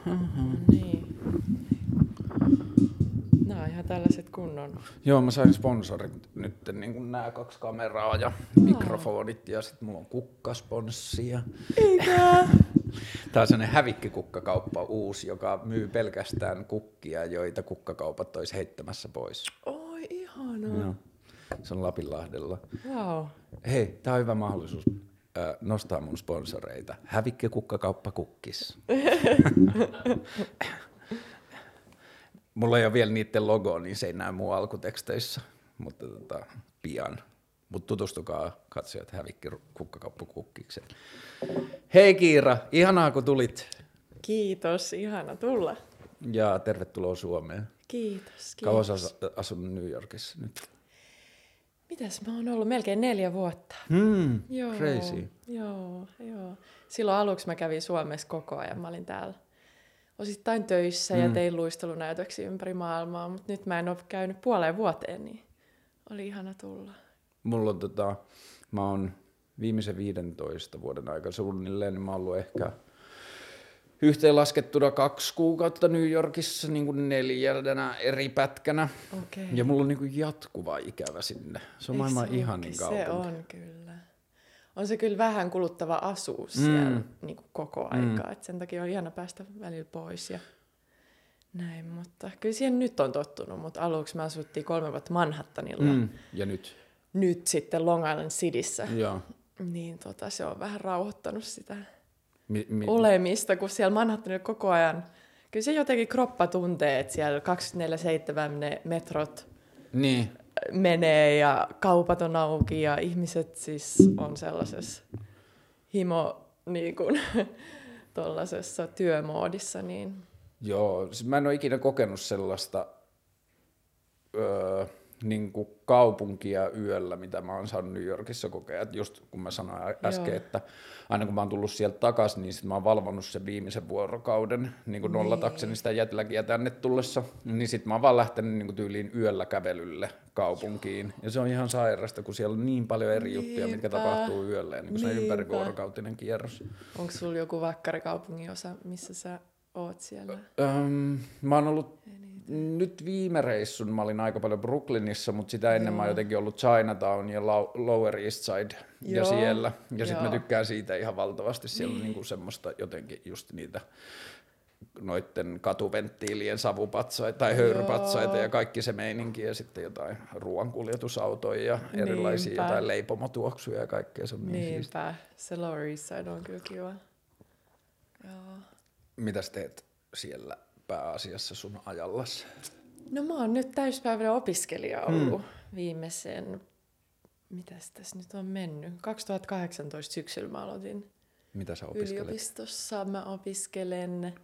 Niin. Nämä on ihan tällaiset kunnon. Joo, mä sain sponsorit nyt, niin kuin nämä 2 kameraa ja mikrofonit ja sitten mulla on kukkasponssia. Eikä! Tää on sellainen hävikkikukkakauppa uusi, joka myy pelkästään kukkia, joita kukkakaupat olisi heittämässä pois. Oi, ihanaa. Joo. Se on Lapinlahdella. Wow. Hei, tää on hyvä mahdollisuus nostaa mun sponsoreita. Hävikkikukkakauppa kukkis. Mulla ei ole vielä niiden logoa, niin se ei näy mun alkuteksteissä, mutta pian. Mutta tutustukaa katsojat Hävikkikukkakauppa kukkikseen. Hei Kiira, ihanaa kun tulit. Kiitos, ihana tulla. Ja tervetuloa Suomeen. Kiitos. Kauan sä asunut New Yorkissa nyt? Mitäs mä oon ollut? Melkein 4 vuotta. Joo, Crazy. Joo. Silloin aluksi mä kävin Suomessa koko ajan. Mä olin täällä osittain töissä ja tein luistelunäytöksiä ympäri maailmaa, mutta nyt mä en ole käynyt 0,5 vuoteen, niin oli ihana tulla. Mulla on mä oon viimeisen 15 vuoden aikana suunnilleen, niin mä oon ollut ehkä yhteenlaskettuna 2 kuukautta New Yorkissa niin kuin 4 eri pätkänä. Okay. Ja mulla on niin kuin jatkuva ikävä sinne. Se on maailman ihanin kaupunki. Se on kyllä. On se kyllä vähän kuluttava asua siellä niin kuin koko aikaa. Et sen takia on ihana päästä välillä pois ja näin. Mutta kyllä siihen nyt on tottunut, mutta aluksi me asuttiin 3 vuotta Manhattanilla. Ja nyt? Nyt sitten Long Island Cityssä. Joo. Niin se on vähän rauhoittanut sitä olemista, kun siellä Manhattanilla koko ajan. Kyllä se jotenkin kroppa tuntee, että siellä 24/7 ne metrot menee ja kaupat on auki ja ihmiset siis on sellaisessa niin kuin tuollaisessa työmoodissa. Niin. Joo, siis mä en ole ikinä kokenut sellaista niin kuin kaupunkia yöllä, mitä mä oon saanut New Yorkissa kokea. Et just kun mä sanoin äsken, että aina kun mä oon tullut sieltä takaisin, niin sit mä oon valvonnut sen viimeisen vuorokauden niin kuin nollatakseni sitä jetlagia tänne tullessa. Niin sit mä oon vaan lähtenyt niin kuin tyyliin yöllä kävelylle kaupunkiin. Ja se on ihan sairasta, kun siellä on niin paljon eri juttuja, mitkä tapahtuu yöllä. Niin kuin se ympärivuorokautinen kierros. Onko sulla joku vakkarikaupungin osa, missä sä oot siellä? Mä oon ollut nyt viime reissun, mä olin aika paljon Brooklynissa, mutta sitä ennen mä oon jotenkin ollut Chinatown ja Lower East Side ja siellä. Ja sit mä tykkään siitä ihan valtavasti. Siellä on niinku semmoista jotenkin just niitä noitten katuventtiilien savupatsaita tai höyrypatsaita ja kaikki se meininki ja sitten jotain ruoankuljetusautoja ja erilaisia jotain leipomotuoksuja ja kaikkea. Se on niin siistiä. Se Lower East Side on kyllä kiva. Joo. Mitäs teet siellä pääasiassa sun ajallas? No mä oon nyt täyspäiväinen opiskelija ollut viimeisen, mitäs tässä nyt on mennyt, 2018 syksyllä mä aloitin. Mitä sä opiskelet? Yliopistossa mä opiskelen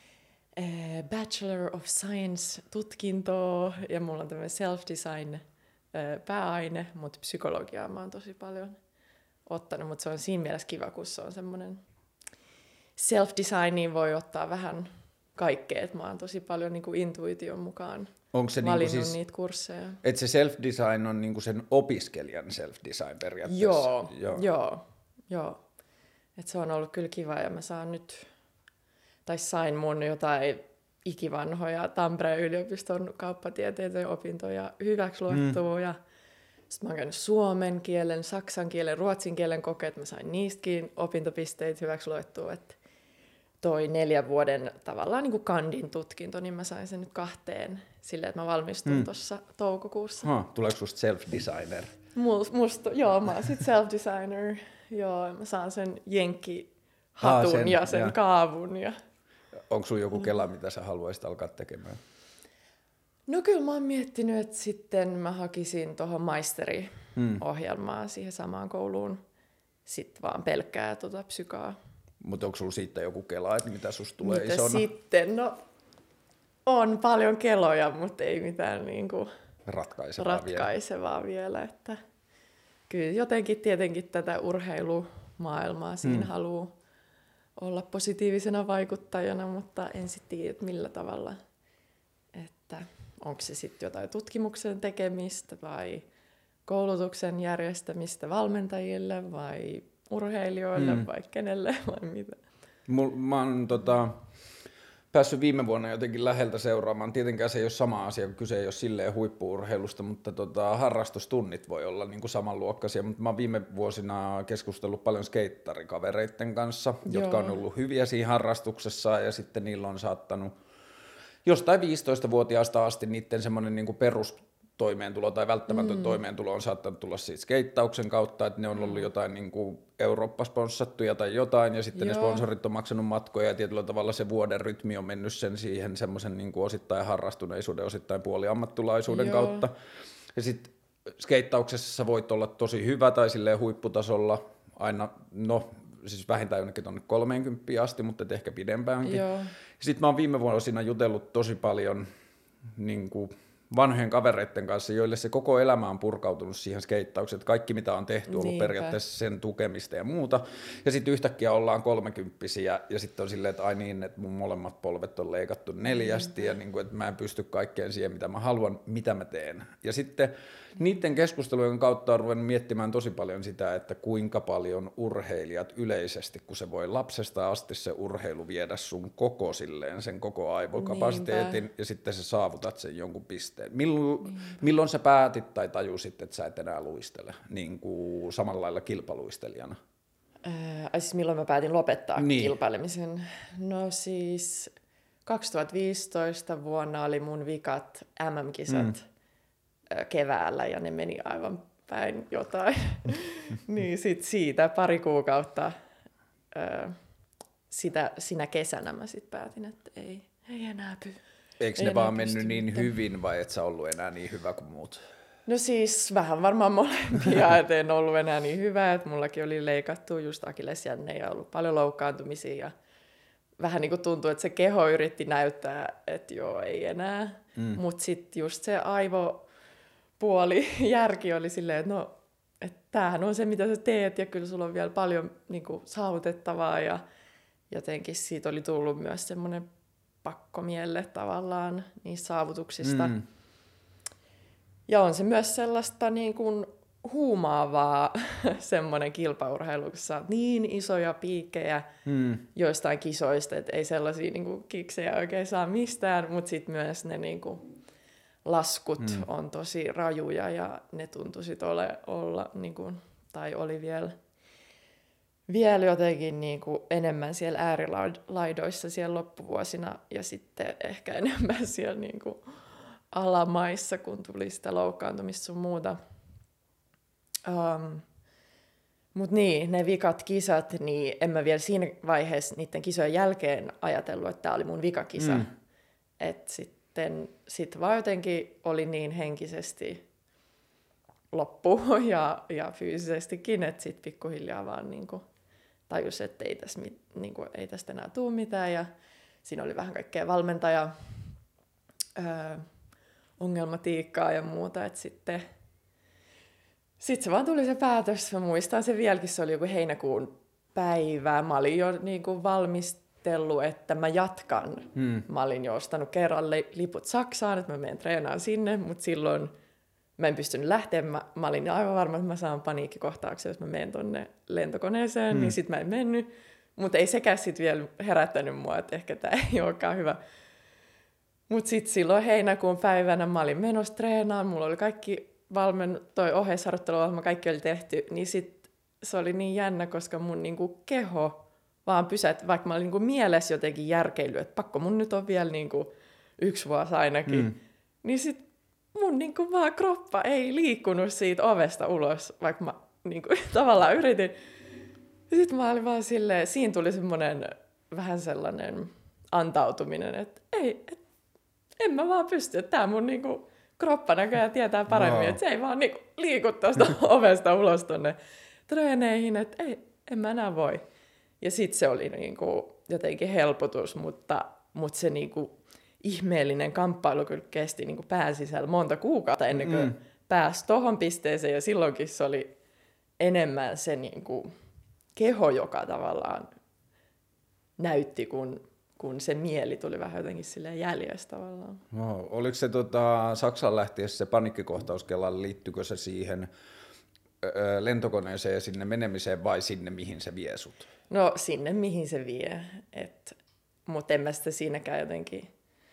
Bachelor of Science -tutkintoa ja mulla on tämmöinen self-design pääaine, mutta psykologiaa mä oon tosi paljon ottanut, mutta se on siinä mielessä kiva, kun se on semmoinen self-designiin voi ottaa vähän kaikkea, että mä oon tosi paljon niin kuin intuition mukaan valinnut niinku siis, niitä kursseja. Että se self-design on niinku sen opiskelijan self-design periaatteessa? Joo. Että se on ollut kyllä kiva ja mä saan nyt, tai sain mun jotain ikivanhoja Tampereen yliopiston kauppatieteiden opintoja hyväksi luettua ja sitten mä oon käynyt suomen kielen, saksan kielen, ruotsin kielen kokeet, mä sain niistäkin opintopisteitä hyväksi luettua, että toi 4 vuoden tavallaan niin kuin kandin tutkinto, niin mä sain sen nyt 2 silleen, että mä valmistun tuossa toukokuussa. Tuleeko susta self-designer? Joo, mä oon sit self-designer. Joo, mä saan sen jenkkihatun ja sen kaavun. Ja onko sulla joku kela, mitä sä haluaisit alkaa tekemään? No kyllä mä oon miettinyt, että sitten mä hakisin tuohon maisteriohjelmaan siihen samaan kouluun sitten vaan pelkkää psykaa. Mutta onko sulla siitä joku kela, että mitä susta tulee mitä isona? Sitten? No on paljon keloja, mutta ei mitään niinku ratkaisevaa vielä. Että kyllä jotenkin tietenkin tätä urheilumaailmaa siinä haluaa olla positiivisena vaikuttajana, mutta en sitten tiedä, että millä tavalla. Että onko se sitten jotain tutkimuksen tekemistä vai koulutuksen järjestämistä valmentajille vai urheilijoille vai kenelle vai mitä? Mä oon päässyt viime vuonna jotenkin läheltä seuraamaan. Tietenkään se ei ole sama asia, kun kyse ei ole silleen huippu-urheilusta, mutta harrastustunnit voi olla niin kuin samanluokkaisia. Mutta mä oon viime vuosina keskustellut paljon skeittarikavereiden kanssa, jotka on ollut hyviä siinä harrastuksessa, ja sitten niillä on saattanut jostain 15-vuotiaasta asti niiden semmoinen niin kuin perustoimeentulo tai välttämätön toimeentulo on saattanut tulla siitä skeittauksen kautta, että ne on ollut jotain niin kuin Eurooppa-sponssattuja tai jotain, ja sitten ne sponsorit on maksanut matkoja, ja tietyllä tavalla se vuoden rytmi on mennyt sen siihen semmoisen niin kuin osittain harrastuneisuuden, osittain puoliammattilaisuuden kautta. Ja sitten skeittauksessa sä voit olla tosi hyvä tai silleen huipputasolla aina, no siis vähintään jonnekin tuonne 30 asti, mutta ehkä pidempäänkin. Sitten mä oon viime vuosina jutellut tosi paljon niin kuin vanhojen kavereiden kanssa, joille se koko elämä on purkautunut siihen skeittaukseen, että kaikki mitä on tehty on ollut periaatteessa sen tukemista ja muuta. Ja sitten yhtäkkiä ollaan 30-vuotiaita ja sitten on silleen, että ai niin, että mun molemmat polvet on leikattu 4 ja niin kuin, että mä en pysty kaikkeen siihen, mitä mä haluan, mitä mä teen. Ja sitten niiden keskustelujen kautta on ruvennut miettimään tosi paljon sitä, että kuinka paljon urheilijat yleisesti, kun se voi lapsesta asti se urheilu viedä sun koko silleen, sen koko aivokapasiteetin ja sitten sä saavutat sen jonkun pisteen. Milloin sä päätit tai tajusit, että sä et enää luistele niin kuin samalla lailla kilpaluistelijana? Siis milloin mä päätin lopettaa kilpailemisen? No siis 2015 vuonna oli mun vikat MM-kisat keväällä ja ne meni aivan päin jotain. Niin sit siitä pari kuukautta sinä kesänä mä sit päätin, että ei enää Eikö ne vaan mennyt niin hyvin vai et sä ollut enää niin hyvä kuin muut? No siis vähän varmaan molempia, et en ollut enää niin hyvä, että mullakin oli leikattu just akillesjänne ja ollut paljon loukkaantumisia ja vähän niin kuin tuntui, että se keho yritti näyttää, että joo, ei enää. Mutta sitten just se aivopuoli, järki oli silleen, että no, että tämähän on se, mitä sä teet ja kyllä sulla on vielä paljon niin kuin saavutettavaa ja jotenkin siitä oli tullut myös semmoinen pakkomielle tavallaan niistä saavutuksista. Ja on se myös sellaista niin kuin huumaavaa semmoinen kilpaurheilu, kun sä oot niin isoja piikkejä joistain kisoista, että ei sellaisia niin kuin kiksejä oikein saa mistään, mutta sitten myös ne niin kuin laskut on tosi rajuja ja ne tuntuisit olla niin kuin, tai oli vielä jotenkin niin kuin enemmän siellä äärilaidoissa siellä loppuvuosina ja sitten ehkä enemmän siellä niin kuin alamaissa, kun tuli sitä loukkaantumista sun muuta. Mutta niin, ne vikat kisat, niin en mä vielä siinä vaiheessa niiden kisojen jälkeen ajatellut, että tämä oli mun vikakisa. Että sitten vaan jotenkin oli niin henkisesti loppu ja fyysisestikin, että sitten pikkuhiljaa vaan niinku tajus, että ei tästä enää tule mitään. Ja siinä oli vähän kaikkea valmentaja ongelmatiikkaa ja muuta, että sitten se vaan tuli se päätös. Mä muistan sen vieläkin, se oli joku heinäkuun päivä. Mä olin jo niinku valmistellut, että mä jatkan. Mä olin jo ostanut kerran liput Saksaan, että mä menen treenaan sinne, mutta silloin mä en pystynyt lähteä. Mä olin aivan varma, että mä saan paniikkikohtauksen, jos mä menen tonne lentokoneeseen, niin sit mä en mennyt. Mutta ei sekään sit vielä herättänyt mua, että ehkä tää ei olekaan hyvä. Mutta sitten silloin heinäkuun päivänä mä olin menossa treenaan, mulla oli kaikki toi oheisharjoitteluohjelma, kaikki oli tehty, niin sit se oli niin jännä, koska mun niinku keho vaan pysähtyi, vaikka mä olin niinku mielessä jotenkin järkeillyt, että pakko mun nyt on vielä niinku 1 vuosi ainakin, niin sit mun niinku vaan kroppa ei liikkunut siitä ovesta ulos, vaikka mä niinku tavallaan yritin. Ja sit mä olin vaan silleen, siinä tuli semmonen vähän sellainen antautuminen, että en mä vaan pysty, että tää mun niinku kroppa näköjään tietää paremmin, että se ei vaan niinku liiku tuosta ovesta ulos tonne treeneihin, että en mä enää voi. Ja sit se oli niinku jotenkin helpotus, mutta se niinku ihmeellinen kamppailu kyllä kesti niinku pään sisällä monta kuukautta ennen kuin pääsi tohon pisteeseen, ja silloinkin se oli enemmän se niinku keho, joka tavallaan näytti, kun se mieli tuli vähän jotenkin silleen jäljestä tavallaan. Wow. Oliko se Saksan lähtiessä se paniikkikohtaus Kelalle, liittyykö se siihen lentokoneeseen ja sinne menemiseen vai sinne, mihin se vie sut? No sinne, mihin se vie. mutta en mä sitä siinäkään jotenkin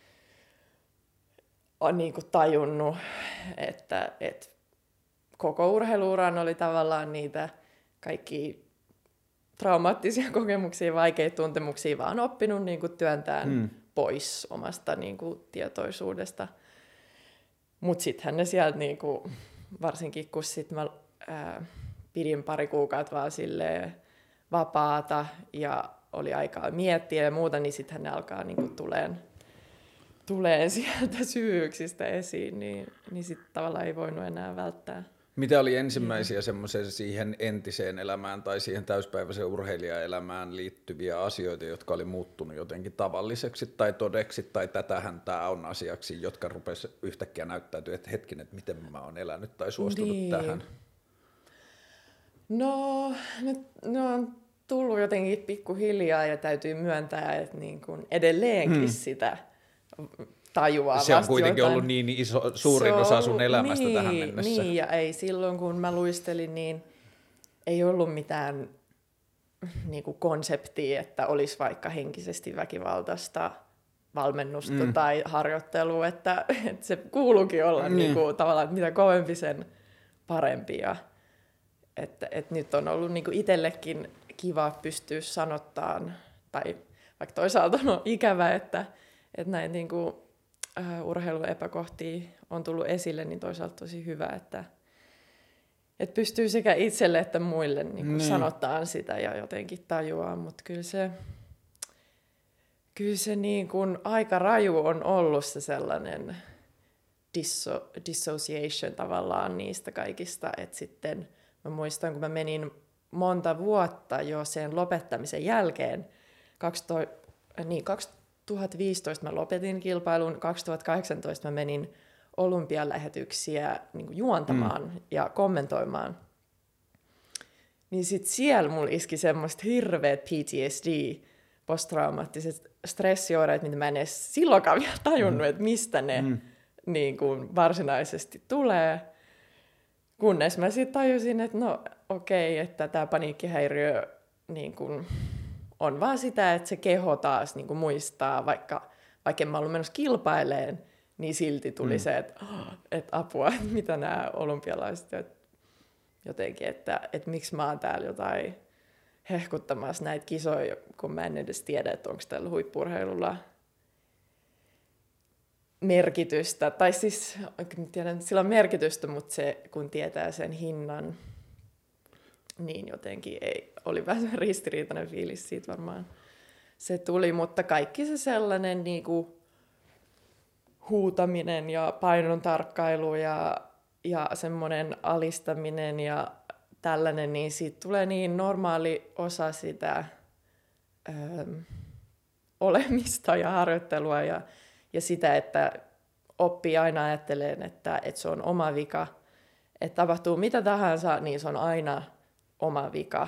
ole niin kuin tajunnut, että koko urheiluuran oli tavallaan niitä kaikki traumaattisia kokemuksia, vaikeita tuntemuksia, vaan oppinut niin kuin työntämään pois omasta niin kuin tietoisuudesta. Mutta sittenhän ne sieltä, niin kuin, varsinkin kun sit mä pidin pari kuukautta vaan silleen vapaata ja oli aikaa miettiä ja muuta, niin sittenhän ne alkaa niin kuin tuleen sieltä syvyyksistä esiin, niin sitten tavallaan ei voinut enää välttää. Mitä oli ensimmäisiä semmoisia siihen entiseen elämään tai siihen täyspäiväiseen urheilijaelämään liittyviä asioita, jotka oli muuttunut jotenkin tavalliseksi tai todeksi, tai tätähän tämä on asiaksi, jotka rupesi yhtäkkiä näyttäytyä, että hetkinen, että miten mä oon elänyt tai suostunut tähän? No, ne on tullut jotenkin pikkuhiljaa ja täytyy myöntää, että niin kuin edelleenkin sitä tajuaa se on kuitenkin ollut niin suurin osa sun elämästä tähän mennessä. Niin, ja ei silloin kun mä luistelin, niin ei ollut mitään niin kuin konseptia, että olisi vaikka henkisesti väkivaltaista valmennusta tai harjoittelua, että se kuuluukin olla niin kuin, tavallaan, että mitä kovempi sen parempi. Ja, että nyt on ollut niin kuin itsellekin kiva pystyä sanottaan, tai vaikka toisaalta on ikävä, että näin niin kuin urheiluepäkohtia on tullut esille, niin toisaalta tosi hyvä, että pystyy sekä itselle että muille niin kuin sanottaan sitä ja jotenkin tajuaa, mutta kyllä se niin kuin aika raju on ollut se sellainen dissociation tavallaan niistä kaikista, että sitten mä muistan, kun mä menin monta vuotta jo sen lopettamisen jälkeen, 2015 mä lopetin kilpailun, 2018 mä menin olympialähetyksiä niin kuin juontamaan ja kommentoimaan. Niin sit siellä mulla iski semmoista hirveät PTSD, posttraumaattiset stressioireet, mitä mä en edes silloinkaan vielä tajunnut, että mistä ne niin kuin varsinaisesti tulee. Kunnes mä sitten tajusin, että no okei, että tämä paniikkihäiriö niin kuin on vaan sitä, että se keho taas niin kuin muistaa, vaikka en mä ollut menossa kilpaileen, niin silti tuli se, että apua, että mitä nämä olympialaiset jotenkin, että miksi mä oon täällä jotain hehkuttamassa näitä kisoja, kun mä en edes tiedä, että onko tällä huippu-urheilulla merkitystä. Tai siis, tiedän, että sillä on merkitystä, mutta se, kun tietää sen hinnan, niin jotenkin oli vähän ristiriitainen fiilis siitä varmaan. Se tuli, mutta kaikki se sellainen niin kuin huutaminen ja painon tarkkailu ja semmoinen alistaminen ja tällainen, niin siitä tulee niin normaali osa sitä olemista ja harjoittelua ja sitä, että oppii aina ajattelemaan, että se on oma vika. Että tapahtuu mitä tahansa, niin se on aina oma vika.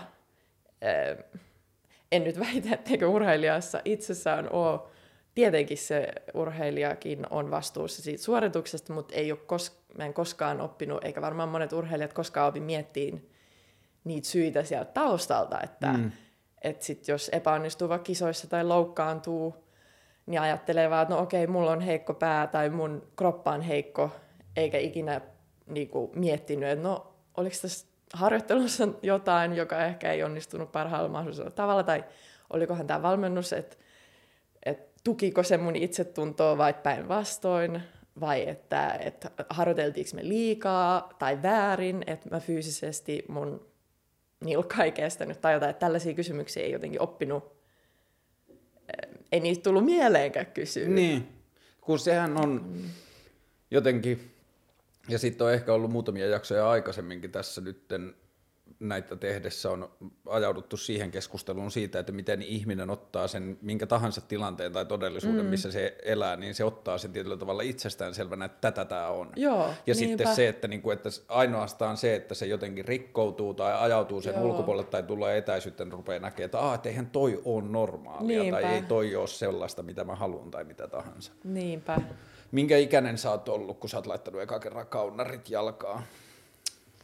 En nyt väitä, etteikö urheilijassa itsessään ole. Tietenkin se urheilijakin on vastuussa siitä suorituksesta, mutta mä en koskaan oppinut, eikä varmaan monet urheilijat koskaan opi miettimään niitä syitä sieltä taustalta, että sit jos epäonnistuu vaikka kisoissa tai loukkaantuu, niin ajattelee vaan, että no okei, mulla on heikko pää tai mun kroppa on heikko, eikä ikinä niinku miettinyt, että no oliko tässä harjoittelussa jotain, joka ehkä ei onnistunut parhaalla mahdollisella tavalla, tai olikohan tämä valmennus, että tukiko se mun itsetuntoa vai päinvastoin, vai että harjoiteltiinko me liikaa tai väärin, että mä fyysisesti mun nilkka ei kestänyt tajuta, että tällaisia kysymyksiä ei jotenkin oppinut. Ei niistä tullut mieleenkään kysyä. Niin, kun sehän on jotenkin, ja sitten on ehkä ollut muutamia jaksoja aikaisemminkin tässä nytten näitä tehdessä on ajauduttu siihen keskusteluun siitä, että miten ihminen ottaa sen minkä tahansa tilanteen tai todellisuuden, missä se elää, niin se ottaa sen tietyllä tavalla itsestäänselvänä, että tätä tämä on. Joo, ja niinpä. Sitten se, että ainoastaan se, että se jotenkin rikkoutuu tai ajautuu sen ulkopuolelle tai tulee etäisyyttä, niin rupeaa näkemään, että eihän toi ole normaalia Niinpä. tai ei toi ole sellaista, mitä mä haluan tai mitä tahansa. Niinpä. Minkä ikäinen sä oot ollut, kun sä oot laittanut eka kerran kaunarit jalkaan?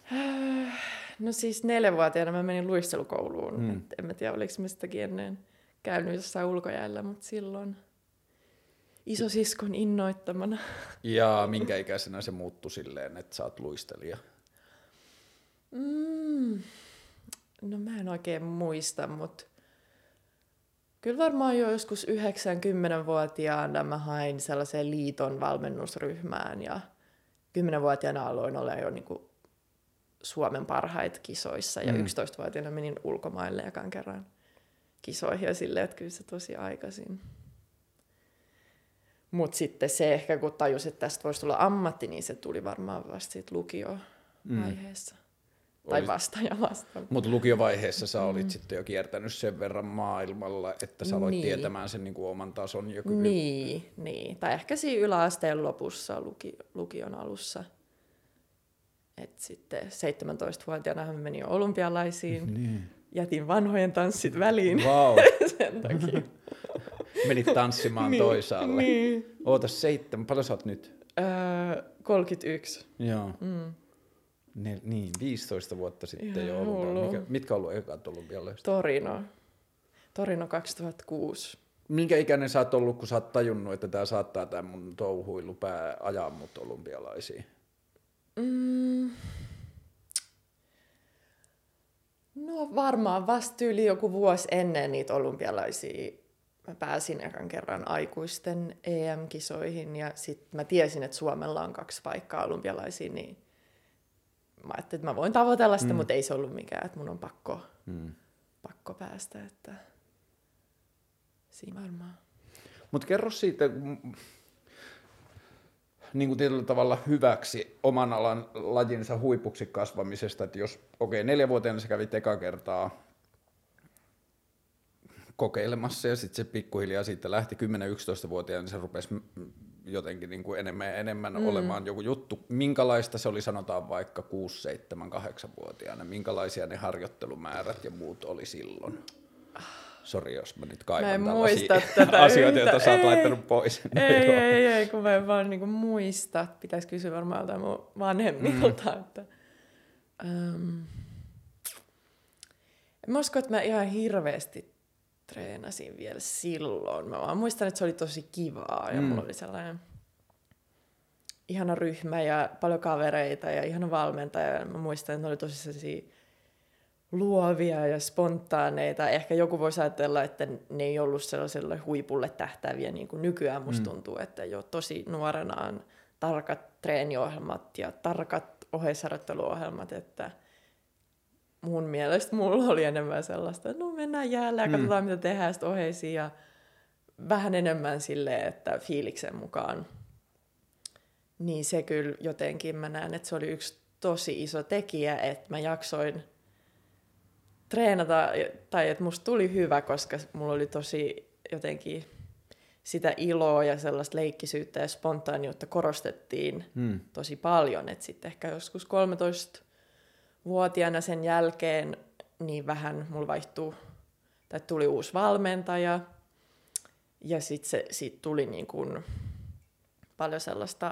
No siis 4-vuotiaana mä menin luistelukouluun. En mä tiedä, oliko mä sitäkin ennen käynyt jossain ulkojäällä, mutta silloin isosiskon innoittamana. Ja minkä ikäisenä se muuttui silleen, että sä oot luistelija? No mä en oikein muista, mutta kyllä varmaan jo joskus 90-vuotiaana mä hain sellaiseen liiton valmennusryhmään ja 10-vuotiaana aloin olla jo niinku Suomen parhaita kisoissa ja 11-vuotiaana menin ulkomaille ekan kerran kisoihin ja silleen, että kyllä se tosi aikaisin. Mutta sitten se ehkä, kun tajus, että tästä voisi tulla ammatti, niin se tuli varmaan vasta siitä lukiovaiheessa. Tai vasta. Mutta lukiovaiheessa sä olit sitten jo kiertänyt sen verran maailmalla, että sä aloit tietämään sen niinku oman tason jo kyky. Niin. Tai ehkä siinä yläasteen lopussa, lukion alussa. Et sitten 17-vuotiaana mä menin olympialaisiin. Niin. Jätin vanhojen tanssit väliin. Vau. Sen takia. Menit tanssimaan toisaalle. Niin. Ootas 7. Paljon sä oot nyt? 31. Joo. Niin, 15 vuotta sitten ihan jo. Mitkä on ollut ekat olympialaiset? Torino 2006. Minkä ikäinen sä oot ollut, kun sä oot tajunnut, että tää mun touhuilu ajaa mut olympialaisiin? No varmaan vasta yli joku vuosi ennen niitä olympialaisia. Mä pääsin ekan kerran aikuisten EM-kisoihin ja sitten mä tiesin, että Suomella on 2 paikkaa olympialaisiin, niin mä ajattelin, että mä voin tavoitella sitä, mutta ei se ollut mikään, että mun on pakko päästä, että siinä varmaan. Mutta kerro siitä niin kuin tietyllä tavalla hyväksi oman alan lajinsa huipuksi kasvamisesta, että jos 4-vuotiaana sä kävit eka kertaa kokeilemassa ja sitten se pikkuhiljaa siitä lähti 10-11-vuotiaana, niin se rupesi jotenkin niin kuin enemmän ja enemmän olemaan joku juttu. Minkälaista se oli, sanotaan vaikka 6, 7, 8-vuotiaana? Minkälaisia ne harjoittelumäärät ja muut oli silloin? Sori, jos mä nyt kaivan tällaisia asioita, joita sä oot laittanut pois. Ei, kun mä en vaan niinku muista. Pitäisi kysyä varmaan jotain mun vanhemmilta. Että, mä uskon, että mä ihan hirveästi treenasin vielä silloin. Mä vaan muistan, että se oli tosi kivaa ja mulla oli sellainen ihana ryhmä ja paljon kavereita ja ihana valmentaja. Mä muistan, että ne oli tosi sellaisia luovia ja spontaaneita. Ehkä joku voisi ajatella, että ne ei ollut sellaiselle huipulle tähtääviä, niin kuin nykyään musta tuntuu, että jo tosi nuorena on tarkat treeniohjelmat ja tarkat oheisharjoitteluohjelmat, että mun mielestä mulla oli enemmän sellaista, että no mennään jäällä ja katsotaan mitä tehdään sitten oheisiin ja vähän enemmän silleen, että fiiliksen mukaan. Niin se kyllä jotenkin mä näen, että se oli yksi tosi iso tekijä, että mä jaksoin treenata, tai että musta tuli hyvä, koska mulla oli tosi jotenkin sitä iloa ja sellaista leikkisyyttä ja spontaaniutta korostettiin tosi paljon. Että sitten ehkä joskus 13-vuotiaana sen jälkeen niin vähän mulla tuli uusi valmentaja ja sitten siitä tuli niin kuin paljon sellaista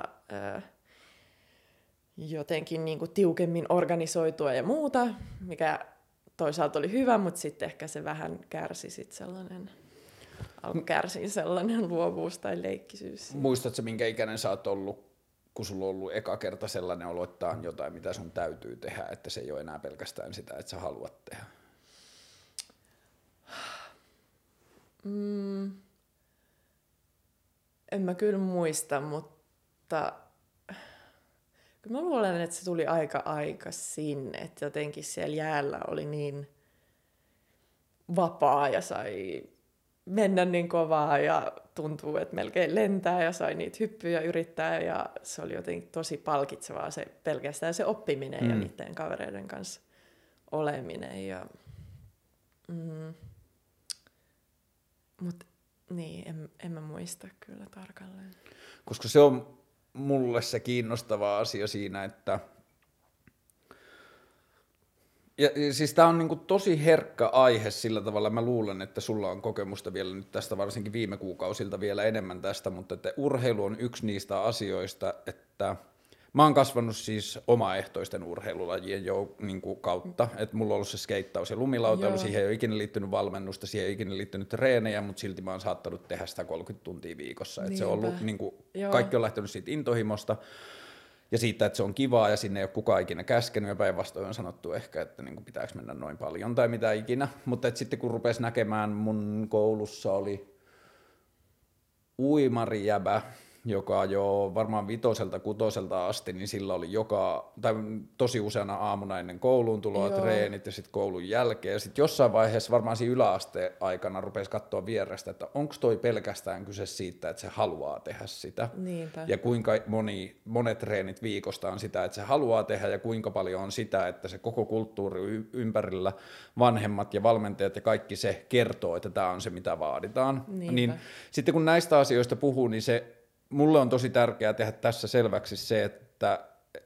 jotenkin niin kuin tiukemmin organisoitua ja muuta, mikä toisaalta oli hyvä, mutta sitten ehkä se vähän kärsi alkoi kärsiä sellainen luovuus tai leikkisyys. Muistatko, minkä ikäinen sä oot ollut, kun sulla on ollut eka kerta sellainen olo, että on jotain, mitä sun täytyy tehdä, että se ei ole enää pelkästään sitä, että sä haluat tehdä? En mä kyllä muista, mutta kyllä mä luulen, että se tuli aika aikaisin, että jotenkin siellä jäällä oli niin vapaa ja sai mennä niin kovaa ja tuntuu, että melkein lentää ja sai niitä hyppyjä yrittää ja se oli jotenkin tosi palkitsevaa pelkästään se oppiminen ja niiden kavereiden kanssa oleminen. Mutta niin, en mä muista kyllä tarkalleen. Koska se on mulle se kiinnostava asia siinä, että ja siis tämä on niinku tosi herkkä aihe sillä tavalla, mä luulen, että sulla on kokemusta vielä nyt tästä, varsinkin viime kuukausilta vielä enemmän tästä, mutta että urheilu on yksi niistä asioista, että Mä oon kasvanut siis omaehtoisten urheilulajien kautta, että mulla on ollut se skeittaus ja lumilautailu, siihen ei ole ikinä liittynyt valmennusta, siihen ei ikinä liittynyt treenejä, mutta silti mä oon saattanut tehdä sitä 30 tuntia viikossa. Että se on ollut, kaikki on lähtenyt siitä intohimosta ja siitä, että se on kivaa ja sinne ei ole kukaan ikinä käskenyt ja päinvastoin on sanottu ehkä, että pitääkö mennä noin paljon tai mitä ikinä, mutta sitten kun rupesi näkemään, mun koulussa oli uimarijäbä, joka jo varmaan 5-6 asti, niin sillä oli tosi useana aamuna ennen kouluun tuloa treenit ja sitten koulun jälkeen. Ja sitten jossain vaiheessa varmaan siinä yläasteen aikana rupesi katsoa vierestä, että onko toi pelkästään kyse siitä, että se haluaa tehdä sitä. Niinpä. Ja kuinka monet treenit viikosta on sitä, että se haluaa tehdä ja kuinka paljon on sitä, että se koko kulttuuri ympärillä, vanhemmat ja valmentajat ja kaikki se kertoo, että tämä on se, mitä vaaditaan. Niin sitten kun näistä asioista puhuu, niin mulle on tosi tärkeää tehdä tässä selväksi se, että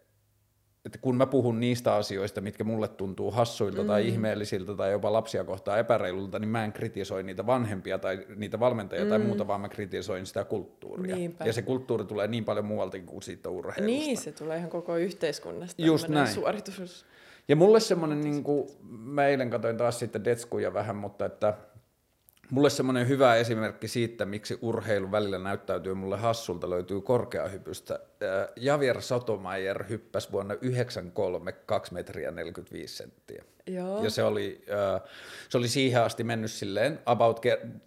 kun mä puhun niistä asioista, mitkä mulle tuntuu hassuilta tai ihmeellisiltä tai jopa lapsia kohtaan epäreilulta, niin mä en kritisoi niitä vanhempia tai niitä valmentajia tai muuta, vaan mä kritisoin sitä kulttuuria. Niinpä. Ja se kulttuuri tulee niin paljon muualtakin kuin siitä urheilusta. Niin, se tulee ihan koko yhteiskunnasta. Just näin. Suoritus. Ja mulle semmoinen, mä eilen katsoin taas sitten Detskuja vähän, mutta että mulle semmoinen hyvä esimerkki siitä, miksi urheilu välillä näyttäytyy mulle hassulta, löytyy korkeahypystä. Javier Sotomayor hyppäsi vuonna 1993 2 metriä 45 senttiä. Joo. Ja se oli siihen asti mennyt silleen, about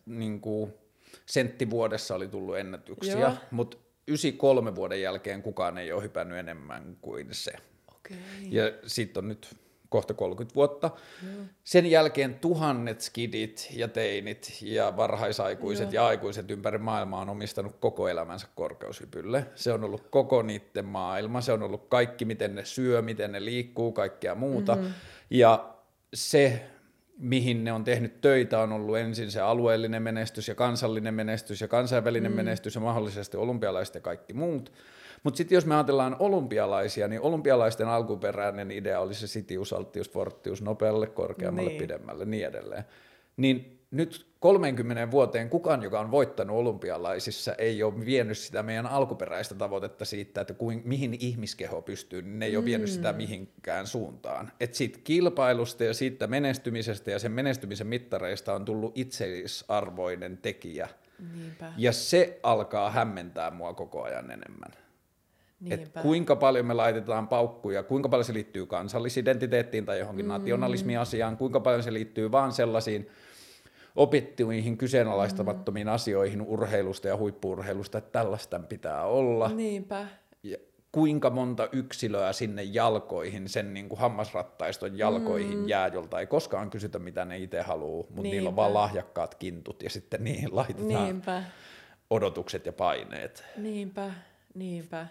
sentti vuodessa oli tullut ennätyksiä, mutta 93 vuoden jälkeen kukaan ei ole hypännyt enemmän kuin se. Okay. Ja siitä on nyt kohta 30 vuotta. Sen jälkeen tuhannet skidit ja teinit ja varhaisaikuiset ja aikuiset ympäri maailmaa on omistanut koko elämänsä korkeushypylle. Se on ollut koko niiden maailma, se on ollut kaikki, miten ne syö, miten ne liikkuu, kaikkea muuta. Ja se, mihin ne on tehnyt töitä, on ollut ensin se alueellinen menestys ja kansallinen menestys ja kansainvälinen menestys ja mahdollisesti olympialaiset ja kaikki muut. Mutta sitten jos me ajatellaan olympialaisia, niin olympialaisten alkuperäinen idea oli se sitius, alttius, fortius, nopealle, korkeammalle, pidemmälle, niin edelleen. Niin nyt 30 vuoteen kukaan, joka on voittanut olympialaisissa, ei ole vienyt sitä meidän alkuperäistä tavoitetta siitä, että mihin ihmiskeho pystyy, niin ne ei ole vienyt sitä mihinkään suuntaan. Että siitä kilpailusta ja siitä menestymisestä ja sen menestymisen mittareista on tullut itseisarvoinen tekijä. Niinpä. Ja se alkaa hämmentää mua koko ajan enemmän. Että kuinka paljon me laitetaan paukkuja, kuinka paljon se liittyy kansallisidentiteettiin tai johonkin nationalismiasiaan, kuinka paljon se liittyy vaan sellaisiin opittuihin kyseenalaistamattomiin asioihin urheilusta ja huippu-urheilusta, että tällaista pitää olla. Niinpä. Ja kuinka monta yksilöä sinne jalkoihin, sen niin kuin hammasrattaiston jalkoihin jää, jolta ei koskaan kysytä, mitä ne itse haluaa, mutta niillä on vaan lahjakkaat kintut ja sitten niihin laitetaan odotukset ja paineet. Niinpä.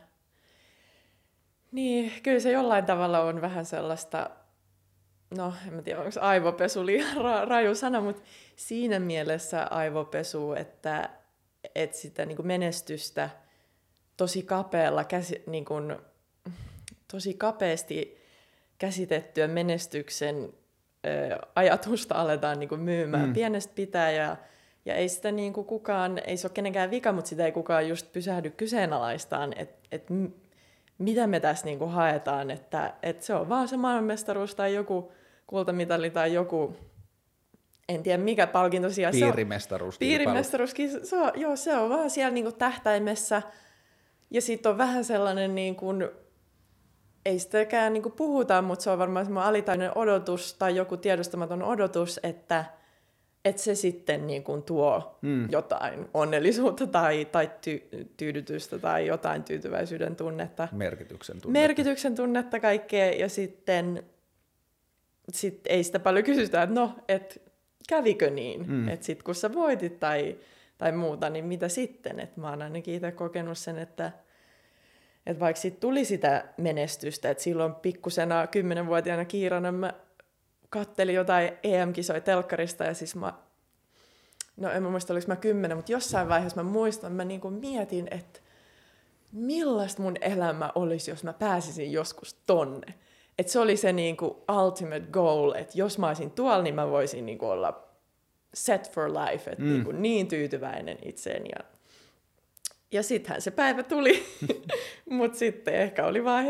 Niin, kyllä se jollain tavalla on vähän sellaista, no en mä tiedä, onko aivopesu liian raju sana, mutta siinä mielessä aivopesu, että sitä niin kuin menestystä tosi kapealla, tosi kapeasti käsitettyä menestyksen ajatusta aletaan niin kuin myymään pienestä pitää ja ei sitä niin kuin kukaan, ei se ole kenenkään vika, mutta sitä ei kukaan just pysähdy kyseenalaistaan, että mitä me tässä niinku haetaan, että se on vaan se maailmanmestaruus tai joku kultamitali tai joku, en tiedä mikä palkinto siellä. Piirimestaruuskin. Se on vaan siellä niinku tähtäimessä. Ja sitten on vähän sellainen, niinku, ei sitäkään niinku puhuta, mutta se on varmaan semmoinen alitainen odotus tai joku tiedostamaton odotus, että se sitten niin kuin tuo jotain onnellisuutta tai tyydytystä tai jotain tyytyväisyyden tunnetta. Merkityksen tunnetta kaikkea. Ja sitten ei sitä paljon kysytä, että no, kävikö niin? Että sitten kun sä voitit tai muuta, niin mitä sitten? Että mä oon ainakin itse kokenut sen, että vaikka sit tuli sitä menestystä, että silloin pikkusena 10-vuotiaana Kiirana mä kattelin jotain EM-kisoja telkkarista ja siis en muista oliko mä 10, mutta jossain vaiheessa mä muistan, mä niinku mietin, että millaista mun elämä olisi, jos mä pääsisin joskus tonne. Että se oli se niinku ultimate goal, että jos mä olisin tuolla, niin mä voisin niinku olla set for life, että niinku niin tyytyväinen itseen. Ja sittenhän se päivä tuli, mutta sitten ehkä oli vaan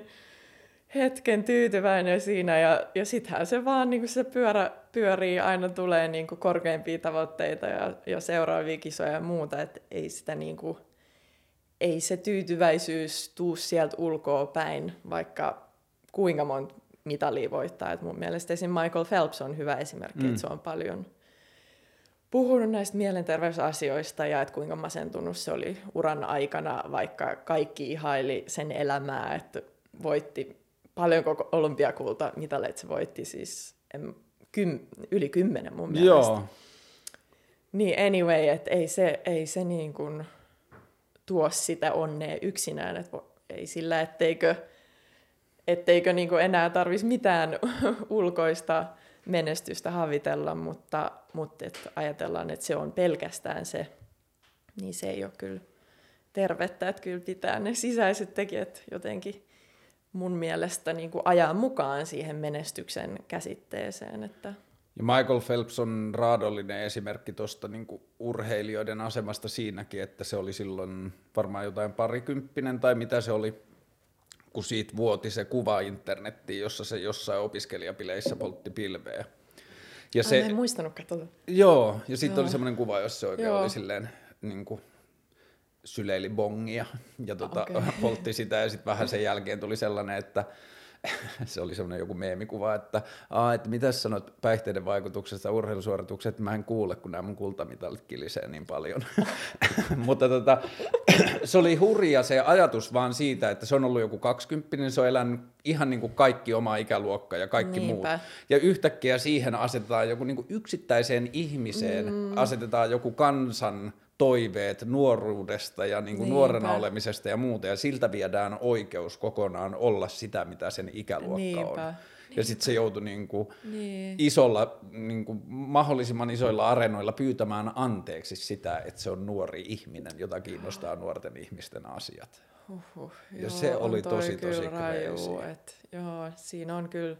hetken tyytyväinen siinä, ja sittenhän se vaan niin se pyörä pyörii, aina tulee niin korkeampia tavoitteita ja seuraavia kisoja ja muuta, että ei sitä niin kuin, ei se tyytyväisyys tuu sieltä ulkoa päin, vaikka kuinka monta mitalia voittaa. Et mun mielestä esimerkiksi Michael Phelps on hyvä esimerkki, että se on paljon puhunut näistä mielenterveysasioista ja että kuinka masentunut se oli uran aikana, vaikka kaikki ihaili sen elämää, että voitti paljonko olympiakultamitaleita se voitti, siis yli 10 mun mielestä. Joo. Niin anyway, että ei se niin kuin tuo sitä onnea yksinään, että ei sillä, etteikö niin kuin enää tarvitsisi mitään ulkoista menestystä havitella, mutta että ajatellaan, että se on pelkästään se, niin se ei ole kyllä tervettä, että kyllä pitää ne sisäiset tekijät jotenkin mun mielestä niin kuin ajaa mukaan siihen menestyksen käsitteeseen. Että Ja Michael Phelps on raadollinen esimerkki tuosta niin kuin urheilijoiden asemasta siinäkin, että se oli silloin varmaan jotain parikymppinen tai mitä se oli, kun siitä vuoti se kuva internettiin, jossa se jossain opiskelijapileissä poltti pilveä. Ja se, en muistanut katsota. Joo, ja sitten oli semmoinen kuva, jossa se oikein oli silleen niin kuin syleili bongia ja poltti sitä, ja sitten vähän sen jälkeen tuli sellainen, että se oli semmoinen joku meemikuva, että mitä sanoit päihteiden vaikutuksesta urheilusuorituksesta, että mä en kuule, kun nämä mun kultamitalit kilisee niin paljon. Mutta se oli hurja se ajatus vaan siitä, että se on ollut joku 20, se on elänyt ihan niin kuin kaikki oma ikäluokka ja kaikki muut. Ja yhtäkkiä siihen asetetaan joku niin kuin yksittäiseen ihmiseen, asetetaan joku kansan toiveet nuoruudesta ja niin kuin nuorena olemisesta ja muuta, ja siltä viedään oikeus kokonaan olla sitä, mitä sen ikäluokka on. Ja sitten se joutui isolla, mahdollisimman isoilla areenoilla pyytämään anteeksi sitä, että se on nuori ihminen, jota kiinnostaa nuorten ihmisten asiat. Ja se oli tosi crazy. Joo, siinä on kyllä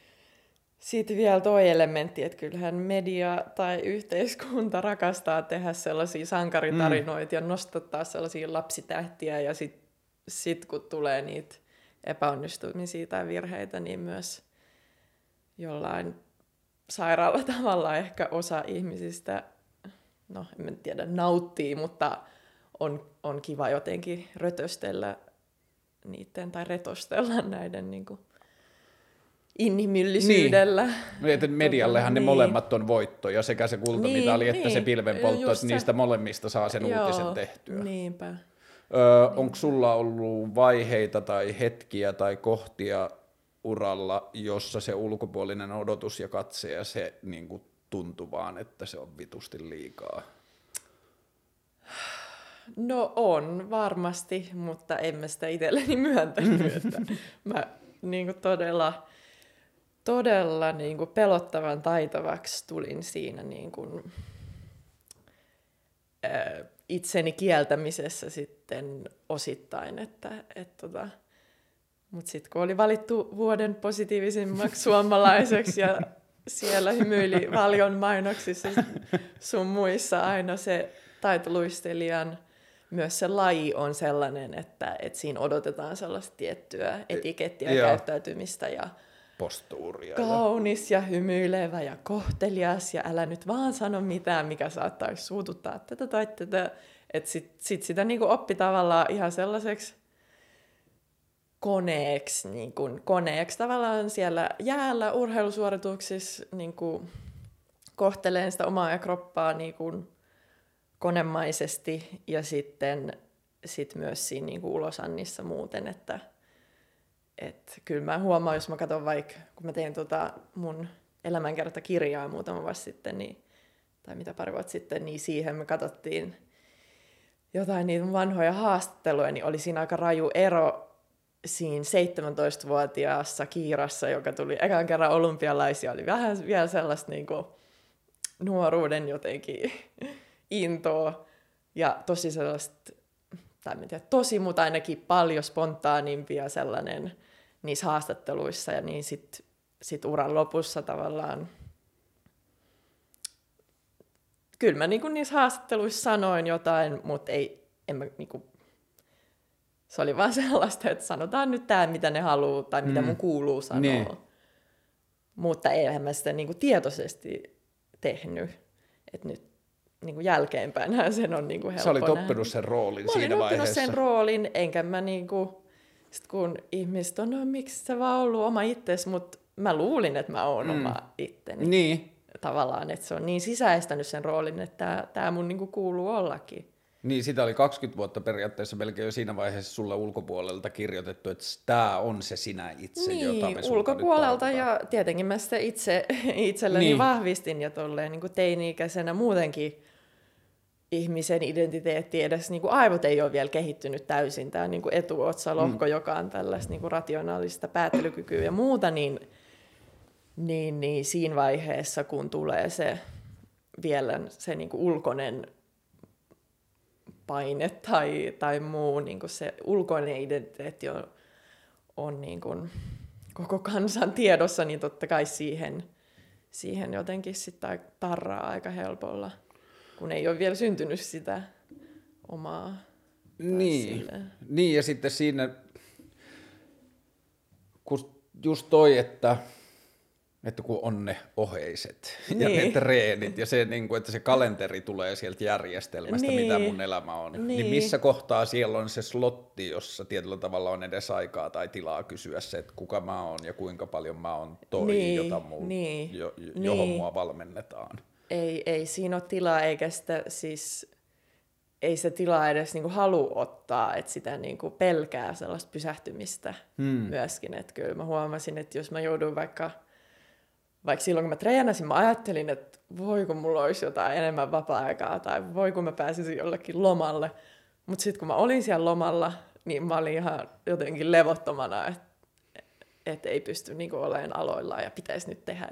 sitten vielä toi elementti, että kyllähän media tai yhteiskunta rakastaa tehdä sellaisia sankaritarinoita ja nostattaa sellaisia lapsitähtiä, ja sit kun tulee niitä epäonnistumisia tai virheitä, niin myös jollain sairaalla tavalla ehkä osa ihmisistä, no en tiedä, nauttii, mutta on kiva jotenkin rötöstellä niiden tai retostella näiden niin kuin inhimillisyydellä. Niin, että mediallehan ne molemmat on voittoja, sekä se kultamitali että se pilvenpoltto, että niistä molemmista saa sen uutisen tehtyä. Niinpä. Onko sulla ollut vaiheita tai hetkiä tai kohtia uralla, jossa se ulkopuolinen odotus ja katse ja se niin kuin tuntui vaan, että se on vitusti liikaa? No on varmasti, mutta en mä sitä itselleni myöntänyt. Että mä niin kuin todella niin kuin pelottavan taitavaksi tulin siinä niin kuin, itseni kieltämisessä sitten osittain. Mutta sitten kun oli valittu vuoden positiivisimmaksi suomalaiseksi ja siellä hymyili Valion mainoksissa sun muissa aina se taitoluistelijan, myös se laji on sellainen, että siinä odotetaan sellaista tiettyä etikettiä ja käyttäytymistä ja postuuria. Kaunis ja hymyilevä ja kohtelias ja älä nyt vaan sano mitään, mikä saattaisi suututtaa tätä tai tätä. Että sit sitä niinku oppi tavallaan ihan sellaiseksi koneeksi tavallaan siellä jäällä urheilusuorituksissa niinku kohteleen sitä omaa kroppaa niinku konemaisesti ja sitten myös siinä niinku ulosannissa muuten, että kyllä mä huomaan, jos mä katson vaikka, kun mä tein mun elämänkertakirjaa muutama vuosi sitten, tai mitä pari vuotta sitten, niin siihen me katsottiin jotain niitä vanhoja haastatteluja, niin oli siinä aika raju ero siinä 17-vuotiaassa Kiirassa, joka tuli ekan kerran olympialaisia, oli vähän vielä sellaista niinku nuoruuden jotenkin intoa ja tosi sellaista, tai en tiedä, tosi, mutta ainakin paljon spontaanimpia sellainen niissä haastatteluissa, ja niin sit uran lopussa tavallaan, kyllä mä niin niissä haastatteluissa sanoin jotain, mutta en mä niinku, se oli vaan sellaista, että sanotaan nyt tämä, mitä ne haluaa tai mitä mun kuuluu sanoa. Niin. Mutta eihän mä sitä niinku tietoisesti tehnyt. Että nyt niinku jälkeenpäin sen on niinku helppo. Sä olit oppinut sen roolin siinä vaiheessa. Mä olin oppinut sen roolin, enkä mä niinku, sit kun ihmiset on, no miksi sä vaan ollut oma itses, mutta mä luulin, että mä oon oma itteni. Niin. Tavallaan, että se on niin sisäistänyt sen roolin, että tää mun niinku kuuluu ollakin. Niin, sitä oli 20 vuotta periaatteessa melkein jo siinä vaiheessa sulle ulkopuolelta kirjoitettu, että tämä on se sinä itse, niin, jota me ulkopuolelta ja tietenkin mä sitä itselleni vahvistin ja tolleen niin kuin teini-ikäisenä muutenkin ihmisen identiteetti edes, niin kuin aivot ei ole vielä kehittynyt täysin, tämä niin kuin etuotsalohko, joka on tällaista niin kuin rationaalista päättelykykyä ja muuta, niin siinä vaiheessa, kun tulee se vielä se niin kuin ulkoinen paine tai muu, niin kuin se ulkoinen identiteetti on niin kuin koko kansan tiedossa, niin totta kai siihen jotenkin sitten tarraa aika helpolla, kun ei ole vielä syntynyt sitä omaa. Niin, ja sitten siinä, kun just toi, että kun on ne oheiset ja ne treenit ja se, että se kalenteri tulee sieltä järjestelmästä, mitä mun elämä on, niin missä kohtaa siellä on se slotti, jossa tietyllä tavalla on edes aikaa tai tilaa kysyä se, että kuka mä oon ja kuinka paljon mä oon johon mua valmennetaan. Ei siinä ole tilaa, eikä sitä siis, ei se tilaa edes niinku halua ottaa, että sitä niinku pelkää sellaista pysähtymistä myöskin, että kyllä mä huomasin, että jos mä joudun vaikka silloin, kun mä treenasin, mä ajattelin, että voiko mulla olisi jotain enemmän vapaa-aikaa tai voiko mä pääsisin jollekin lomalle. Mutta sitten kun mä olin siellä lomalla, niin mä olin ihan jotenkin levottomana, että ei pysty niinku olemaan aloillaan ja pitäisi nyt tehdä.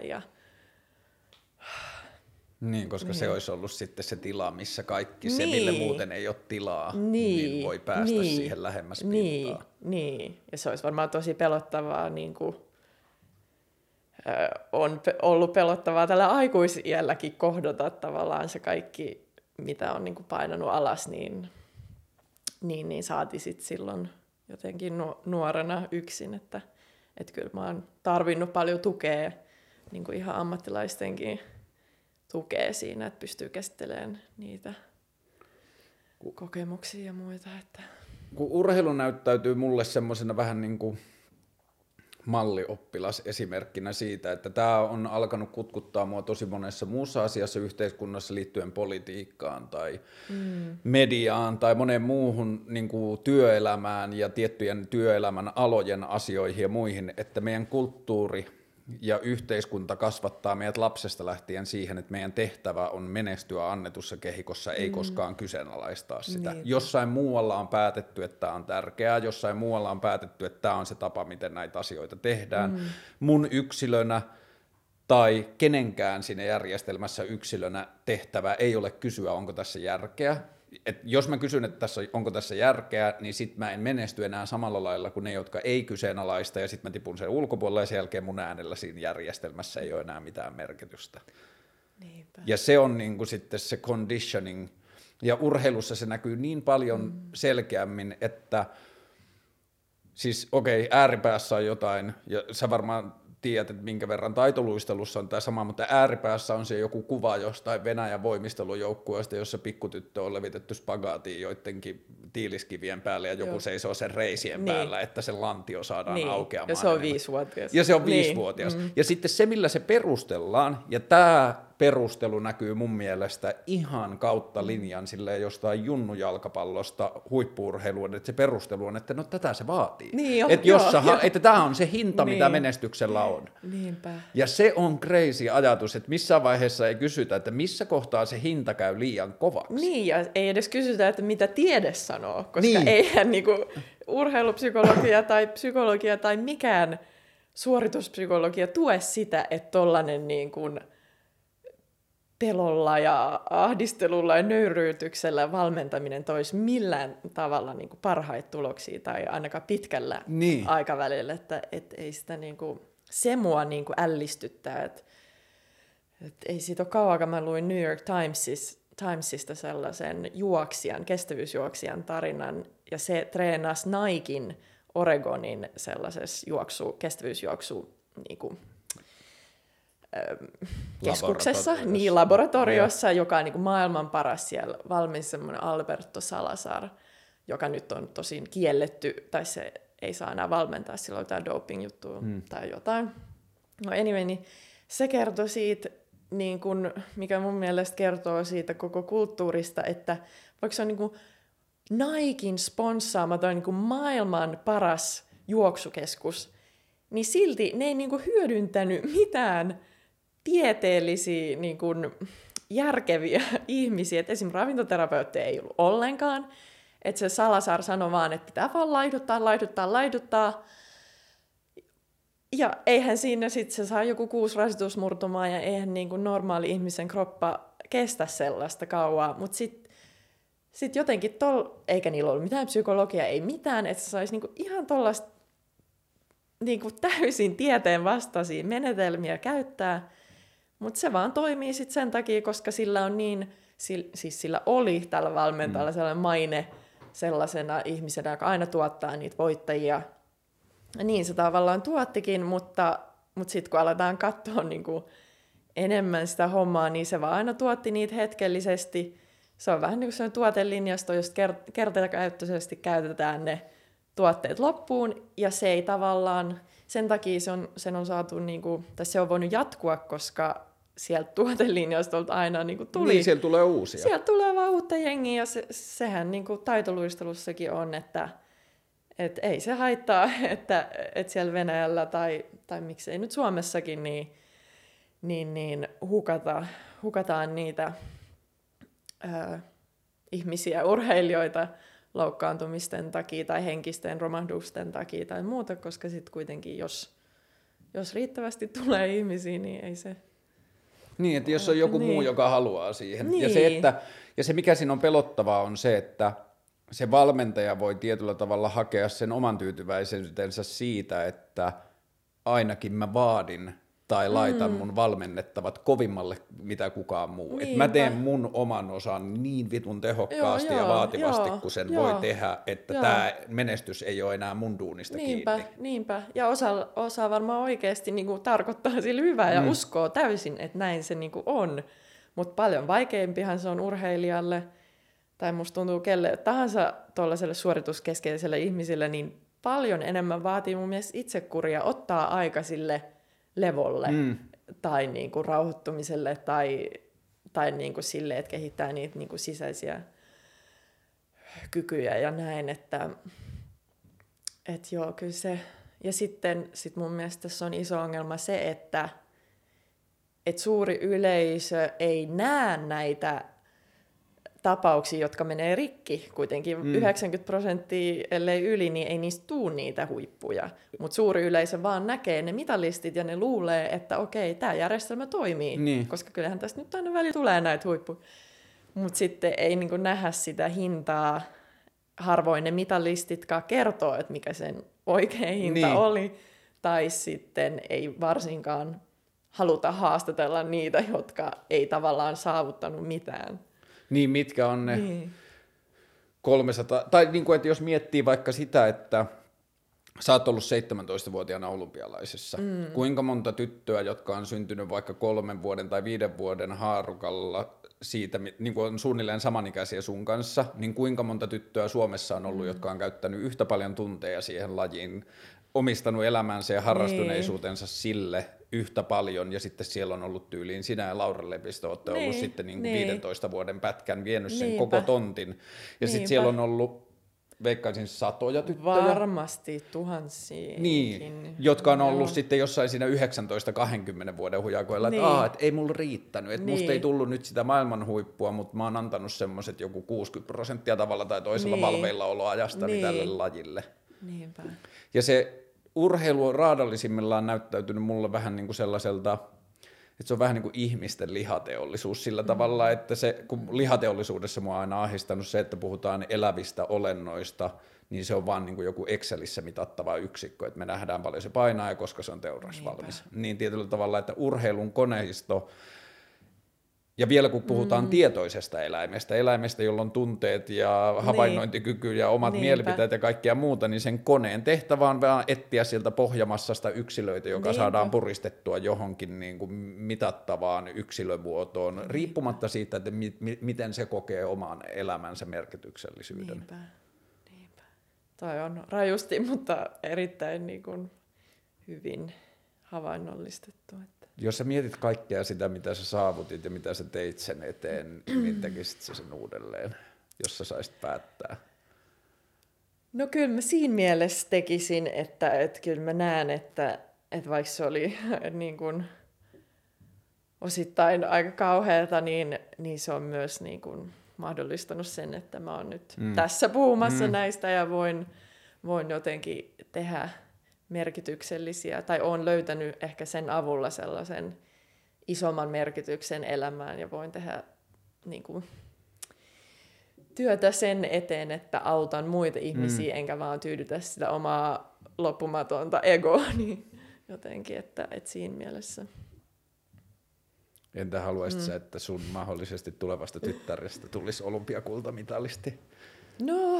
Niin, koska se olisi ollut sitten se tila, missä kaikki se, mille muuten ei ole tilaa, niin voi päästä siihen lähemmäs pintaa. Niin, ja se olisi varmaan tosi pelottavaa niinku on ollut pelottavaa tällä aikuisiälläkin kohdata tavallaan se kaikki, mitä on niin kuin painanut alas, niin saati sit silloin jotenkin nuorena yksin, että kyllä mä oon tarvinnut paljon tukea, niin kuin ihan ammattilaistenkin tukea siinä, että pystyy käsittelemään niitä kokemuksia ja muita. Että. Kun urheilu näyttäytyy mulle semmoisena vähän niin kuin mallioppilas esimerkkinä siitä, että tämä on alkanut kutkuttaa mua tosi monessa muussa asiassa yhteiskunnassa liittyen politiikkaan tai mediaan tai moneen muuhun niin kuin työelämään ja tiettyjen työelämän alojen asioihin ja muihin, että meidän kulttuuri ja yhteiskunta kasvattaa meidät lapsesta lähtien siihen, että meidän tehtävä on menestyä annetussa kehikossa, ei koskaan kyseenalaistaa sitä. Niin. Jossain muualla on päätetty, että tämä on tärkeää, jossain muualla on päätetty, että tämä on se tapa, miten näitä asioita tehdään. Mun yksilönä tai kenenkään siinä järjestelmässä yksilönä tehtävä ei ole kysyä, onko tässä järkeä. Et jos mä kysyn, että onko tässä järkeä, niin sit mä en menesty enää samalla lailla kuin ne, jotka ei kyseenalaista, ja sit mä tipun sen ulkopuolelle, ja sen jälkeen mun äänellä siinä järjestelmässä ei ole enää mitään merkitystä. Niinpä. Ja se on niinku sitten se conditioning, ja urheilussa se näkyy niin paljon selkeämmin, että siis ääripäässä on jotain, ja sä varmaan tiedät, että minkä verran taitoluistelussa on tämä sama, mutta ääripäässä on se joku kuva jostain Venäjän voimistelujoukkueesta, jossa pikkutyttö on levitetty spagaatiin joidenkin tiiliskivien päälle ja joku seisoo sen reisien päällä, että se lantio saadaan aukeamaan. Ja se on 5-vuotias. Ja se on 5-vuotias. Ja sitten se, millä se perustellaan, ja tämä perustelu näkyy mun mielestä ihan kautta linjan silleen jostain junnujalkapallosta huippu-urheiluun, että se perustelu on, että no tätä se vaatii. Niin että tämä on se hinta, mitä menestyksellä on. Niinpä. Ja se on crazy ajatus, että missään vaiheessa ei kysytä, että missä kohtaa se hinta käy liian kovaksi. Niin, ja ei edes kysytä, että mitä tiede sanoo, koska eihän niinku urheilupsykologia tai psykologia tai mikään suorituspsykologia tue sitä, että tollainen niin kuin pelolla ja ahdistelulla ja nöyryytyksellä valmentaminen toisi millään tavalla niin kuin parhaita tuloksia tai ainakaan pitkällä aikavälillä, että ei sitä niin kuin, se mua niin kuin ällistyttää, että ei siitä ole kauan, mä luin New York Timesissa Timesista sellaisen kestävyysjuoksijan tarinan, ja se treenasi Niken Oregonin sellaisessa kestävyysjuoksu niinku, keskuksessa, laboratoriossa, joka on niinku maailman paras. Siellä valmis semmoinen Alberto Salazar, joka nyt on tosin kielletty, tai se ei saa enää valmentaa, sillä on jotain doping-juttua tai jotain. No anyway, niin se kertoi siitä, niin kun, mikä mun mielestä kertoo siitä koko kulttuurista, että vaikka se on niin kuin Niken sponssaama tai niin kuin maailman paras juoksukeskus, niin silti ne ei niin kuin hyödyntänyt mitään tieteellisiä niin kuin järkeviä ihmisiä. Et esimerkiksi ravintoterapeutteja ei ollut ollenkaan. Että se Salazar sanoi vaan, että pitää vaan laiduttaa. Ja eihän siinä sitten se saa joku 6 rasitusmurtumaa ja eihän niin kuin normaali ihmisen kroppa kestä sellaista kauaa. Mutta sitten jotenkin eikä niillä ollut mitään psykologiaa, ei mitään, että se saisi niinku ihan tuollaista niinku täysin tieteen vastaisia menetelmiä käyttää. Mutta se vaan toimii sitten sen takia, koska sillä on sillä oli tällä valmentajalla sellainen maine sellaisena ihmisenä, joka aina tuottaa niitä voittajia. Niin se tavallaan tuottikin, mutta sitten kun aletaan katsoa niinku enemmän sitä hommaa, niin se vaan aina tuotti niitä hetkellisesti. Se on vähän niin kuin sellainen tuotelinjasto, josta kertakäyttöisesti käytetään ne tuotteet loppuun, ja se ei tavallaan, sen takia sen on saatu, niinku, tai se on voinut jatkua, koska sieltä tuotelinjastolta aina niinku tuli. Niin, siellä tulee uusia. Sieltä tulee vaan uutta jengiä, ja sehän niinku taitoluistelussakin on, että ei se haittaa, että siellä Venäjällä tai miksei nyt Suomessakin, niin hukataan niitä ihmisiä, urheilijoita loukkaantumisten takia tai henkisten romahdusten takia tai muuta, koska sitten kuitenkin, jos riittävästi tulee ihmisiä, niin ei se... Niin, että jos on joku muu, joka haluaa siihen. Niin. Ja se, mikä siinä on pelottavaa, on se, että se valmentaja voi tietyllä tavalla hakea sen oman tyytyväisyytensä siitä, että ainakin mä vaadin tai laitan mun valmennettavat kovimmalle mitä kukaan muu. Että mä teen mun oman osan niin vitun tehokkaasti ja vaativasti, kun sen voi tehdä, että tämä menestys ei ole enää mun duunista kiinni. Niinpä. Ja osa varmaan oikeasti niinku tarkoittaa sille hyvää ja uskoo täysin, että näin se niinku on. Mutta paljon vaikeampihan se on urheilijalle, tai musta tuntuu kelle tahansa tuollaiselle suorituskeskeiselle ihmiselle, niin paljon enemmän vaatii mun mielestä itsekuria ottaa aika sille levolle tai niinku rauhoittumiselle tai niinku sille, että kehittää niitä niinku sisäisiä kykyjä ja näin, että joo, kyllä se. Ja sitten mun mielestä tässä on iso ongelma se, että suuri yleisö ei näe näitä tapauksia, jotka menee rikki. Kuitenkin 90%, ellei yli, niin ei niistä tule niitä huippuja. Mutta suuri yleisö vaan näkee ne mitalistit ja ne luulee, että okei, tämä järjestelmä toimii. Niin. Koska kyllähän tästä nyt aina välillä tulee näitä huippuja. Mutta sitten ei niinku nähdä sitä hintaa. Harvoin ne mitalistitkaan kertoo, että mikä sen oikea hinta oli. Tai sitten ei varsinkaan haluta haastatella niitä, jotka ei tavallaan saavuttanut mitään. Niin, mitkä on ne 300, tai niin kuin, että jos miettii vaikka sitä, että sä oot ollut 17-vuotiaana olympialaisissa, kuinka monta tyttöä, jotka on syntynyt vaikka 3 vuoden tai 5 vuoden haarukalla siitä, niin kuin on suunnilleen samanikäisiä sun kanssa, niin kuinka monta tyttöä Suomessa on ollut, jotka on käyttänyt yhtä paljon tunteja siihen lajiin, omistanut elämänsä ja harrastuneisuutensa sille yhtä paljon, ja sitten siellä on ollut tyyliin sinä ja Laura Lepistö, olette ollut sitten niin kuin 15 vuoden pätkän vienyt sen koko tontin, ja sitten siellä on ollut, veikkaisin, 100 tyttöjä. Varmasti tuhansia. Niin, jotka on ollut sitten jossain siinä 19-20 vuoden hujakoilla, että ei mulla riittänyt, että musta ei tullut nyt sitä maailman huippua, mutta mä oon antanut semmoiset joku 60% tavalla tai toisella valveillaoloajastani tälle lajille. Niinpä. Ja se urheilu on raadallisimmillaan näyttäytynyt mulle vähän niin kuin sellaiselta, että se on vähän niin kuin ihmisten lihateollisuus sillä tavalla, että se, kun lihateollisuudessa mua on aina ahdistanut se, että puhutaan elävistä olennoista, niin se on vaan niin kuin joku Excelissä mitattava yksikkö, että me nähdään paljon se painaa ja koska se on teurasvalmis. Niin tietyllä tavalla, että urheilun koneisto Ja vielä kun puhutaan tietoisesta eläimestä, jolla on tunteet ja havainnointikyky ja omat mielipiteet ja kaikkea muuta, niin sen koneen tehtävä on vaan etsiä sieltä pohjamassasta yksilöitä, joka saadaan puristettua johonkin niin kuin mitattavaan yksilövuotoon, riippumatta siitä, että miten se kokee oman elämänsä merkityksellisyyden. Niinpä. Toi on rajusti, mutta erittäin niin kuin hyvin havainnollistettu. Jos sä mietit kaikkea sitä, mitä sä saavutit ja mitä sä teit sen eteen, niin tekisit sä sen uudelleen, jos sä saisit päättää? No kyllä mä siinä mielessä tekisin, että kyllä mä näen, että vaikka se oli niin kuin osittain aika kauheata, niin se on myös niin kuin mahdollistanut sen, että mä oon nyt tässä puhumassa näistä ja voin jotenkin tehdä merkityksellisiä, tai olen löytänyt ehkä sen avulla sellaisen isomman merkityksen elämään ja voin tehdä niin kuin, työtä sen eteen, että autan muita ihmisiä, enkä vaan tyydytä sitä omaa loppumatonta egoa, niin jotenkin, että siinä mielessä. Entä haluaisit sä, että sun mahdollisesti tulevasta tyttärestä tulisi olympiakultamitalisti? No,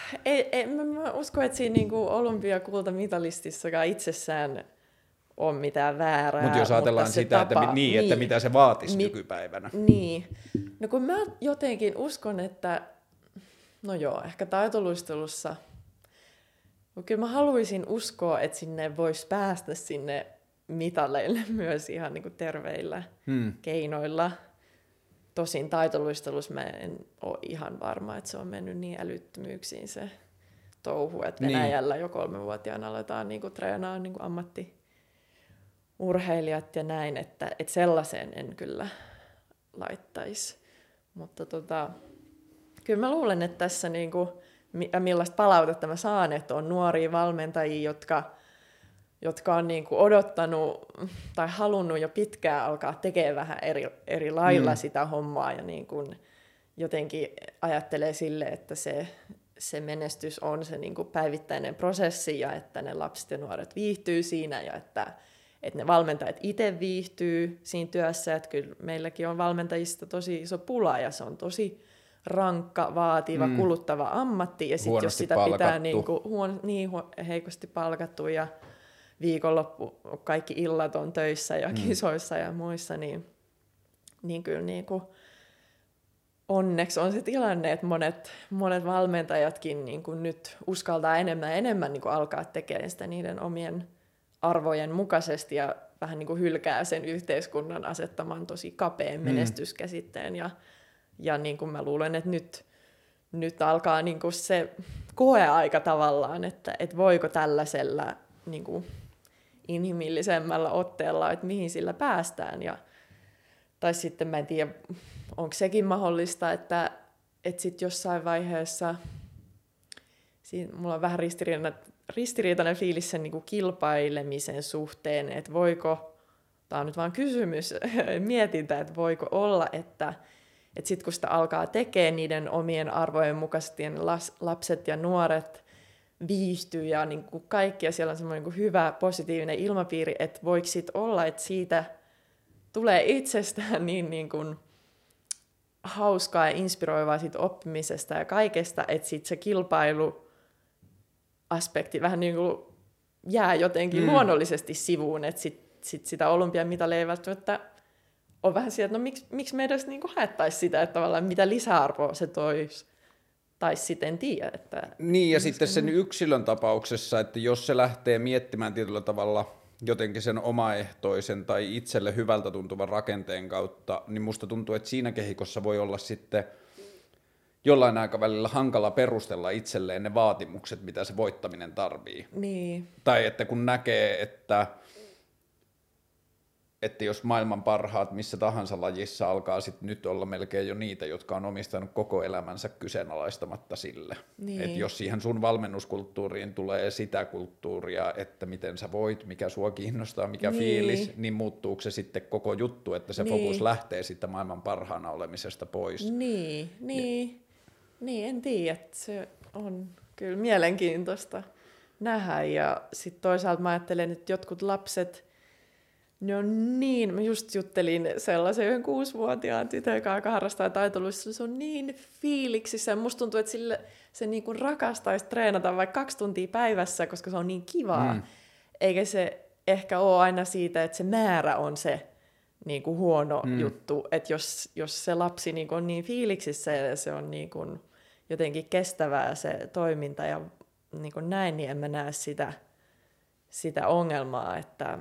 mä uskon, että siinä niinku olympiakultamitalistissakaan itsessään on mitään väärää. Mutta jos ajatellaan sitä, että mitä se vaatisi nykypäivänä. Niin. No kun mä jotenkin uskon, että no joo, ehkä taitoluistelussa, kyllä mä haluaisin uskoa, että sinne voisi päästä sinne mitaleille myös ihan niinku terveillä keinoilla. Tosin taitoluistelussa mä en ole ihan varma, että se on mennyt niin älyttömyyksiin se touhu, että Venäjällä jo 3-vuotiaana aletaan niinku treenaamaan niinku ammattiurheilijat ja näin, että sellaiseen en kyllä laittaisi. Mutta kyllä mä luulen, että tässä niinku, millaista palautetta mä saan, että on nuoria valmentajia, jotka on niinku odottanut tai halunnut jo pitkään alkaa tekemään vähän eri lailla sitä hommaa ja niinku jotenkin ajattelee sille, että se menestys on se niinku päivittäinen prosessi ja että ne lapset ja nuoret viihtyy siinä ja että ne valmentajat itse viihtyy siinä työssä. Että kyllä meilläkin on valmentajista tosi iso pula ja se on tosi rankka, vaativa, kuluttava ammatti ja sitten jos sitä palkattu. pitää heikosti palkattu ja viikonloppu kaikki illat on töissä ja kisoissa ja muissa, niin kyllä niin kuin onneksi on se tilanne, että monet valmentajatkin niin kuin nyt uskaltaa enemmän ja enemmän niin kuin alkaa tekemään sitä niiden omien arvojen mukaisesti ja vähän niin kuin hylkää sen yhteiskunnan asettaman tosi kapeen menestyskäsitteen. Ja niin kuin mä luulen, että nyt alkaa niin kuin se koeaika tavallaan, että voiko tällaisella niin kuin inhimillisemmällä otteella, että mihin sillä päästään. Tai sitten mä en tiedä, onko sekin mahdollista, että sitten jossain vaiheessa, mulla on vähän ristiriitainen fiilis sen niin kuin kilpailemisen suhteen, että voiko, tämä on nyt vaan kysymys, mietintä, että voiko olla, että sitten kun sitä alkaa tekemään niiden omien arvojen mukaisesti, ja lapset ja nuoret viihtyy ja niin kuin kaikki, ja siellä on semmoinen niin kuin hyvä, positiivinen ilmapiiri, että voiko sitten olla, että siitä tulee itsestään niin kuin hauskaa ja inspiroivaa siitä oppimisesta ja kaikesta, että sitten se kilpailuaspekti vähän niin kuin jää jotenkin luonnollisesti sivuun, että sit sitä olympiamitalia ei välttämättä ole vähän sieltä, että no miksi me edes niin kuin haettaisiin sitä, että tavallaan mitä lisäarvoa se toisi, tai sitten en tiedä. Niin, ja sitten sen yksilön tapauksessa, että jos se lähtee miettimään tietyllä tavalla jotenkin sen omaehtoisen tai itselle hyvältä tuntuvan rakenteen kautta, niin musta tuntuu, että siinä kehikossa voi olla sitten jollain aikavälillä hankala perustella itselleen ne vaatimukset, mitä se voittaminen tarvii. Niin. Tai että kun näkee, että jos maailman parhaat missä tahansa lajissa alkaa sitten nyt olla melkein jo niitä, jotka on omistanut koko elämänsä kyseenalaistamatta sille. Niin. Että jos siihen sun valmennuskulttuuriin tulee sitä kulttuuria, että miten sä voit, mikä sua kiinnostaa, mikä fiilis, niin muuttuuko se sitten koko juttu, että se fokus lähtee sitten maailman parhaana olemisesta pois. Niin, en tiedä. Se on kyllä mielenkiintoista nähdä. Ja sitten toisaalta mä ajattelen, että jotkut lapset No niin, mä just juttelin sellaisen yhden 6-vuotiaan tytön, joka harrastaa taitoluistelua. Se on niin fiiliksissä ja musta tuntuu, että se niinku rakastaisi treenata vaikka 2 tuntia päivässä, koska se on niin kivaa. Eikä se ehkä ole aina siitä, että se määrä on se niinku huono juttu. Että jos se lapsi niinku on niin fiiliksissä ja se on niinku jotenkin kestävää se toiminta ja niinku näin, niin en mä näe sitä ongelmaa, että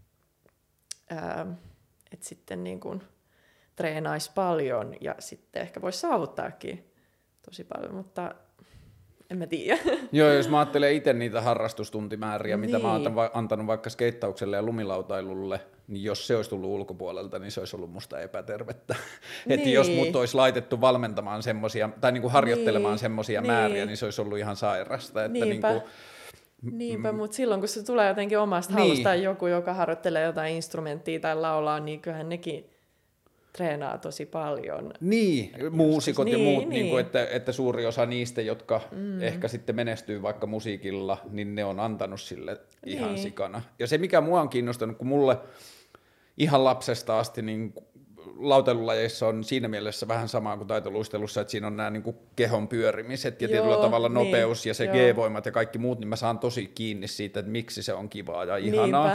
sitten niin kuin treenaisi paljon ja sitten ehkä voisi saavuttaakin tosi paljon, mutta en mä tiedä. Joo, jos mä ajattelen itse niitä harrastustuntimääriä, mitä mä oon antanut vaikka skeittaukselle ja lumilautailulle, niin jos se olisi tullut ulkopuolelta, niin se olisi ollut musta epätervettä. Että jos mut olisi laitettu valmentamaan semmosia, tai niin kuin harjoittelemaan semmosia määriä, niin se olisi ollut ihan sairasta. Että Niinpä, mutta silloin kun se tulee jotenkin omasta halusta tai joku, joka harjoittelee jotain instrumenttia tai laulaa, niin kyllähän nekin treenaa tosi paljon. Niin, muusikot ja muut, niin kuin, että suuri osa niistä, jotka ehkä sitten menestyy vaikka musiikilla, niin ne on antanut sille ihan sikana. Ja se, mikä mua on kiinnostanut, kun mulle ihan lapsesta asti niin lautailulajeissa on siinä mielessä vähän samaa kuin taitoluistelussa, että siinä on nämä niin kuin kehon pyörimiset ja tietyllä tavalla nopeus ja se G-voimat ja kaikki muut, niin mä saan tosi kiinni siitä, että miksi se on kivaa ja ihanaa.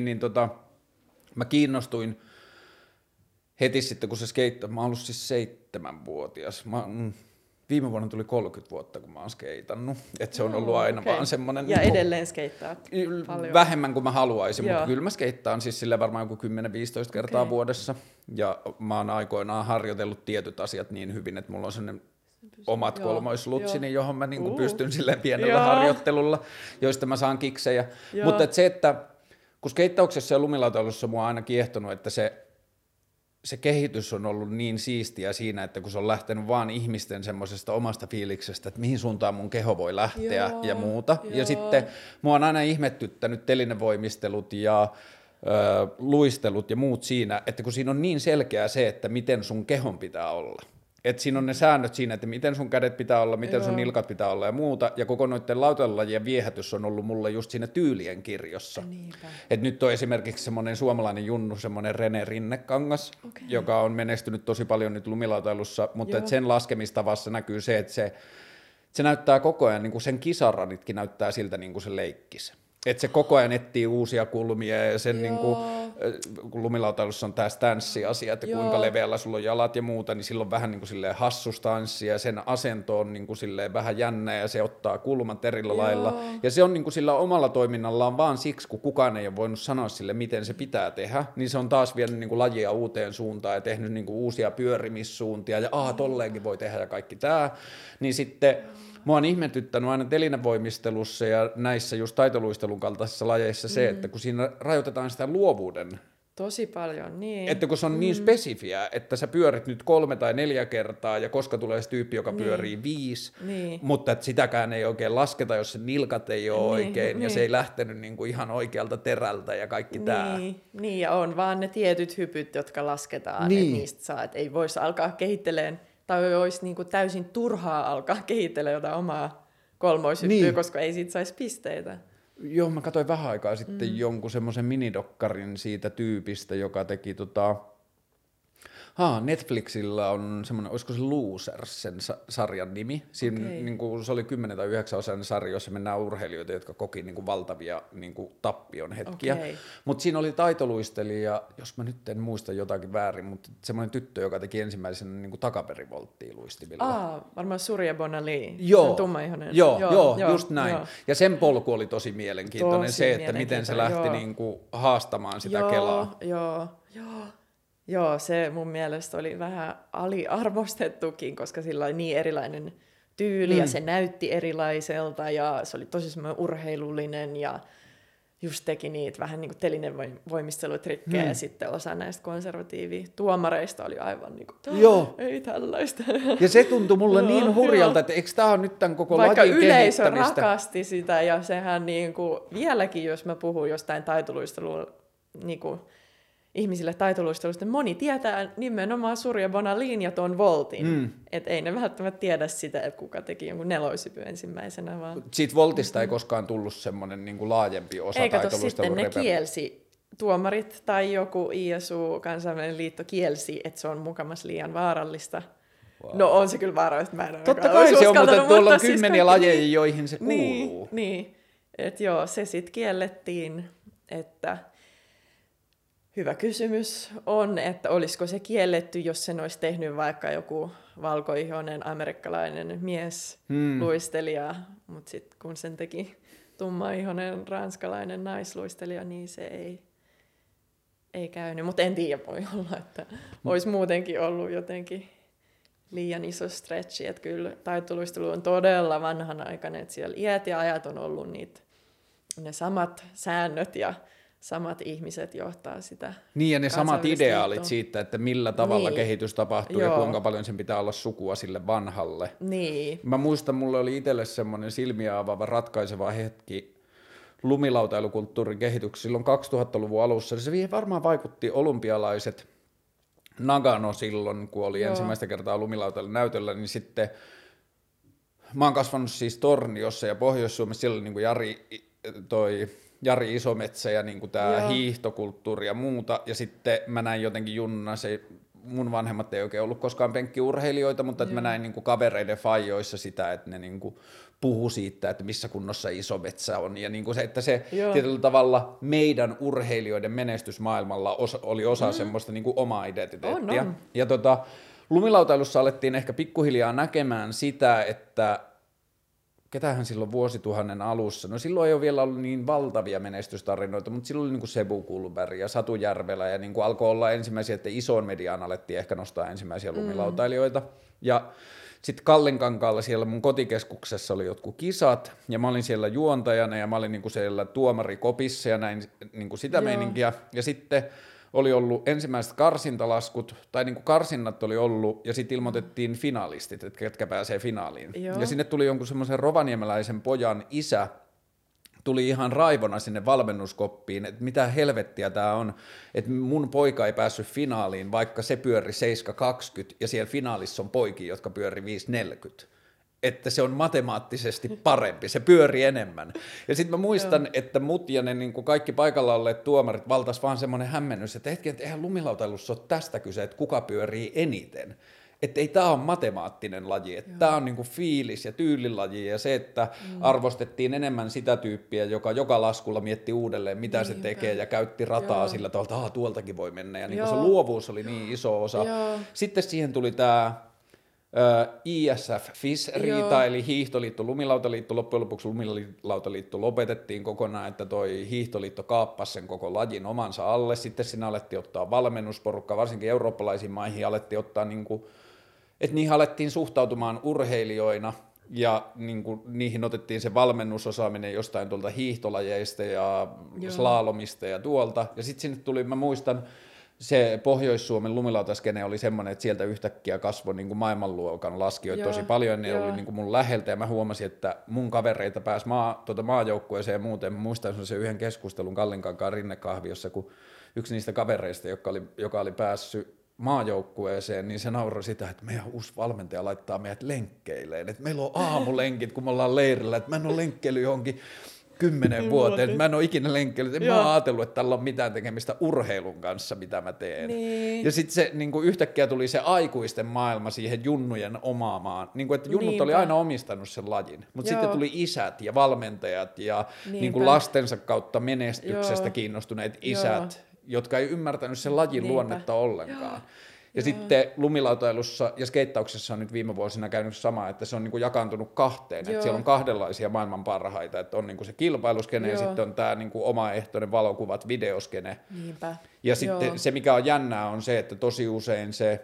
Mä kiinnostuin heti sitten, kun se mä oon ollut siis 7-vuotias. Viime vuonna tuli 30 vuotta, kun mä oon skeitannut. Että se on ollut aina vaan semmoinen... Ja edelleen skeittaat paljon. Vähemmän kuin mä haluaisin, mutta kyllä mä skeittaan siis sille varmaan joku 10-15 kertaa vuodessa. Ja mä oon aikoinaan harjoitellut tietyt asiat niin hyvin, että mulla on sellainen omat kolmoislutsini, johon mä niinku pystyn silleen pienellä harjoittelulla, joista mä saan kiksejä. Mutta se, että kun skeittauksessa ja lumilautailussa mua on aina kiehtonut, että se kehitys on ollut niin siistiä siinä, että kun se on lähtenyt vaan ihmisten semmoisesta omasta fiiliksestä, että mihin suuntaan mun keho voi lähteä ja muuta. Ja sitten mua on aina ihmettyttänyt telinevoimistelut ja luistelut ja muut siinä, että kun siinä on niin selkeää se, että miten sun kehon pitää olla. Että siinä on ne säännöt siinä, että miten sun kädet pitää olla, miten sun nilkat pitää olla ja muuta. Ja koko noiden lautailulajien viehätys on ollut mulle just siinä tyylien kirjossa. Että nyt on esimerkiksi semmoinen suomalainen junnu, semmoinen Rene Rinnekangas, joka on menestynyt tosi paljon nyt lumilautailussa, mutta et sen laskemistavassa näkyy se, että se näyttää koko ajan, niin kuin sen kisaranitkin näyttää siltä niin kuin se leikkisi. Että se koko ajan etsii uusia kulmia ja sen niin kuin, kun lumilautailussa on tämä stanssi-asia, että kuinka leveällä sulla on jalat ja muuta, niin silloin vähän niin kuin silleen hassustanssi ja sen asento on niin kuin silleen vähän jännä ja se ottaa kulmat eri lailla. Ja se on niin kuin sillä omalla toiminnallaan vaan siksi, kun kukaan ei ole voinut sanoa sille, miten se pitää tehdä, niin se on taas vienyt niin kuin lajia uuteen suuntaan ja tehnyt niin kuin uusia pyörimissuuntia ja tolleenkin voi tehdä ja kaikki tämä. Niin sitten... Mua on ihmetyttänyt aina telinevoimistelussa ja näissä just taitoluistelun kaltaisissa lajeissa se, että kun siinä rajoitetaan sitä luovuuden. Tosi paljon, niin. Että kun se on niin spesifiä, että sä pyörit nyt 3 tai 4 kertaa ja koska tulee se tyyppi, joka pyörii 5, mutta että sitäkään ei oikein lasketa, jos se nilkat ei ole oikein ja se ei lähtenyt niin kuin ihan oikealta terältä ja kaikki tämä. Niin, ja on vaan ne tietyt hypyt, jotka lasketaan, että niistä saa, että ei voisi alkaa kehittelemään. Tai olisi niin kuin täysin turhaa alkaa kehitellä jotain omaa kolmoishyppyä, koska ei siitä saisi pisteitä. Joo, mä katsoin vähän aikaa sitten jonkun semmoisen minidokkarin siitä tyypistä, joka teki Netflixillä on semmoinen, olisiko se Losers sen sarjan nimi. Siinä niin kuin, se oli 10 tai 9 osan sarja, jossa mennään urheilijoita, jotka koki niin kuin valtavia niin kuin tappion hetkiä. Mutta siinä oli taitoluistelija, jos mä nyt en muista jotakin väärin, mutta semmoinen tyttö, joka teki ensimmäisenä niin kuin takaperivolttia luistimilla. Varmaan Surya Bonali. Joo, tummaihoinen. Joo, just näin. Joo. Ja sen polku oli tosi mielenkiintoinen, että miten se lähti niin kuin haastamaan sitä kelaa. Joo, se mun mielestä oli vähän aliarvostettukin, koska sillä oli niin erilainen tyyli ja se näytti erilaiselta ja se oli tosi semmoinen urheilullinen ja just teki niitä vähän niin kuin telinevoimistelutrikkejä ja sitten osa näistä konservatiivituomareista oli aivan niin kuin, ei tällaista. Ja se tuntui mulle niin hurjalta, että eikö tämä ole nyt tämän koko lajin kehittämistä? Vaikka yleisö rakasti sitä ja sehän niin kuin, vieläkin, jos mä puhun jostain taitoluistelua, niin kuin, ihmisille taitoluistelusta, moni tietää nimenomaan Surya Bonalin ja ton voltin. Että ei ne välttämättä tiedä sitä, että kuka teki jonkun neloishypyn ensimmäisenä. Vaan. Siitä voltista ei koskaan tullut semmoinen niin kuin laajempi osa taitoluistelun sitten ne kielsi tuomarit tai joku ISU, kansainvälinen liitto, kielsi, että se on mukamas liian vaarallista. Wow. No on se kyllä vaarallista, mä en totta kai se on, mutta tuolla on siis kymmeniä lajeja, joihin se kuuluu. Niin. Että joo, se sitten kiellettiin, että hyvä kysymys on, että olisiko se kielletty, jos sen olisi tehnyt vaikka joku valkoihoinen amerikkalainen mies luistelija, mutta sitten kun sen teki tummaihoinen ranskalainen naisluistelija, niin se ei käynyt. Mutta en tiedä, voi olla, että olisi muutenkin ollut jotenkin liian iso stretchi, että kyllä taitoluistelu on todella vanhanaikainen, että siellä iät ja ajat on ollut ne samat säännöt ja samat ihmiset johtaa sitä. Niin, ja ne samat ideaalit siitä, että millä tavalla kehitys tapahtuu ja kuinka paljon sen pitää olla sukua sille vanhalle. Niin. Mä muistan, mulle oli itselle semmoinen silmiä avaava ratkaiseva hetki lumilautailukulttuurin kehityksessä silloin 2000-luvun alussa. Se varmaan vaikutti olympialaiset Nagano silloin, kun oli ensimmäistä kertaa lumilautailun näytöllä, niin sitten mä oon kasvanut siis Torniossa ja Pohjois-Suomessa, siellä oli niin kuin Jari Isometsä ja niin kuin tämä hiihtokulttuuri ja muuta, ja sitten mä näin jotenkin junnuna, mun vanhemmat ei oikein ollut koskaan penkkiurheilijoita, mutta että mä näin niin kuin kavereiden fajoissa sitä, että ne niin kuin puhu siitä, että missä kunnossa Isometsä on, ja niin kuin se, että se tietyllä tavalla meidän urheilijoiden menestysmaailmalla oli osa semmoista niin kuin omaa identiteettiä. On. Ja lumilautailussa alettiin ehkä pikkuhiljaa näkemään sitä, että ketähän silloin vuosituhannen alussa, no silloin ei ole vielä ollut niin valtavia menestystarinoita, mutta silloin oli niin kuin Sebu Kulberg ja Satu Järvelä, ja niin kuin alkoi olla ensimmäisiä, että isoon mediaan alettiin ehkä nostaa ensimmäisiä lumilautailijoita, ja sitten Kallinkankaalla siellä mun kotikeskuksessa oli jotkut kisat, ja mä olin siellä juontajana, ja mä olin niin kuin siellä tuomarikopissa, ja näin niin kuin sitä meininkiä, ja sitten oli ollut ensimmäiset karsintalaskut, tai niin kuin karsinnat oli ollut, ja sitten ilmoitettiin finalistit, että ketkä pääsee finaaliin. Joo. Ja sinne tuli jonkun semmoisen rovaniemeläisen pojan isä, tuli ihan raivona sinne valmennuskoppiin, että mitä helvettiä tämä on, että mun poika ei päässyt finaaliin, vaikka se pyöri 7.20, ja siellä finaalissa on poikia, jotka pyöri 5.40. Että se on matemaattisesti parempi, se pyöri enemmän. Ja sitten mä muistan, että mut ja ne niin kuin kaikki paikalla olleet tuomarit valtas vaan semmoinen hämmennys, että hetken, että eihän lumilautailussa ole tästä kyse, että kuka pyörii eniten. Että ei tämä ole matemaattinen laji, että tämä on niinku fiilis- ja tyylilaji, ja se, että arvostettiin enemmän sitä tyyppiä, joka laskulla mietti uudelleen, mitä se tekee, ja käytti rataa sillä tavalla, että tuoltakin voi mennä, ja niin se luovuus oli niin iso osa. Sitten siihen tuli tämä ISF FIS-riita, eli Hiihtoliitto, Lumilautaliitto, loppujen lopuksi Lumilautaliitto lopetettiin kokonaan, että toi Hiihtoliitto kaappasi sen koko lajin omansa alle, sitten siinä alettiin ottaa valmennusporukkaa, varsinkin eurooppalaisiin maihin alettiin ottaa, että niihin alettiin suhtautumaan urheilijoina, ja niihin otettiin se valmennusosaaminen jostain tuolta hiihtolajeista ja slalomista ja tuolta, ja sitten sinne tuli, mä muistan, se Pohjois-Suomen lumilautaskene oli semmoinen, että sieltä yhtäkkiä kasvoi niin kuin maailmanluokan laskijoita tosi paljon, ne oli niin kuin mun läheltä, ja mä huomasin, että mun kavereita pääsi maajoukkueeseen ja muuten. Mä muistan sen yhden keskustelun Kallinkankaan rinnekahviossa, kun yksi niistä kavereista, joka oli päässyt maajoukkueeseen, niin se nauroi sitä, että meidän uusi valmentaja laittaa meidät lenkkeilleen, että meillä on aamulenkit, kun me ollaan leirillä, että mä en ole lenkkeily johonkin 10 vuoteen. Mä en ole ikinä lenkkeillyt. En mä oon ajatellut, että tällä on mitään tekemistä urheilun kanssa, mitä mä teen. Niin. Ja sitten se niin kuin yhtäkkiä tuli se aikuisten maailma siihen junnujen omaamaan. Niin kuin, että junnut oli aina omistanut sen lajin. Mutta sitten tuli isät ja valmentajat ja niin kuin lastensa kautta menestyksestä kiinnostuneet isät, jotka ei ymmärtänyt sen lajin luonnetta ollenkaan. Ja sitten lumilautailussa ja skeittauksessa on nyt viime vuosina käynyt sama, että se on niinku jakaantunut kahteen, että siellä on kahdenlaisia maailman parhaita, että on niinku se kilpailuskene ja sitten on tämä niinku omaehtoinen valokuvat videoskene. Niinpä. Ja sitten se, mikä on jännää, on se, että tosi usein se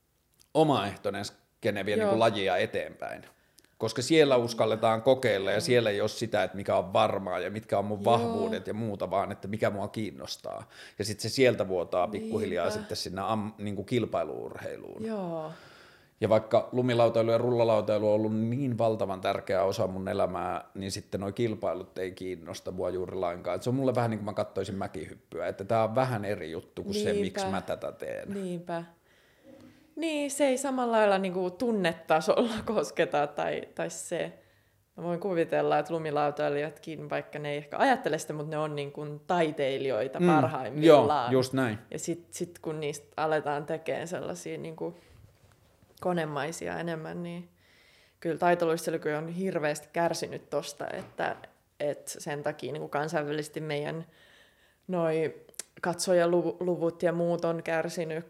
omaehtoinen skene vie niinku lajia eteenpäin. Koska siellä uskalletaan kokeilla ja siellä ei ole sitä, että mikä on varmaa ja mitkä on mun vahvuudet ja muuta, vaan että mikä mua kiinnostaa. Ja sitten se sieltä vuotaa pikkuhiljaa sitten sinne niin kuin kilpailu-urheiluun. Joo. Ja vaikka lumilautailu ja rullalautailu on ollut niin valtavan tärkeä osa mun elämää, niin sitten nuo kilpailut ei kiinnosta mua juuri lainkaan. Et se on mulle vähän niin kuin mä katsoisin mäkihyppyä, että tää on vähän eri juttu kuin se, miksi mä tätä teen. Niinpä. Niin, se ei samalla lailla niin kuin tunnetasolla kosketa tai se mä voin kuvitella, että lumilautailijatkin, vaikka ne ei ehkä ajattele sitä, mutta ne on niin kuin taiteilijoita parhaimmillaan. Joo, just näin. Ja sit kun niistä aletaan tekemään sellaisia niin kuin konemaisia enemmän, niin kyllä taitoluistelu on hirveästi kärsinyt tosta, että sen takia niin kuin kansainvälisesti meidän noi katsojaluvut ja muut on kärsinyt,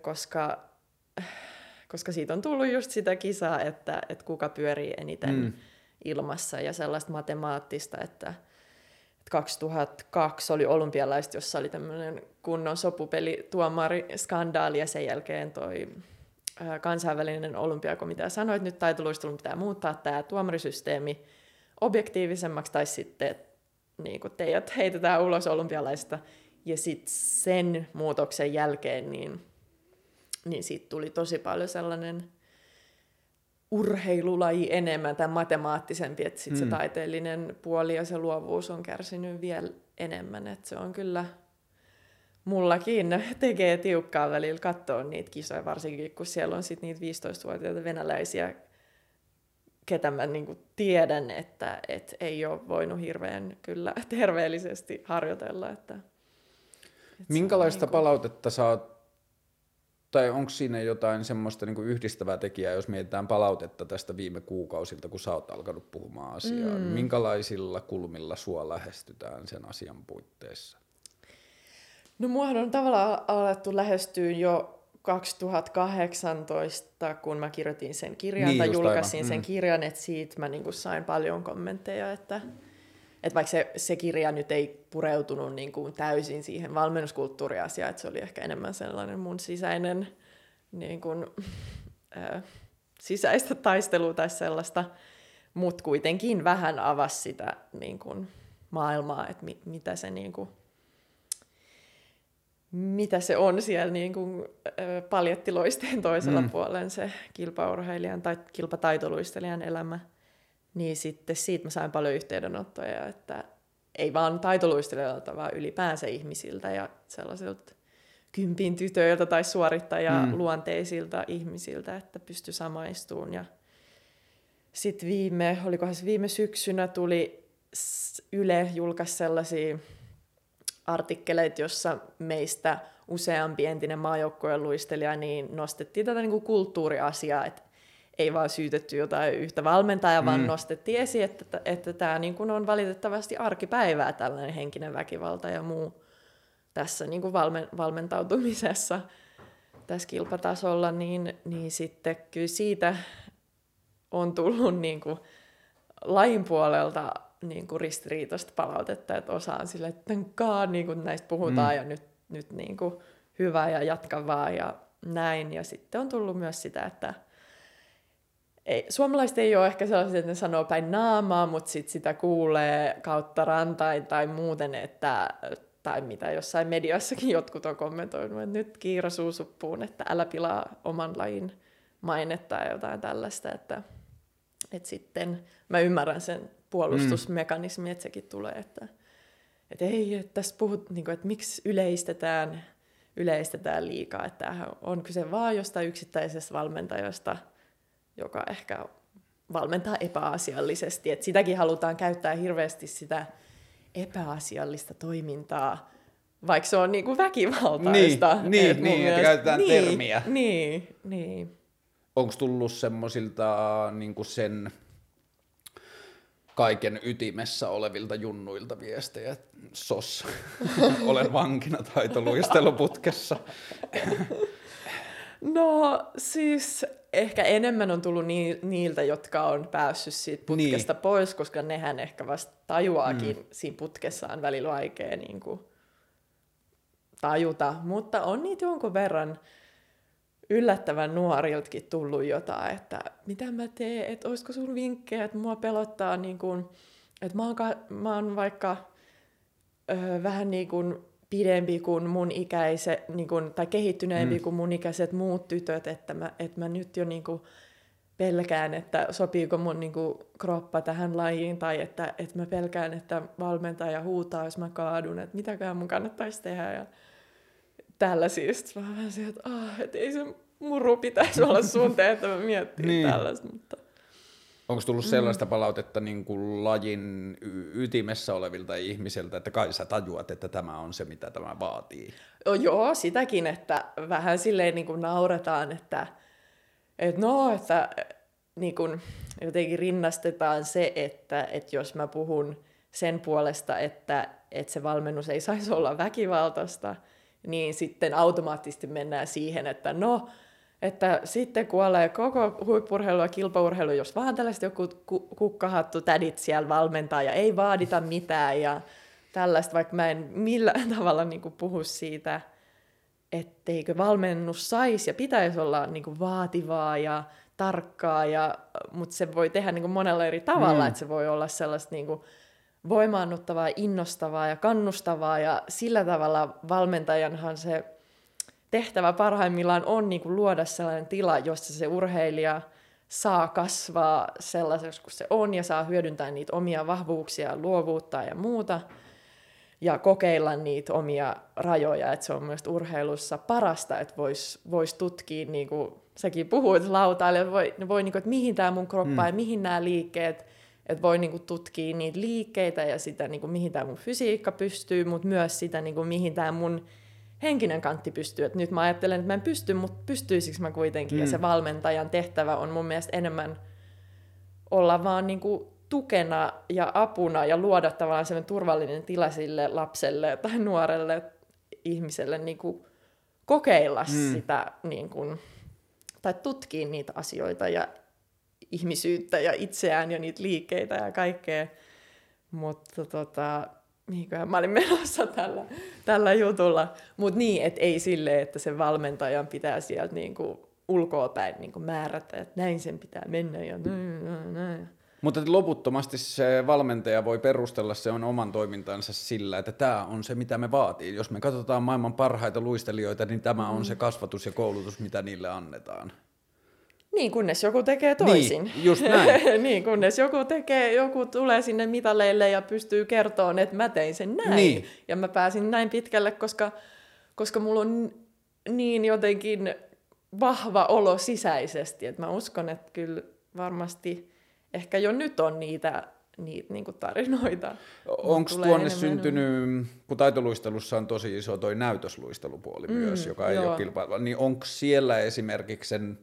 koska siitä on tullut just sitä kisaa, että kuka pyörii eniten ilmassa ja sellaista matemaattista, että 2002 oli olympialaiset, jossa oli tämmöinen kunnon sopupelituomari-skandaali ja sen jälkeen toi kansainvälinen olympiakomitea sanoi, että nyt taitoluistelun pitää muuttaa tämä tuomarisysteemi objektiivisemmaksi tai sitten niin kuin teidät heitetään ulos olympialaista. Ja sitten sen muutoksen jälkeen niin siitä tuli tosi paljon sellainen urheilulaji enemmän tai matemaattisempi, että sitten se taiteellinen puoli ja se luovuus on kärsinyt vielä enemmän. Että se on kyllä, mullakin tekee tiukkaa välillä katsoa niitä kisoja, varsinkin kun siellä on sitten niitä 15-vuotiaita venäläisiä, ketä mä niinku tiedän, että ei ole voinut hirveän kyllä terveellisesti harjoitella. Minkälaista palautetta saat, tai onko siinä jotain semmoista niinku yhdistävää tekijää, jos mietitään palautetta tästä viime kuukausilta, kun sä oot alkanut puhumaan asiaa? Minkälaisilla kulmilla sua lähestytään sen asian puitteissa? No muahan on tavallaan alettu lähestyä jo 2018, kun mä kirjoitin sen kirjan tai julkaisin sen kirjan, että siitä mä niinku sain paljon kommentteja, että vaikka se kirja nyt ei pureutunut niinku täysin siihen valmennuskulttuuriasiaan, että se oli ehkä enemmän sellainen mun sisäinen niinku, sisäistä taistelua tai sellaista, mutta kuitenkin vähän avasi sitä niinku maailmaa, että mitä se niinku, mitä se on siellä niin kuin paljettiloisteen toisella puolella se kilpaurheilijan tai kilpataitoluistelijan elämä. Niin sitten siitä mä sain paljon yhteydenottoja, että ei vaan taitoluistelijoilta, vaan ylipäänsä ihmisiltä ja sellaisilta kympin tytöiltä tai suorittajaluonteisilta ihmisiltä, että pystyi samaistumaan. Ja sitten olikohan se viime syksynä tuli Yle julkaisi sellaisia artikkeleita, jossa meistä useampi entinen maajoukkueen luistelija niin nostettiin tätä niin kuin kulttuuriasiaa, että ei vaan syytetty jotain yhtä valmentajaa, vaan nostettiin esiin, että tämä niin kuin on valitettavasti arkipäivää tällainen henkinen väkivalta ja muu tässä niin kuin valmentautumisessa tässä kilpatasolla, niin sitten kyllä siitä on tullut niin kuin lajin puolelta niin kuin ristiriitaista palautetta, että osa on silleen, että niin kuin näistä puhutaan ja nyt niin kuin hyvä ja jatka vaan ja näin. Ja sitten on tullut myös sitä, että suomalaiset ei ole ehkä sellaisia, että ne sanoo päin naamaa, mutta sit sitä kuulee kautta rantain tai muuten, tai mitä jossain mediassakin jotkut on kommentoinut, että nyt kiira suusuppuun, että älä pilaa oman lajin mainetta ja jotain tällaista, että sitten mä ymmärrän sen puolustusmekanismi, että sekin tulee, että ei, että tässä niin kuin, että miksi yleistetään liikaa, että tämähän on kyse vaan jostain yksittäisestä valmentajasta, joka ehkä valmentaa epäasiallisesti, että sitäkin halutaan käyttää hirveästi sitä epäasiallista toimintaa, vaikka se on niin kuin väkivaltaista. Niin, että käytetään termiä. Niin. Onko tullut semmoisilta niin kuin sen kaiken ytimessä olevilta junnuilta viestejä, sos, olen vankina taitoluisteluputkessa? No siis ehkä enemmän on tullut niiltä, jotka on päässyt siitä putkesta pois, koska nehän ehkä vasta tajuaakin siinä putkessaan välillä vaikea niin kuin tajuta, mutta on niitä jonkun verran yllättävän nuoriltakin tullut jotain, että mitä mä teen, että olisiko sun vinkkejä, että mua pelottaa, niin kun, että mä oon vaikka vähän niin kuin pidempi kuin mun ikäiset, niin kun, tai kehittyneempi kuin mun ikäiset muut tytöt, että mä nyt jo niin kun pelkään, että sopiiko mun niin kun kroppa tähän lajiin, tai että mä pelkään, että valmentaja huutaa, jos mä kaadun, että mitäkään mun kannattaisi tehdä, ja tällaisista. Mä vähän se, että ei se muru pitäisi olla sun tehtävä miettiä tällaista. Mutta Onko tullut sellaista palautetta niin kuin lajin ytimessä olevilta ihmisiltä, että kai sä tajuat, että tämä on se, mitä tämä vaatii? Joo, sitäkin, että vähän silleen niin kuin nauretaan, että niin kuin jotenkin rinnastetaan se, että jos mä puhun sen puolesta, että se valmennus ei saisi olla väkivaltaista, niin sitten automaattisesti mennään siihen, että että sitten kuolee koko huippu-urheilu ja kilpaurheilu, jos vaan tällaiset joku kukkahattu tädit siellä valmentaa ja ei vaadita mitään ja tällaista, vaikka mä en millään tavalla niin kuin puhu siitä, etteikö valmennus saisi ja pitäisi olla niin kuin vaativaa ja tarkkaa, mutta se voi tehdä niin kuin monella eri tavalla, että se voi olla sellaista niin kuin voimaannuttavaa, innostavaa ja kannustavaa, ja sillä tavalla valmentajanhan se tehtävä parhaimmillaan on niin kuin luoda sellainen tila, jossa se urheilija saa kasvaa sellaiseksi kuin se on, ja saa hyödyntää niitä omia vahvuuksia, luovuutta ja muuta, ja kokeilla niitä omia rajoja, että se on myös urheilussa parasta, että vois tutkia, niin kuin säkin puhuit lautailijat, voi niin kuin, että mihin tämä mun kroppa ja mihin nämä liikkeet, että voi niin kuin tutkia niitä liikkeitä ja sitä, niin kuin, mihin tämä mun fysiikka pystyy, mutta myös sitä, niin kuin, mihin tämä mun henkinen kantti pystyy. Et nyt mä ajattelen, että mä en pysty, mutta pystyisikö mä kuitenkin. Ja se valmentajan tehtävä on mun mielestä enemmän olla vaan niin kuin tukena ja apuna ja luoda tavallaan sellainen turvallinen tila sille lapselle tai nuorelle ihmiselle niin kuin kokeilla sitä, niin kuin, tai tutkia niitä asioita ja ihmisyyttä ja itseään ja niitä liikkeitä ja kaikkea. Mutta mihinköhän mä olin menossa tällä jutulla. Mutta niin, että ei silleen, että sen valmentajan pitää sieltä niinku ulkoapäin niinku määrätä, että näin sen pitää mennä ja näin. Mutta loputtomasti se valmentaja voi perustella sen oman toimintansa sillä, että tämä on se, mitä me vaatii. Jos me katsotaan maailman parhaita luistelijoita, niin tämä on se kasvatus ja koulutus, mitä niille annetaan. Niin, kunnes joku tekee toisin. Niin, just näin. Niin, kunnes joku tulee sinne mitaleille ja pystyy kertomaan, että mä tein sen näin. Niin. Ja mä pääsin näin pitkälle, koska mulla on niin jotenkin vahva olo sisäisesti. Että mä uskon, että kyllä varmasti ehkä jo nyt on niitä niin kuin tarinoita. Onko tuonne syntynyt, kun taitoluistelussa on tosi iso toi näytösluistelupuoli myös, joka ei ole kilpailua, niin onko siellä esimerkiksi sen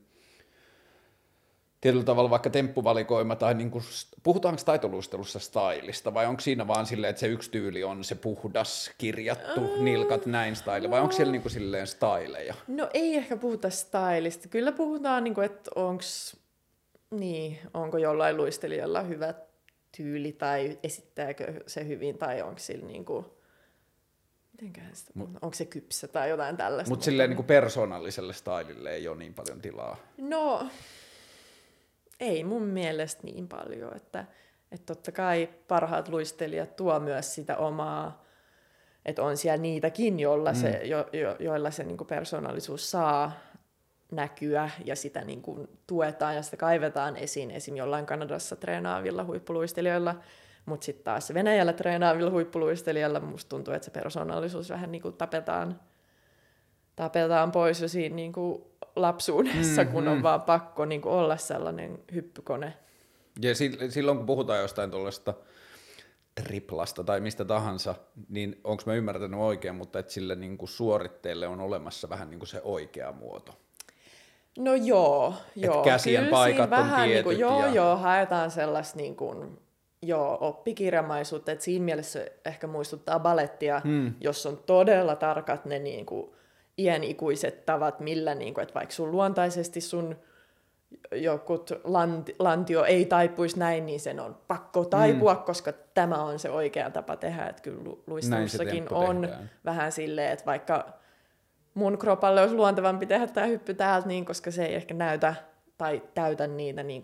tietyllä tavalla vaikka temppuvalikoima, tai niin kuin, puhutaanko taitoluistelussa stylista, vai onko siinä vaan silleen, että se yksi tyyli on se puhdas, kirjattu, nilkat näin style, vai onko siellä niin kuin silleen styleja? No ei ehkä puhuta stylista. Kyllä puhutaan, niin kuin, että onko jollain luistelijalla hyvä tyyli, tai esittääkö se hyvin, tai onko sillä niin kuin, mitenköhän sitä onko se kypsä tai jotain tällaista. Mutta silleen niin kuin persoonalliselle stylille ei ole niin paljon tilaa. No ei mun mielestä niin paljon, että totta kai parhaat luistelijat tuo myös sitä omaa, että on siellä niitäkin, joilla se niin kuin persoonallisuus saa näkyä ja sitä niin kuin tuetaan ja sitä kaivetaan esiin esim. Jollain Kanadassa treenaavilla huippuluistelijoilla, mutta sitten taas Venäjällä treenaavilla huippuluistelijalla musta tuntuu, että se persoonallisuus vähän niin kuin tapetaan pois jo siinä niin kuin lapsuudessa, kun on vaan pakko niin kuin olla sellainen hyppykone. Ja silloin, kun puhutaan jostain tuollaista triplasta tai mistä tahansa, niin onko mä ymmärtänyt oikein, mutta että sille niin kuin suoritteelle on olemassa vähän niin kuin se oikea muoto? No joo. Että käsien kyllä paikat on tietyt. Niin kuin, haetaan sellaista niin kuin, oppikirjamaisuutta, että siinä mielessä ehkä muistuttaa balettia, jos on todella tarkat ne niin kuin iänikuiset tavat, millä, niin kuin, että vaikka sun luontaisesti sun jokut lantio ei taipuisi näin, niin sen on pakko taipua, koska tämä on se oikea tapa tehdä. Että kyllä luistelussakin on vähän silleen, että vaikka mun kropalle olisi luontevampi tehdä tämä hyppy täältä, niin koska se ei ehkä näytä tai täytä niitä niin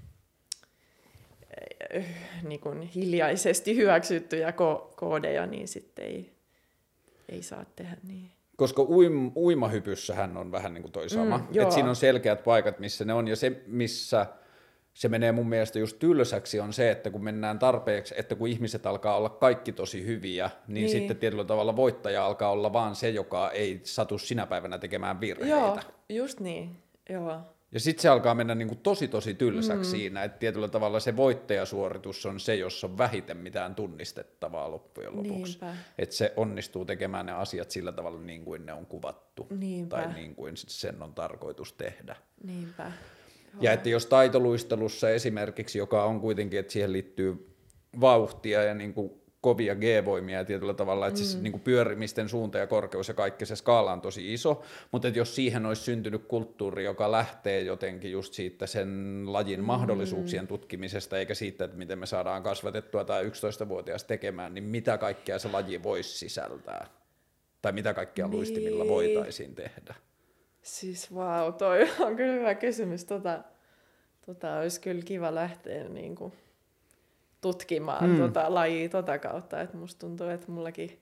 kuin hiljaisesti hyväksyttyjä koodeja, niin sitten ei saa tehdä niin. Koska uimahypyssähän on vähän niin kuin toi sama. Että siinä on selkeät paikat, missä ne on. Ja se, missä se menee mun mielestä just tylsäksi, on se, että kun mennään tarpeeksi, että kun ihmiset alkaa olla kaikki tosi hyviä, niin sitten tietyllä tavalla voittaja alkaa olla vaan se, joka ei satu sinä päivänä tekemään virheitä. Joo, just niin. Joo. Ja sitten se alkaa mennä niin kuin tosi tylsäksi siinä, että tietyllä tavalla se voittajasuoritus on se, jossa on vähiten mitään tunnistettavaa loppujen lopuksi. Että se onnistuu tekemään ne asiat sillä tavalla niin kuin ne on kuvattu. Tai niin kuin sen on tarkoitus tehdä. Niinpä. Ja että jos taitoluistelussa esimerkiksi, joka on kuitenkin, että siihen liittyy vauhtia ja niin kuin kovia G-voimia ja tietyllä tavalla, että siis niin kuin pyörimisten suunta ja korkeus ja kaikki se skaala on tosi iso, mutta että jos siihen olisi syntynyt kulttuuri, joka lähtee jotenkin just siitä sen lajin mahdollisuuksien tutkimisesta, eikä siitä, että miten me saadaan kasvatettua tai 11-vuotias tekemään, niin mitä kaikkea se laji voisi sisältää? Tai mitä kaikkea luistimilla voitaisiin tehdä? Siis toi on kyllä hyvä kysymys. Olisi kyllä kiva lähteä niinku tutkimaan lajia kautta. Et musta tuntuu, että mullakin...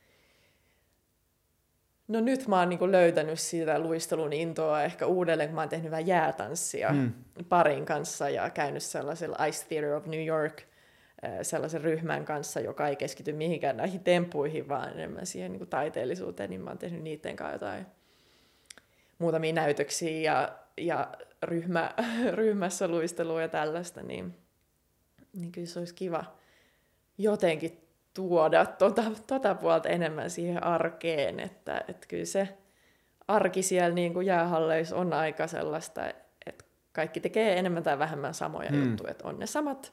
No nyt mä oon niinku löytänyt siitä luistelun intoa ehkä uudelleen, kun mä oon tehnyt vähän jäätanssia parin kanssa ja käynyt sellaisella Ice Theater of New York sellaisen ryhmän kanssa, joka ei keskity mihinkään näihin temppuihin, vaan enemmän siihen niinku taiteellisuuteen, niin mä oon tehnyt niiden kanssa jotain muutamia näytöksiä ja ryhmässä luistelua ja tällaista, niin kyllä se olisi kiva jotenkin tuoda tota puolta enemmän siihen arkeen, että kyllä se arki siellä niin kuin jäähalleissa on aika sellaista, että kaikki tekee enemmän tai vähemmän samoja juttuja, että on ne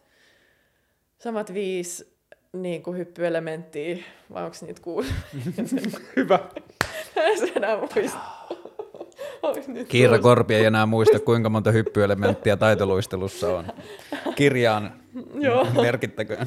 samat 5 niin kuin hyppyelementtiä, vai onko niitä 6? Hyvä. Se enää muista. Kiira Korpi ei enää muista, kuinka monta hyppyelementtiä taitoluistelussa on. Kirjaan merkittäköön.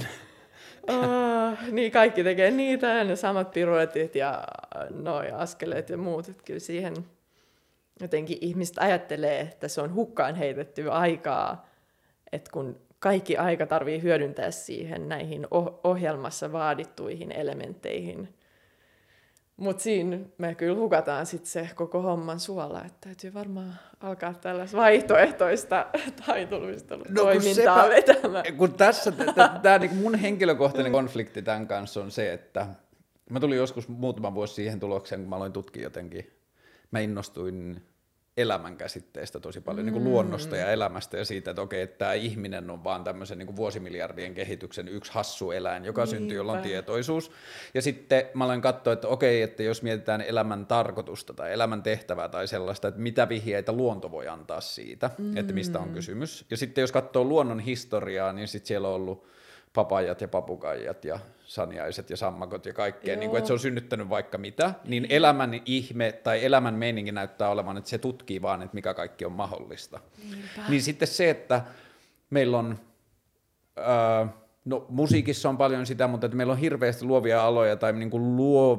Niin kaikki tekee niitä ja ne samat piruetit ja noi askeleet ja muut. Että kyllä siihen jotenkin ihmiset ajattelee, että se on hukkaan heitettyä aikaa, että kun kaikki aika tarvii hyödyntää siihen näihin ohjelmassa vaadittuihin elementteihin. Mutta siinä me kyllä hukataan sit se koko homman suola, että täytyy varmaan alkaa tällaista vaihtoehtoista taitoluistelutoimintaa vetämään. Kun tässä tämä niinku mun henkilökohtainen konflikti tämän kanssa on se, että mä tulin joskus muutama vuosi siihen tulokseen, kun mä aloin tutkia jotenkin, mä innostuin elämän käsitteestä tosi paljon, niin kuin luonnosta ja elämästä ja siitä, että okei, että tämä ihminen on vaan tämmöisen niin kuin vuosimiljardien kehityksen yksi hassu eläin, joka syntyy, jolla on tietoisuus. Ja sitten mä aloin katsoa, että okei, että jos mietitään elämän tarkoitusta tai elämän tehtävää tai sellaista, että mitä vihjeitä luonto voi antaa siitä, että mistä on kysymys. Ja sitten jos katsoo luonnon historiaa, niin sitten siellä on ollut papajat ja papukaijat ja saniaiset ja sammakot ja kaikkea, niin kuin, että se on synnyttänyt vaikka mitä, niin elämän ihme tai elämän meininki näyttää olevan, että se tutkii vaan, että mikä kaikki on mahdollista. Niin sitten se, että meillä on, no musiikissa on paljon sitä, mutta että meillä on hirveästi luovia aloja tai niin kuin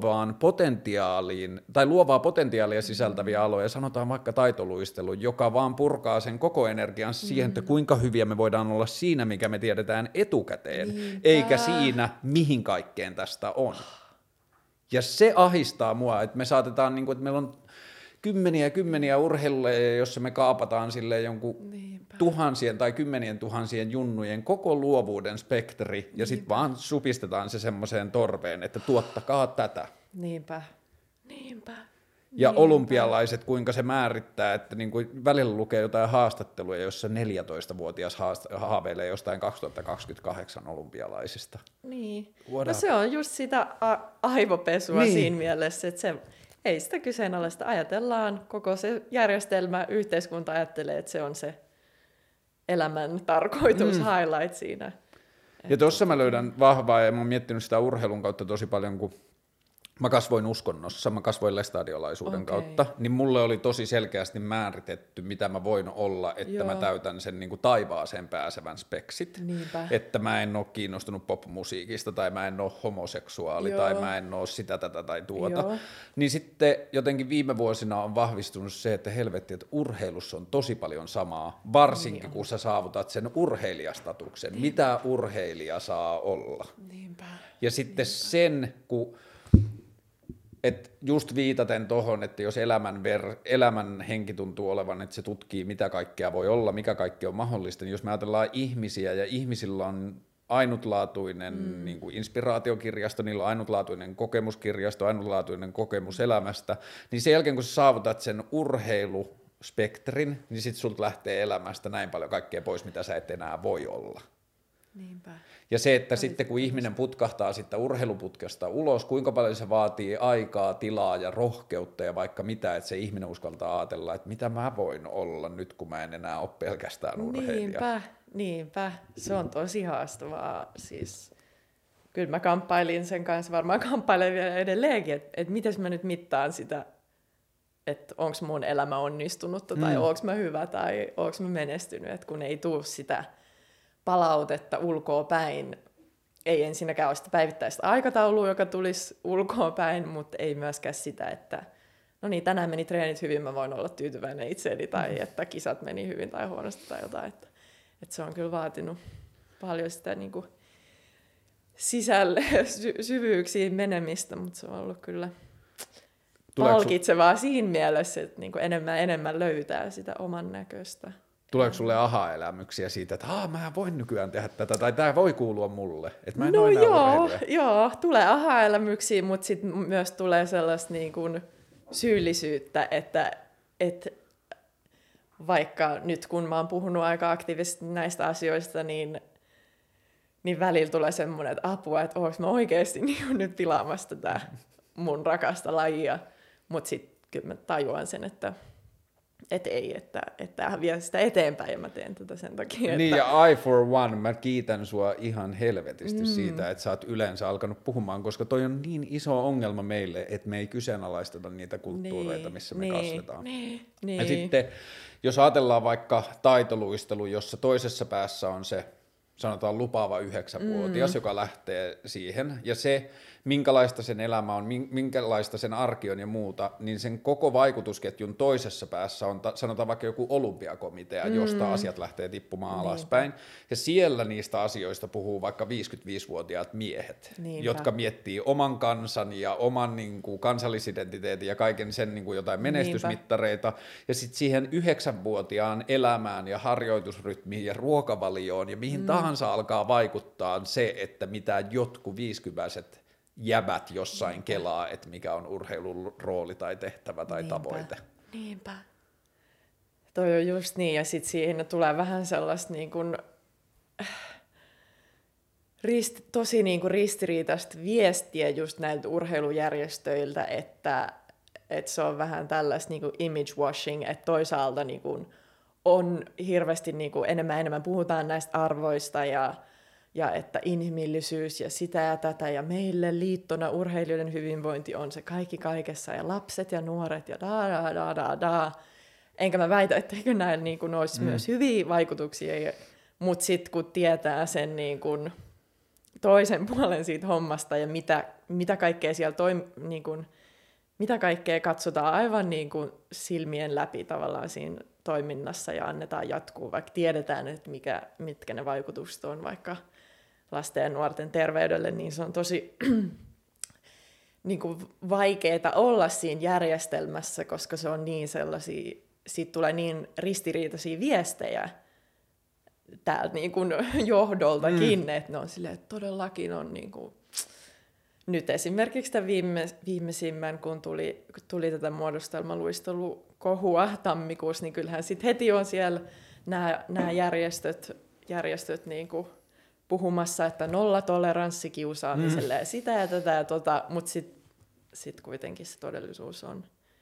luovaa potentiaalia sisältäviä aloja, sanotaan vaikka taitoluistelu, joka vaan purkaa sen koko energian siihen, että kuinka hyviä me voidaan olla siinä, mikä me tiedetään etukäteen, eikä siinä, mihin kaikkeen tästä on. Ja se ahistaa mua, että me saatetaan, niin kuin, että meillä on kymmeniä urheiluja, jossa me kaapataan silleen jonkun tuhansien tai 10 000 junnujen koko luovuuden spektri, ja sitten vaan supistetaan se semmoiseen torveen, että tuottakaa tätä. Niinpä. Ja olympialaiset, kuinka se määrittää, että niin kuin välillä lukee jotain haastatteluja, jossa 14-vuotias haaveilee jostain 2028 olympialaisista. Niin. No se on just sitä aivopesua siinä mielessä, että se ei sitä kyseenalaista. Ajatellaan, koko se järjestelmä, yhteiskunta ajattelee, että se on se elämän tarkoitus, highlight siinä. Ja tuossa mä löydän vahvaa, ja mä oon miettinyt sitä urheilun kautta tosi paljon, kun mä kasvoin uskonnossa, mä kasvoin lestadiolaisuuden kautta, niin mulle oli tosi selkeästi määritetty, mitä mä voin olla, että mä täytän sen niin kuin taivaaseen pääsevän speksit. Niinpä. Että mä en ole kiinnostunut popmusiikista, tai mä en ole homoseksuaali, tai mä en ole sitä, tätä tai tuota. Niin sitten jotenkin viime vuosina on vahvistunut se, että helvetti, että urheilussa on tosi paljon samaa, varsinkin kun sä saavutat sen urheilijastatuksen. Mitä urheilija saa olla? Niinpä. Ja sitten sen, kun että just viitaten tohon, että jos elämän henki tuntuu olevan, että se tutkii, mitä kaikkea voi olla, mikä kaikki on mahdollista, niin jos me ajatellaan ihmisiä, ja ihmisillä on ainutlaatuinen niin kuin inspiraatiokirjasto, niillä on ainutlaatuinen kokemuskirjasto, ainutlaatuinen kokemus elämästä, niin sen jälkeen, kun sä saavutat sen spektrin, niin sit sulta lähtee elämästä näin paljon kaikkea pois, mitä sä et enää voi olla. Niinpä. Ja se, että sitten kun ihminen putkahtaa sitten urheiluputkesta ulos, kuinka paljon se vaatii aikaa, tilaa ja rohkeutta ja vaikka mitä, että se ihminen uskaltaa ajatella, että mitä mä voin olla nyt, kun mä en enää ole pelkästään urheilija. Niinpä. Se on tosi haastavaa. Siis, kyllä mä kamppailin sen kanssa, varmaan kamppailen vielä edelleenkin, että miten mä nyt mittaan sitä, että onko mun elämä onnistunutta tai onko mä hyvä tai onko mä menestynyt, että kun ei tule sitä palautetta ulkoa päin. Ei ensinnäkään ole sitä päivittäistä aikataulua, joka tulisi ulkoa päin, mutta ei myöskään sitä, että no niin, tänään meni treenit hyvin, mä voin olla tyytyväinen itseeni, tai että kisat meni hyvin tai huonosti tai jotain. Että se on kyllä vaatinut paljon sitä niin kuin syvyyksiin menemistä, mutta se on ollut kyllä palkitsevaa siinä mielessä, että niin kuin enemmän löytää sitä oman näköistä. Tuleeko sulle aha-elämyksiä siitä, että mä voin nykyään tehdä tätä, tai tämä voi kuulua mulle, että mä en ole enää urheilija? Joo, tulee aha-elämyksiä, mutta sitten myös tulee sellaista niin kuin syyllisyyttä, että vaikka nyt kun mä oon puhunut aika aktiivisesti näistä asioista, niin välillä tulee semmoinen, että apua, että oonko mä oikeasti niin nyt pilaamassa tätä mun rakasta lajia, mutta sitten kyllä mä tajuan sen, että ei, että vie sitä eteenpäin ja mä teen tätä sen takia. Niin ja I for one, mä kiitän sua ihan helvetisti siitä, että sä oot yleensä alkanut puhumaan, koska toi on niin iso ongelma meille, että me ei kyseenalaisteta niitä kulttuureita, missä me kasvetaan. Niin. Ja sitten jos ajatellaan vaikka taitoluistelu, jossa toisessa päässä on se sanotaan lupaava 9-vuotias, joka lähtee siihen, ja se, minkälaista sen elämä on, minkälaista sen arki on ja muuta, niin sen koko vaikutusketjun toisessa päässä on, sanotaan vaikka joku olympiakomitea, josta asiat lähtee tippumaan alaspäin, ja siellä niistä asioista puhuu vaikka 55-vuotiaat miehet, jotka miettii oman kansan ja oman niin kuin, kansallisidentiteetin ja kaiken sen niin kuin, jotain menestysmittareita, ja sitten siihen 9-vuotiaan elämään ja harjoitusrytmiin ja ruokavalioon ja mihin tahansa alkaa vaikuttaa se, että mitä jotkut 50-vuotiaat jäbät jossain kelaa, että mikä on urheilun rooli tai tehtävä tai tavoite. Niinpä. Toi on just niin, ja sitten siihen tulee vähän sellaista niin kuin, tosi niin kuin ristiriitaista viestiä just näiltä urheilujärjestöiltä, että se on vähän tällaista niin kuin image washing, että toisaalta niin kuin on hirveästi niin kuin enemmän puhutaan näistä arvoista ja että inhimillisyys ja sitä ja tätä ja meille liittona urheilijoiden hyvinvointi on se kaikki kaikessa ja lapset ja nuoret ja da. Enkä mä väitä, etteikö näillä niin kuin olisi myös hyviä vaikutuksia, mutta sitten kun tietää sen niin kuin toisen puolen siitä hommasta ja mitä kaikkea siellä niin kuin, mitä kaikkea katsotaan aivan niin kuin silmien läpi tavallaan siinä toiminnassa ja annetaan jatkuu, vaikka tiedetään, että mitkä ne vaikutukset on vaikka lasten ja nuorten terveydelle, niin se on tosi niin kuin vaikeaa olla siinä järjestelmässä, koska se on niin sellaisia, siitä tulee niin ristiriitaisia viestejä täältä niin kuin johdoltakin, että ne on silleen, että todellakin on niin kuin nyt esimerkiksi tämän viimeisimmän, kun tuli tätä muodostelmaluistelukohua tammikuussa, niin kyllähän sitten heti on siellä nämä järjestöt niin kuin puhumassa, että nollatoleranssi kiusaamiselle ja sitä ja tätä ja mutta sitten kuitenkin se todellisuus on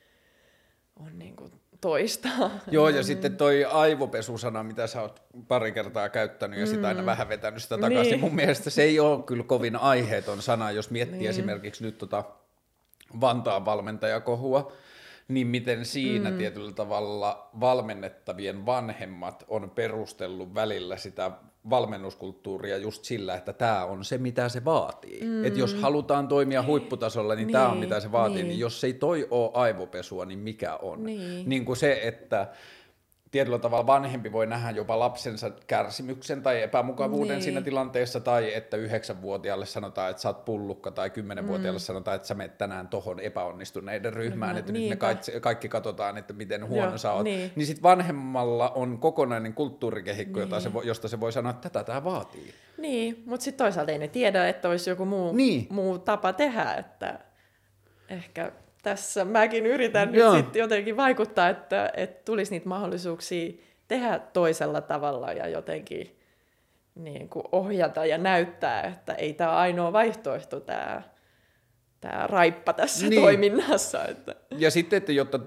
niin kuin toista. Joo, ja sitten toi aivopesusana, mitä sä oot pari kertaa käyttänyt ja sitä aina vähän vetänyt sitä takaisin. Niin. Mun mielestä se ei ole kyllä kovin aiheeton sana, jos miettii esimerkiksi nyt Vantaan valmentajakohua, niin miten siinä tietyllä tavalla valmennettavien vanhemmat on perustellut välillä sitä valmennuskulttuuria just sillä, että tämä on se, mitä se vaatii. Että jos halutaan toimia huipputasolla, niin tämä on, mitä se vaatii. Niin jos ei toi ole aivopesua, niin mikä on? Niin kuin se, että tietyllä tavalla vanhempi voi nähdä jopa lapsensa kärsimyksen tai epämukavuuden siinä tilanteessa, tai että 9-vuotiaalle sanotaan, että sä oot pullukka, tai 10-vuotiaalle sanotaan, että sä menet tänään tohon epäonnistuneiden ryhmään, että nyt me kaikki katsotaan, että miten huono sä oot. Niin sit vanhemmalla on kokonainen kulttuurikehikko, josta se voi sanoa, että tätä tää vaatii. Niin, mutta sitten toisaalta ei ne tiedä, että olisi joku muu tapa tehdä, että ehkä tässä mäkin yritän nyt sitten jotenkin vaikuttaa, että tulisi niitä mahdollisuuksia tehdä toisella tavalla ja jotenkin niin kuin ohjata ja näyttää, että ei tämä ainoa vaihtoehto tämä raippa tässä toiminnassa. Että. Ja sitten,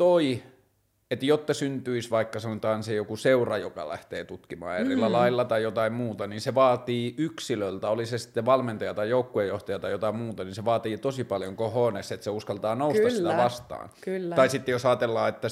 että jotta syntyisi vaikka sanotaan se joku seura, joka lähtee tutkimaan eri lailla tai jotain muuta, niin se vaatii yksilöltä, oli se sitten valmentaja tai joukkuejohtaja tai jotain muuta, niin se vaatii tosi paljon cojones, että se uskaltaa nousta sitä vastaan. Kyllä. Tai sitten jos ajatellaan, että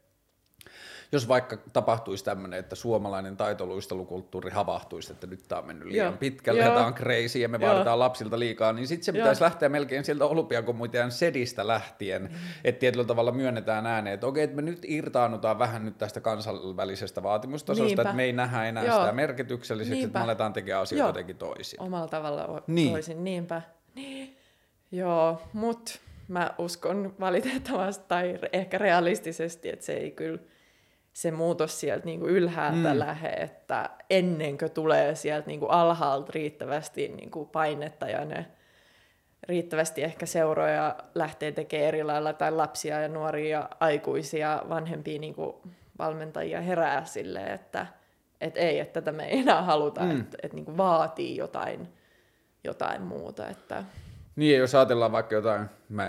jos vaikka tapahtuisi tämmöinen, että suomalainen taitoluistelukulttuuri havahtuisi, että nyt tämä on mennyt liian pitkälle, tämä on crazy ja me vaaditaan lapsilta liikaa, niin sitten se pitäisi lähteä melkein sieltä olympiakomitean sedistä lähtien, että tietyllä tavalla myönnetään ääneen, että okei, että me nyt irtaannutaan vähän nyt tästä kansainvälisestä vaatimustasosta, että me ei nähdä enää sitä merkitykselliseksi, että me aletaan tekemään asioita jotenkin toisin. Omalla tavalla toisin, niinpä. Niin. Joo, mutta mä uskon valitettavasti tai ehkä realistisesti, että se ei kyllä se muutos sieltä niinku ylhäältä lähde, että ennen kuin tulee sieltä niinku alhaalta riittävästi niinku painetta ja ne riittävästi ehkä seuroja lähtee tekemään eri lailla tai lapsia ja nuoria ja aikuisia vanhempia niinku valmentajia herää silleen, että ei, että tätä me ei enää haluta, että niinku vaatii jotain muuta. Että. Niin, jos ajatellaan vaikka jotain,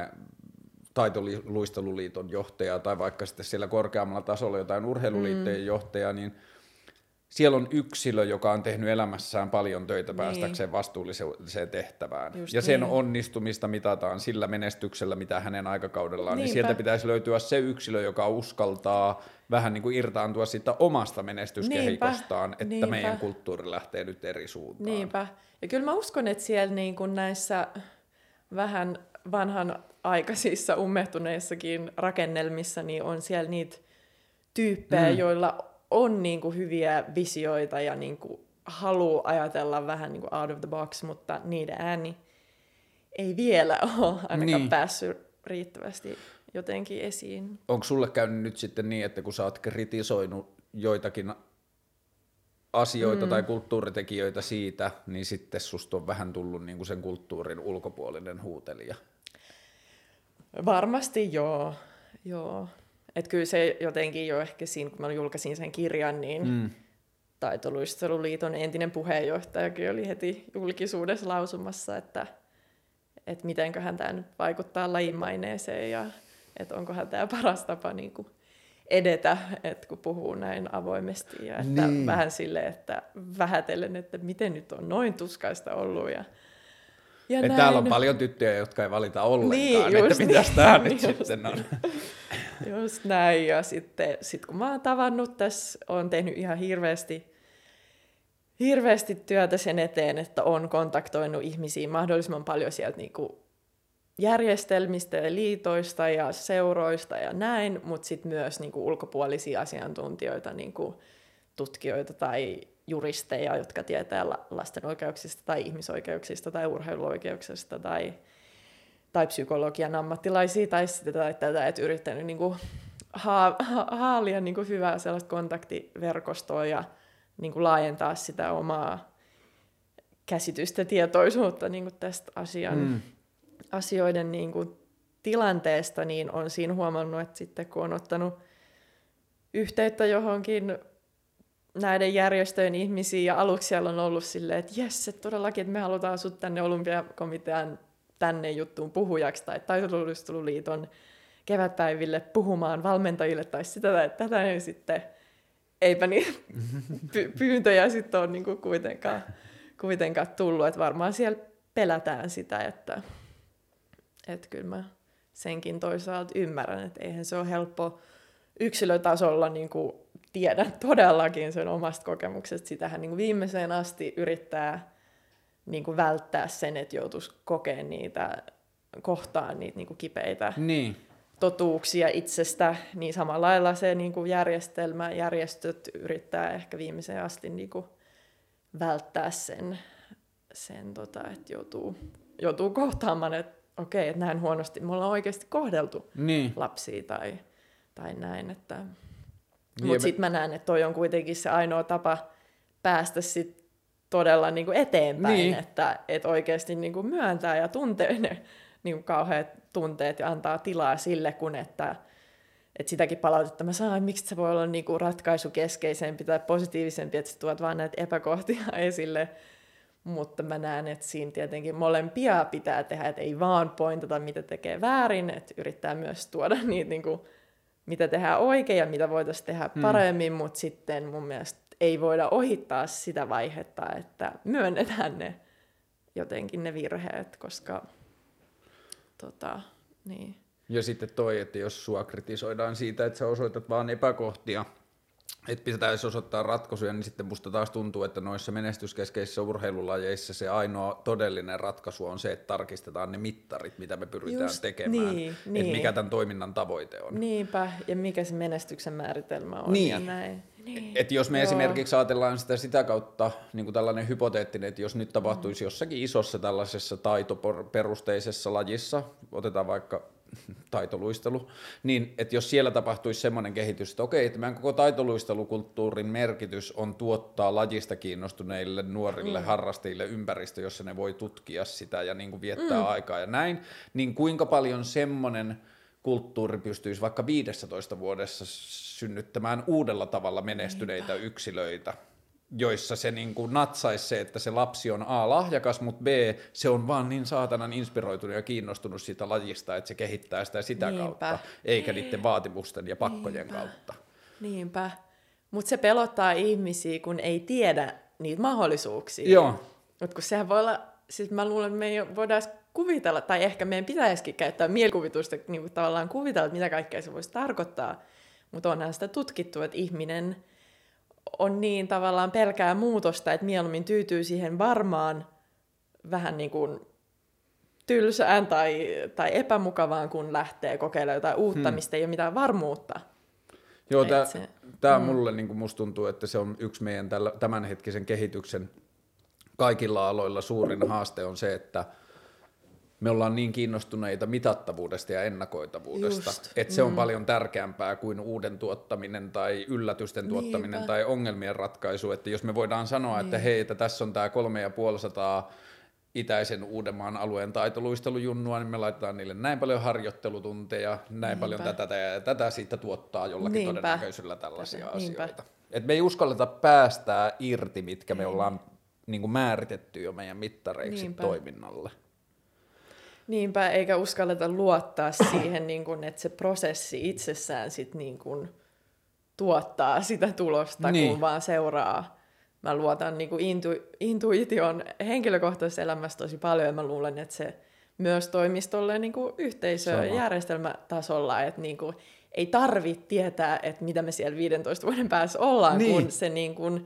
taitoluisteluliiton johtajaa tai vaikka sitten siellä korkeammalla tasolla jotain urheiluliittojen johtajaa, niin siellä on yksilö, joka on tehnyt elämässään paljon töitä päästäkseen vastuulliseen tehtävään. Just ja sen onnistumista mitataan sillä menestyksellä, mitä hänen aikakaudellaan. Niin sieltä pitäisi löytyä se yksilö, joka uskaltaa vähän niin kuin irtaantua siitä omasta menestyskehikostaan, että meidän kulttuuri lähtee nyt eri suuntaan. Niinpä. Ja kyllä mä uskon, että siellä niin kuin näissä vähän vanhan aikaisissa ummehtuneissakin rakennelmissa niin on siellä niitä tyyppejä, joilla on niinku hyviä visioita ja niinku haluaa ajatella vähän niinku out of the box, mutta niiden ääni ei vielä ole ainakaan päässyt riittävästi jotenkin esiin. Onko sulle käynyt nyt sitten niin, että kun sä oot kritisoinut joitakin asioita tai kulttuuritekijöitä siitä, niin sitten susta on vähän tullut niinku sen kulttuurin ulkopuolinen huutelija? Varmasti joo. Että kyllä se jotenkin jo ehkä siinä, kun mä julkaisin sen kirjan, niin Taitoluisteluliiton entinen puheenjohtajakin oli heti julkisuudessa lausumassa, että mitenköhän tämä nyt vaikuttaa lajimaineeseen ja että onkohan tämä paras tapa niin kuin edetä, että kun puhuu näin avoimesti ja että vähän silleen, että vähätellen, että miten nyt on noin tuskaista ollut ja että täällä on paljon tyttöjä, jotka ei valita ollenkaan, että mitäs tämä nyt sitten on. Just näin, ja sitten kun mä oon tavannut tässä, oon tehnyt ihan hirveästi työtä sen eteen, että on kontaktoinut ihmisiä mahdollisimman paljon sieltä niinku järjestelmistä ja liitoista ja seuroista ja näin, mutta sitten myös niinku ulkopuolisia asiantuntijoita, niinku tutkijoita tai juristeja, jotka tietää lasten oikeuksista tai ihmisoikeuksista tai urheiluoikeuksista tai psykologian ammattilaisia tai tätä, että yrittänyt niinku haalia niinku hyvää sellaista kontaktiverkostoa ja niinku laajentaa sitä omaa käsitystä, tietoisuutta niinku tästä asioiden niinku tilanteesta, niin on siinä huomannut, että sitten kun on ottanut yhteyttä johonkin näiden järjestöjen ihmisiin, ja aluksi siellä on ollut silleen, että jes, että todellakin, että me halutaan sut tänne olympiakomitean tänne juttuun puhujaksi, tai Taitoluisteluliiton kevätpäiville puhumaan valmentajille, tai sitä tai tätä, niin sitten eipä niin pyyntöjä sitten ole niin kuin kuitenkaan tullut, että varmaan siellä pelätään sitä, että kyllä mä senkin toisaalta ymmärrän, että eihän se ole helppo yksilötasolla niin kuin tiedän todellakin sen omasta kokemuksesta. Sitähän niin kuin viimeiseen asti yrittää niin kuin välttää sen, että joutuisi kokemaan kohtaan niitä niin kuin kipeitä totuuksia itsestä. Niin samalla lailla se niin kuin järjestöt yrittää ehkä viimeiseen asti niin kuin välttää sen että joutuu kohtaamaan, että okei, että näin huonosti me ollaan oikeasti kohdeltu lapsia tai näin, että mutta sitten mä näen, että toi on kuitenkin se ainoa tapa päästä sit todella niinku eteenpäin, että oikeasti niinku myöntää ja tuntee niin kuin kauheat tunteet ja antaa tilaa sille, kun että sitäkin palautetta mä saan, miksi se voi olla niin kuin ratkaisukeskeisempi tai positiivisempi, että sä tuot vaan näitä epäkohtia esille. Mutta mä näen, että siinä tietenkin molempia pitää tehdä, että ei vaan pointata, mitä tekee väärin, että yrittää myös tuoda niitä, niin kuin, mitä tehdään oikein ja mitä voitaisiin tehdä paremmin, mutta sitten mun mielestä ei voida ohittaa sitä vaihetta, että myönnetään ne jotenkin ne virheet, koska niin. Ja sitten toi, että jos sua kritisoidaan siitä, että sä osoitat vaan epäkohtia, että pitäisi osoittaa ratkaisuja, niin sitten musta taas tuntuu, että noissa menestyskeskeisissä urheilulajeissa se ainoa todellinen ratkaisu on se, että tarkistetaan ne mittarit, mitä me pyritään tekemään, että mikä tämän toiminnan tavoite on. Niinpä, ja mikä se menestyksen määritelmä on ja näin. Niin. Että jos me esimerkiksi ajatellaan sitä kautta, niin kuin tällainen hypoteettinen, että jos nyt tapahtuisi jossakin isossa tällaisessa taitoperusteisessa lajissa, otetaan vaikka taitoluistelu, niin että jos siellä tapahtuisi semmoinen kehitys, että okei, että meidän koko taitoluistelukulttuurin merkitys on tuottaa lajista kiinnostuneille nuorille harrastajille ympäristö, jossa ne voi tutkia sitä ja niin kuin viettää aikaa ja näin, niin kuinka paljon semmoinen kulttuuri pystyisi vaikka 15 vuodessa synnyttämään uudella tavalla menestyneitä yksilöitä, joissa se niin kuin natsaisi se, että se lapsi on A, lahjakas, mutta B, se on vaan niin saatanan inspiroitunut ja kiinnostunut siitä lajista, että se kehittää sitä kautta, eikä niiden vaatimusten ja pakkojen kautta. Niinpä. Mutta se pelottaa ihmisiä, kun ei tiedä niitä mahdollisuuksia. Joo. Mutta kun sehän voi olla, siis mä luulen, että me ei voida kuvitella, tai ehkä meidän pitäisikin käyttää mielikuvitusta niin kuin tavallaan kuvitella, että mitä kaikkea se voisi tarkoittaa. Mutta onhan sitä tutkittu, että ihminen on niin tavallaan pelkää muutosta, että mieluummin tyytyy siihen varmaan vähän niin kuin tylsään tai epämukavaan, kun lähtee kokeilemaan jotain uutta, mistä ei ole mitään varmuutta. Joo, tämä mulle niin musta tuntuu, että se on yksi meidän tämänhetkisen kehityksen kaikilla aloilla suurin haaste on se, että me ollaan niin kiinnostuneita mitattavuudesta ja ennakoitavuudesta, että se on paljon tärkeämpää kuin uuden tuottaminen tai yllätysten tuottaminen tai ongelmien ratkaisu. Että jos me voidaan sanoa, että hei, että tässä on tämä 350 itäisen Uudenmaan alueen taitoluistelujunnua, niin me laitetaan niille näin paljon harjoittelutunteja, näin paljon tätä ja tätä siitä tuottaa jollakin todennäköisyydellä tällaisia asioita. Et me ei uskalleta päästää irti, mitkä me ollaan niin kuin määritetty jo meidän mittareiksi toiminnalle. Niinpä, eikä uskalleta luottaa siihen, niin kun, että se prosessi itsessään sit, niin kun, tuottaa sitä tulosta, kun vaan seuraa. Mä luotan niin kun intuition henkilökohtaisessa elämässä tosi paljon, ja mä luulen, että se myös toimisi tolleen niin kun yhteisö- ja järjestelmätasolla, että niin kun, ei tarvitse tietää, että mitä me siellä 15 vuoden päässä ollaan, kun se niin kun,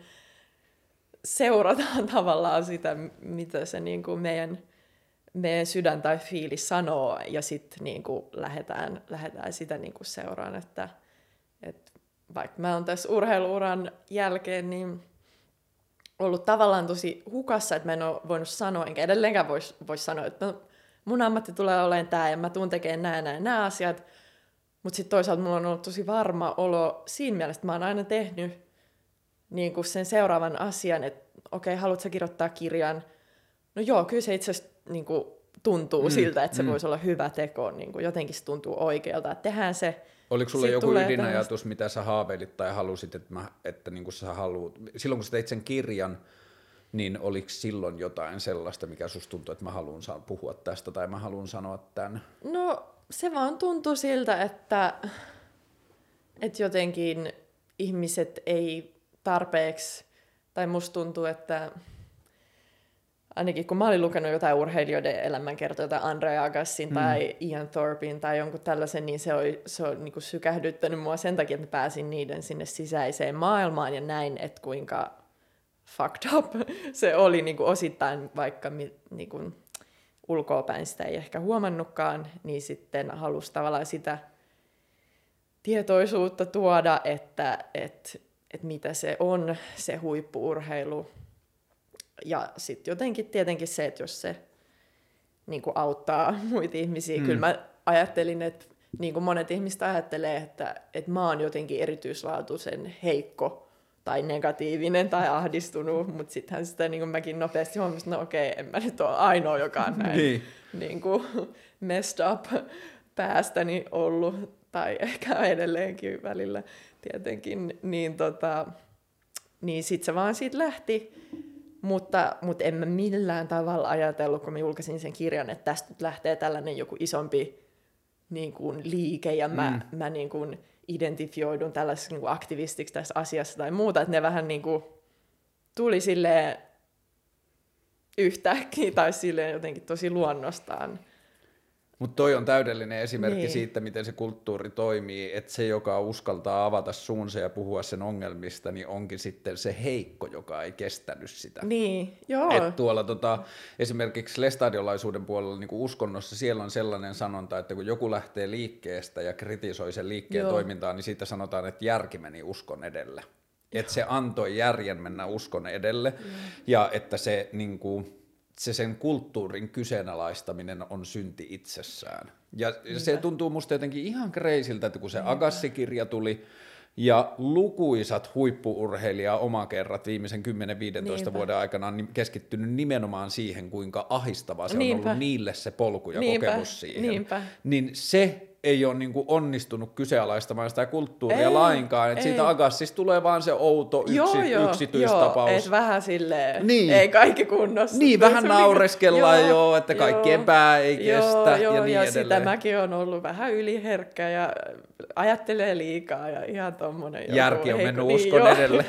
seurataan tavallaan sitä, mitä se niin kun meidän sydän tai fiilis sanoo, ja sitten niinku lähdetään sitä niinku seuraan, että vaikka mä oon tässä urheiluuran jälkeen niin ollut tavallaan tosi hukassa, että mä en ole voinut sanoa, enkä edelleenkään vois sanoa, että mun ammatti tulee olemaan tää, ja mä tuun tekemään nämä asiat, mutta sitten toisaalta mulla on ollut tosi varma olo siinä mielessä, että mä oon aina tehnyt niinku sen seuraavan asian, että okei, haluatko sä kirjoittaa kirjan? No joo, kyllä se itse asiassa niinku tuntuu siltä, että se voisi olla hyvä teko, niinku jotenkin se tuntuu oikealta, että tehdään se. Oliko sulla joku ydinajatus, mitä sä haaveilit tai halusit, että niinku sä haluat, silloin kun sä teit sen kirjan, niin oliko silloin jotain sellaista, mikä susta tuntui, että mä haluan puhua tästä tai mä haluan sanoa tämän? No se vaan tuntui siltä, että jotenkin ihmiset ei tarpeeksi, tai musta tuntuu, että ainakin kun mä olin lukenut jotain urheilijoiden elämänkertoja, jotain Andre Agassin tai Ian Thorpin tai jonkun tällaisen, niin se on niin kuin sykähdyttänyt mua sen takia, että mä pääsin niiden sinne sisäiseen maailmaan ja näin, että kuinka fucked up se oli niin kuin osittain, vaikka niin kuin ulkoapäin sitä ei ehkä huomannutkaan, niin sitten halusi tavallaan sitä tietoisuutta tuoda, että mitä se on, se huippu-urheilu. Ja sitten jotenkin tietenkin se, että jos se niin kuin auttaa muita ihmisiä, kyllä mä ajattelin, että niin kuin monet ihmiset ajattelee, että mä oon jotenkin erityislaatuisen heikko tai negatiivinen tai ahdistunut, mutta sittenhän sitä niin kuin mäkin nopeasti huomasin, että no okei, en mä nyt ole ainoa, joka on niin kuin messed up päästäni ollut, tai ehkä edelleenkin välillä tietenkin, niin sit se vaan siitä lähti. Mutta en mä millään tavalla ajatellut, kun mä julkaisin sen kirjan, että tästä nyt lähtee tällainen joku isompi niin kuin liike, ja mä niin kuin identifioidun tällaiseksi niin kuin aktivistiksi tässä asiassa tai muuta, että ne vähän niin kuin tuli silleen yhtäkkiä tai silleen jotenkin tosi luonnostaan. Mutta toi on täydellinen esimerkki siitä, miten se kulttuuri toimii, että se, joka uskaltaa avata suunsa ja puhua sen ongelmista, niin onkin sitten se heikko, joka ei kestänyt sitä. Niin, joo. Et tuolla esimerkiksi lestadiolaisuuden puolella niin kuin uskonnossa siellä on sellainen sanonta, että kun joku lähtee liikkeestä ja kritisoi sen liikkeen toimintaa, niin siitä sanotaan, että järki meni uskon edelle. Että se antoi järjen mennä uskon edelle ja että se niin kuin, se sen kulttuurin kyseenalaistaminen on synti itsessään. Ja se tuntuu musta jotenkin ihan kreisiltä, että kun se Agassi-kirja tuli ja lukuisat huippu-urheilija-omakerrat viimeisen 10-15 vuoden aikana on keskittynyt nimenomaan siihen, kuinka ahistavaa se on ollut niille se polku ja kokemus siihen. Niin se ei ole niin kuin onnistunut kyseenalaistamaan sitä kulttuuria lainkaan. Että siitä Agassista tulee vaan se outo yksityistapaus. Että vähän silleen, ei kaikki kunnossa. Niin, vähän naureskellaan että kaikkien pää ei kestä ja niin edelleen. Sitä mäkin on ollut vähän yliherkkä ja ajattelee liikaa ja ihan tommonen. Järki on mennyt uskon edelle.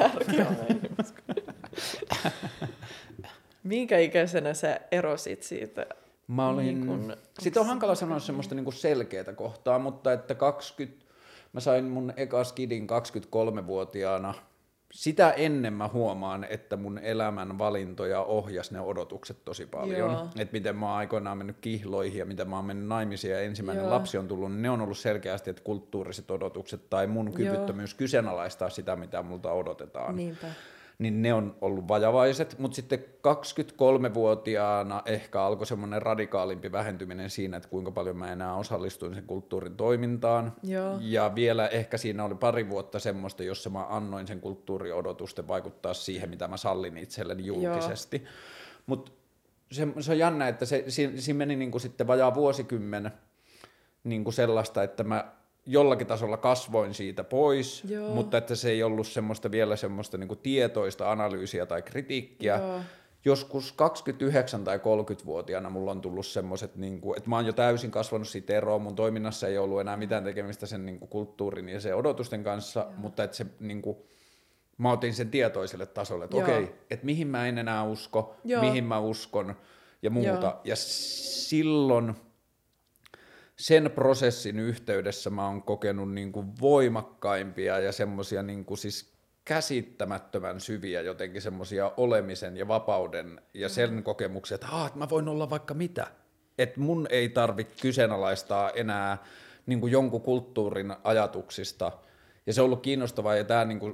Minkä ikäisenä sä erosit siitä? Mä olin, sitten on hankala sanoa semmoista niinku selkeätä kohtaa, mutta että mä sain mun eka skidin 23-vuotiaana. Sitä ennen mä huomaan, että mun elämän valintoja ohjas ne odotukset tosi paljon. Että miten mä oon aikoinaan mennyt kihloihin ja miten mä oon mennyt naimisiin ja ensimmäinen lapsi on tullut, niin ne on ollut selkeästi, että kulttuuriset odotukset tai mun kyvyttömyys kyseenalaistaa sitä, mitä multa odotetaan. Niinpä. Niin ne on ollut vajavaiset, mutta sitten 23-vuotiaana ehkä alkoi semmoinen radikaalimpi vähentyminen siinä, että kuinka paljon mä enää osallistuin sen kulttuurin toimintaan. Ja vielä ehkä siinä oli pari vuotta semmoista, jossa mä annoin sen kulttuuriodotusten vaikuttaa siihen, mitä mä sallin itselleni julkisesti. Mutta se on jännä, että siinä meni niinku sitten vajaa vuosikymmen niinku sellaista, että mä jollakin tasolla kasvoin siitä pois, mutta että se ei ollut vielä semmoista niinku tietoista analyysiä tai kritiikkiä. Joskus 29 tai 30-vuotiaana mulla on tullut semmoiset, niinku, että mä oon jo täysin kasvanut siitä eroon, mun toiminnassa ei ollut enää mitään tekemistä sen niinku kulttuurin ja sen odotusten kanssa, mutta että se niinku, mä otin sen tietoiselle tasolle, että okei, että mihin mä en enää usko, mihin mä uskon ja muuta. Ja silloin sen prosessin yhteydessä mä oon kokenut niinku voimakkaimpia ja semmoisia niinku siis käsittämättömän syviä jotenkin semmoisia olemisen ja vapauden ja sen kokemuksia, että mä voin olla vaikka mitä. Että mun ei tarvitse kyseenalaistaa enää niinku jonkun kulttuurin ajatuksista. Ja se on ollut kiinnostavaa ja tää niinku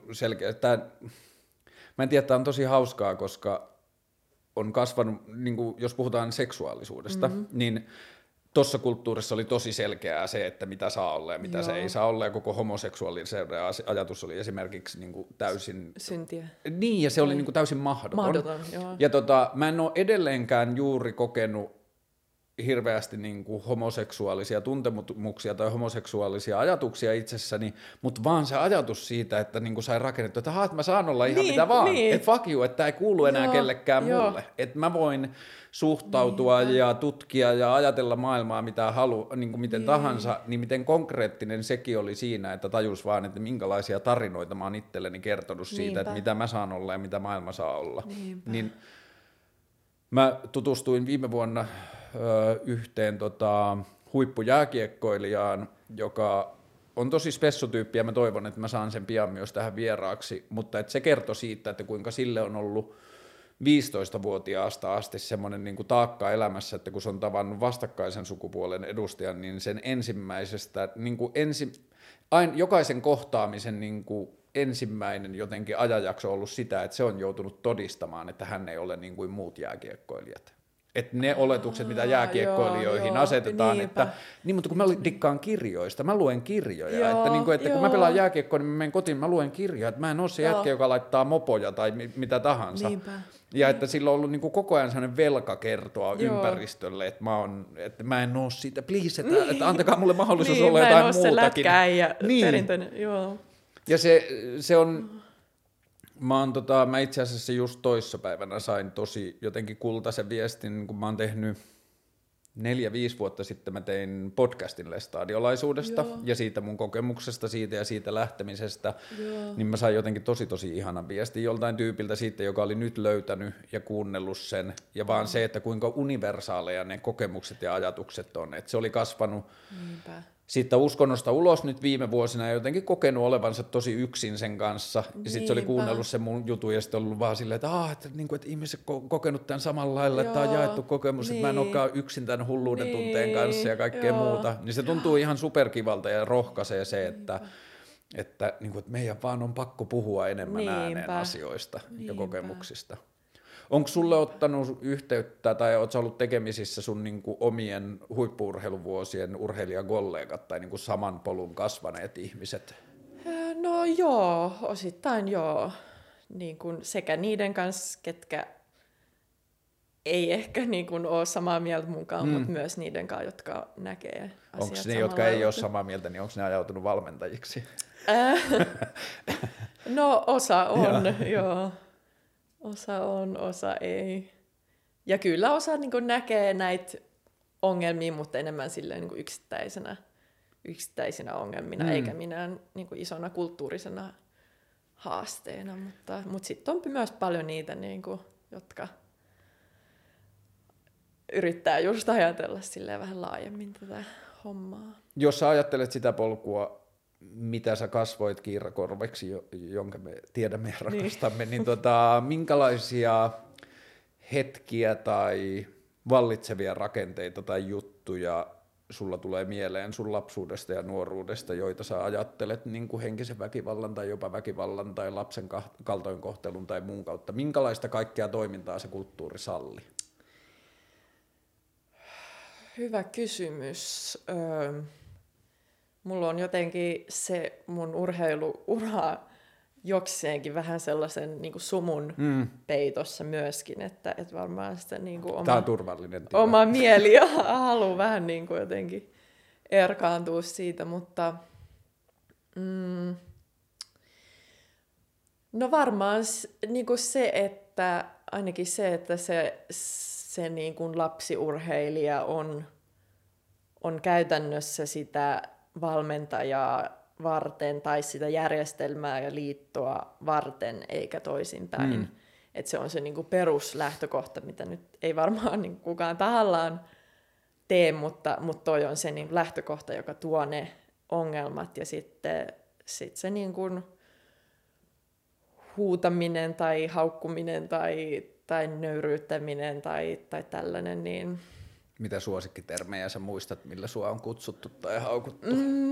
mä en tiedä, tää on tosi hauskaa, koska on kasvanut, niinku, jos puhutaan seksuaalisuudesta, niin tuossa kulttuurissa oli tosi selkeää se, että mitä saa olla ja mitä se ei saa olla, ja koko homoseksuaalisuuden ajatus oli esimerkiksi niin kuin täysin syntiä. Niin, ja se oli niin kuin täysin mahdoton. Ja mä en ole edelleenkään juuri kokenut hirveästi niin kuin homoseksuaalisia tuntemuksia tai homoseksuaalisia ajatuksia itsessäni, mutta vaan se ajatus siitä, että niin kuin sai rakennettua, että mä saan olla ihan mitä vaan, että fuck you, että tämä ei kuulu enää kellekään mulle, että mä voin suhtautua ja tutkia ja ajatella maailmaa mitä niin kuin miten tahansa, niin miten konkreettinen sekin oli siinä, että tajus vaan, että minkälaisia tarinoita mä oon itselleni kertonut siitä, että mitä mä saan olla ja mitä maailma saa olla. Niin mä tutustuin viime vuonna yhteen huippujääkiekkoilijaan, joka on tosi spessutyyppi ja mä toivon, että mä saan sen pian myös tähän vieraaksi, mutta että se kertoi siitä, että kuinka sille on ollut 15-vuotiaasta asti semmoinen niin kuin taakka elämässä, että kun se on tavannut vastakkaisen sukupuolen edustajan, niin sen ensimmäisestä, niin kuin jokaisen kohtaamisen niin kuin ensimmäinen jotenkin ajanjakso on ollut sitä, että se on joutunut todistamaan, että hän ei ole niin kuin muut jääkiekkoilijat. Että ne oletukset, mitä jääkiekkoilijoihin asetetaan, että niin, mutta kun mä dikkaan kirjoista, mä luen kirjoja, että kun mä pelaan jääkiekkoa, niin mä menen kotiin, mä luen kirjoja, että mä en ole se jätkä, joka laittaa mopoja tai mitä tahansa. Ja että sillä on ollut niin kuin koko ajan sellainen velka kertoa ympäristölle, että mä en oo siitä, please, että antakaa mulle mahdollisuus olla jotain muutakin. Mä en oo se lätkäijä, perinteinen, joo. Ja se on, mä itse asiassa just toissapäivänä sain tosi jotenkin kultaisen viestin, kun mä oon tehnyt 4-5 vuotta sitten mä tein podcastin Lestadiolaisuudesta ja siitä mun kokemuksesta siitä ja siitä lähtemisestä, niin mä sain jotenkin tosi ihanan viestin joltain tyypiltä siitä, joka oli nyt löytänyt ja kuunnellut sen ja vaan se, että kuinka universaaleja ne kokemukset ja ajatukset on, että se oli kasvanut siitä uskonnosta ulos nyt viime vuosina ja jotenkin kokenut olevansa tosi yksin sen kanssa. Ja sitten se oli kuunnellut sen mun jutun ja sitten ollut vaan silleen, että ihmiset kokenut tämän samalla lailla, että tämä on jaettu kokemus, että mä en olekaan yksin tämän hulluuden tunteen kanssa ja kaikkea muuta. Niin se tuntuu ihan superkivalta ja rohkaisee se, että meidän vaan on pakko puhua enemmän ääneen asioista ja kokemuksista. Onko sulle ottanut yhteyttä tai ootko ollut tekemisissä sun niinku omien huippu-urheiluvuosien urheilijakollegat tai niinku saman polun kasvaneet ihmiset? No joo, osittain joo. Niin kun sekä niiden kanssa, ketkä ei ehkä niin kun ole samaa mieltä mukaan, mutta myös niiden kanssa, jotka näkee asiat samalla. Onko ne, jotka ei ole samaa mieltä, niin onko ne ajautunut valmentajiksi? No osa on, joo. Osa on, osa ei. Ja kyllä osa niin kuin näkee näitä ongelmia, mutta enemmän silleen niin kuin yksittäisinä ongelmina, eikä minään niin kuin isona kulttuurisena haasteena. Mutta sitten on myös paljon niitä, niin kuin, jotka yrittää just ajatella silleen vähän laajemmin tätä hommaa. Jos sä ajattelet sitä polkua, mitä sä kasvoit Kiirakorveksi, jonka me tiedämme ja rakastamme, niin minkälaisia hetkiä tai vallitsevia rakenteita tai juttuja sulla tulee mieleen sun lapsuudesta ja nuoruudesta, joita sä ajattelet niin kuin henkisen väkivallan tai jopa väkivallan tai lapsen kaltoinkohtelun tai muun kautta? Minkälaista kaikkea toimintaa se kulttuuri salli? Hyvä kysymys. Mulla on jotenkin se mun urheiluura jokseenkin vähän sellaisen niin kuin sumun peitossa myöskin, että varmaan sitä niin kuin Tämä on turvallinen tila. Oma mieli ja halu vähän niin kuin jotenkin erkaantua siitä, mutta no varmaan niin kuin se, että ainakin se, että se niin kuin lapsiurheilija on käytännössä sitä valmentajaa varten tai sitä järjestelmää ja liittoa varten eikä toisinpäin. Että se on se niinku peruslähtökohta, mitä nyt ei varmaan niinku kukaan tahallaan tee, mutta toi on se niinku lähtökohta, joka tuo ne ongelmat ja sitten se niinku huutaminen tai haukkuminen tai nöyryyttäminen tai tällainen. Niin mitä suosikkitermejä sä muistat, millä sua on kutsuttu tai haukuttu?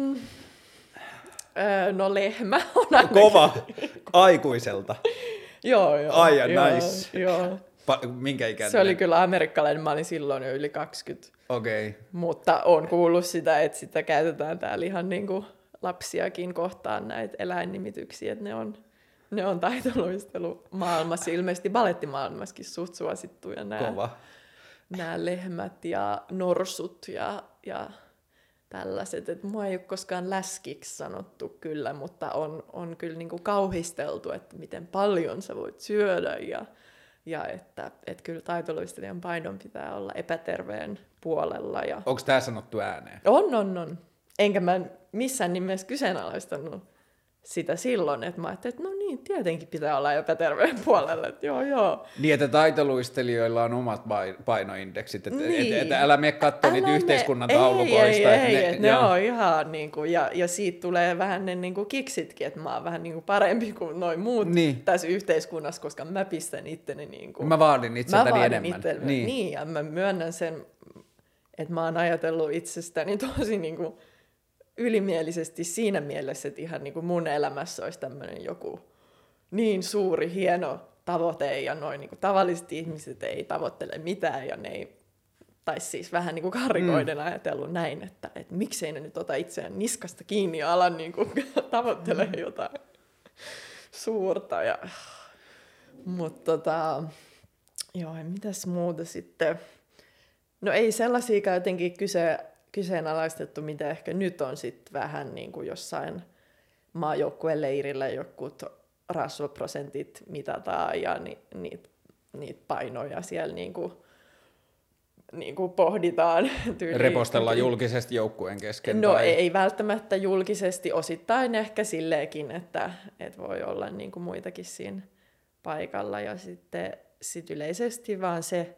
No lehmä on ainakin. Kova, aikuiselta. Joo. Ai ja nice. Joo. Minkä ikäinen? Se oli kyllä amerikkalainen, mä olin silloin jo yli 20. Okei. Okay. Mutta on kuullut sitä, että sitä käytetään täällä ihan niin kuin lapsiakin kohtaan näitä eläinnimityksiä, että ne on taitoluistelumaailmassa, ilmeisesti balettimaailmassakin suht suosittuja nämä lehmät ja norsut ja tällaiset. Et mua ei ole koskaan läskiksi sanottu kyllä, mutta on kyllä niinku kauhisteltu, että miten paljon sä voit syödä ja että kyllä taitoluistelijan painon pitää olla epäterveen puolella. Onko tämä sanottu ääneen? On. Enkä mä missään nimessä kyseenalaistanut sitä silloin, että mä ajattelin, että no niin, tietenkin pitää olla epäterveen puolella, että joo. Niin, että taitoluistelijoilla on omat painoindeksit, että älä mene katsoa niitä yhteiskunnan taulukoista. Ei, ne on ihan niin kuin, ja siitä tulee vähän ne niin kuin kiksitkin, että mä oon vähän niin kuin parempi kuin noi muut tässä yhteiskunnassa, koska mä pistän itteni niin kuin. Mä vaadin itseltäni enemmän. Niin, ja mä myönnän sen, että mä oon ajatellut itsestäni tosi niin kuin ylimielisesti siinä mielessä, että ihan niin kuin mun elämässä olisi tämmöinen joku niin suuri, hieno tavoite, ja noin niin kuin tavalliset ihmiset ei tavoittele mitään, ja ne ei, tai siis vähän niin kuin karrikoiden ajatellut näin, että miksei ne nyt ota itseään niskasta kiinni ja ala niin kuin tavoittele jotain suurta. Mutta Joo, ja mitäs muuta sitten? No ei sellaisiakaan jotenkin kyseenalaistettu, mitä ehkä nyt on sitten vähän niin kuin jossain maajoukkueen leirillä jokut rasvaprosentit mitataan ja niitä painoja siellä niin kuin pohditaan. Repostella julkisesti joukkueen kesken? No ei välttämättä julkisesti, osittain ehkä silleenkin, että voi olla niin kuin muitakin siinä paikalla. Ja sitten yleisesti vaan se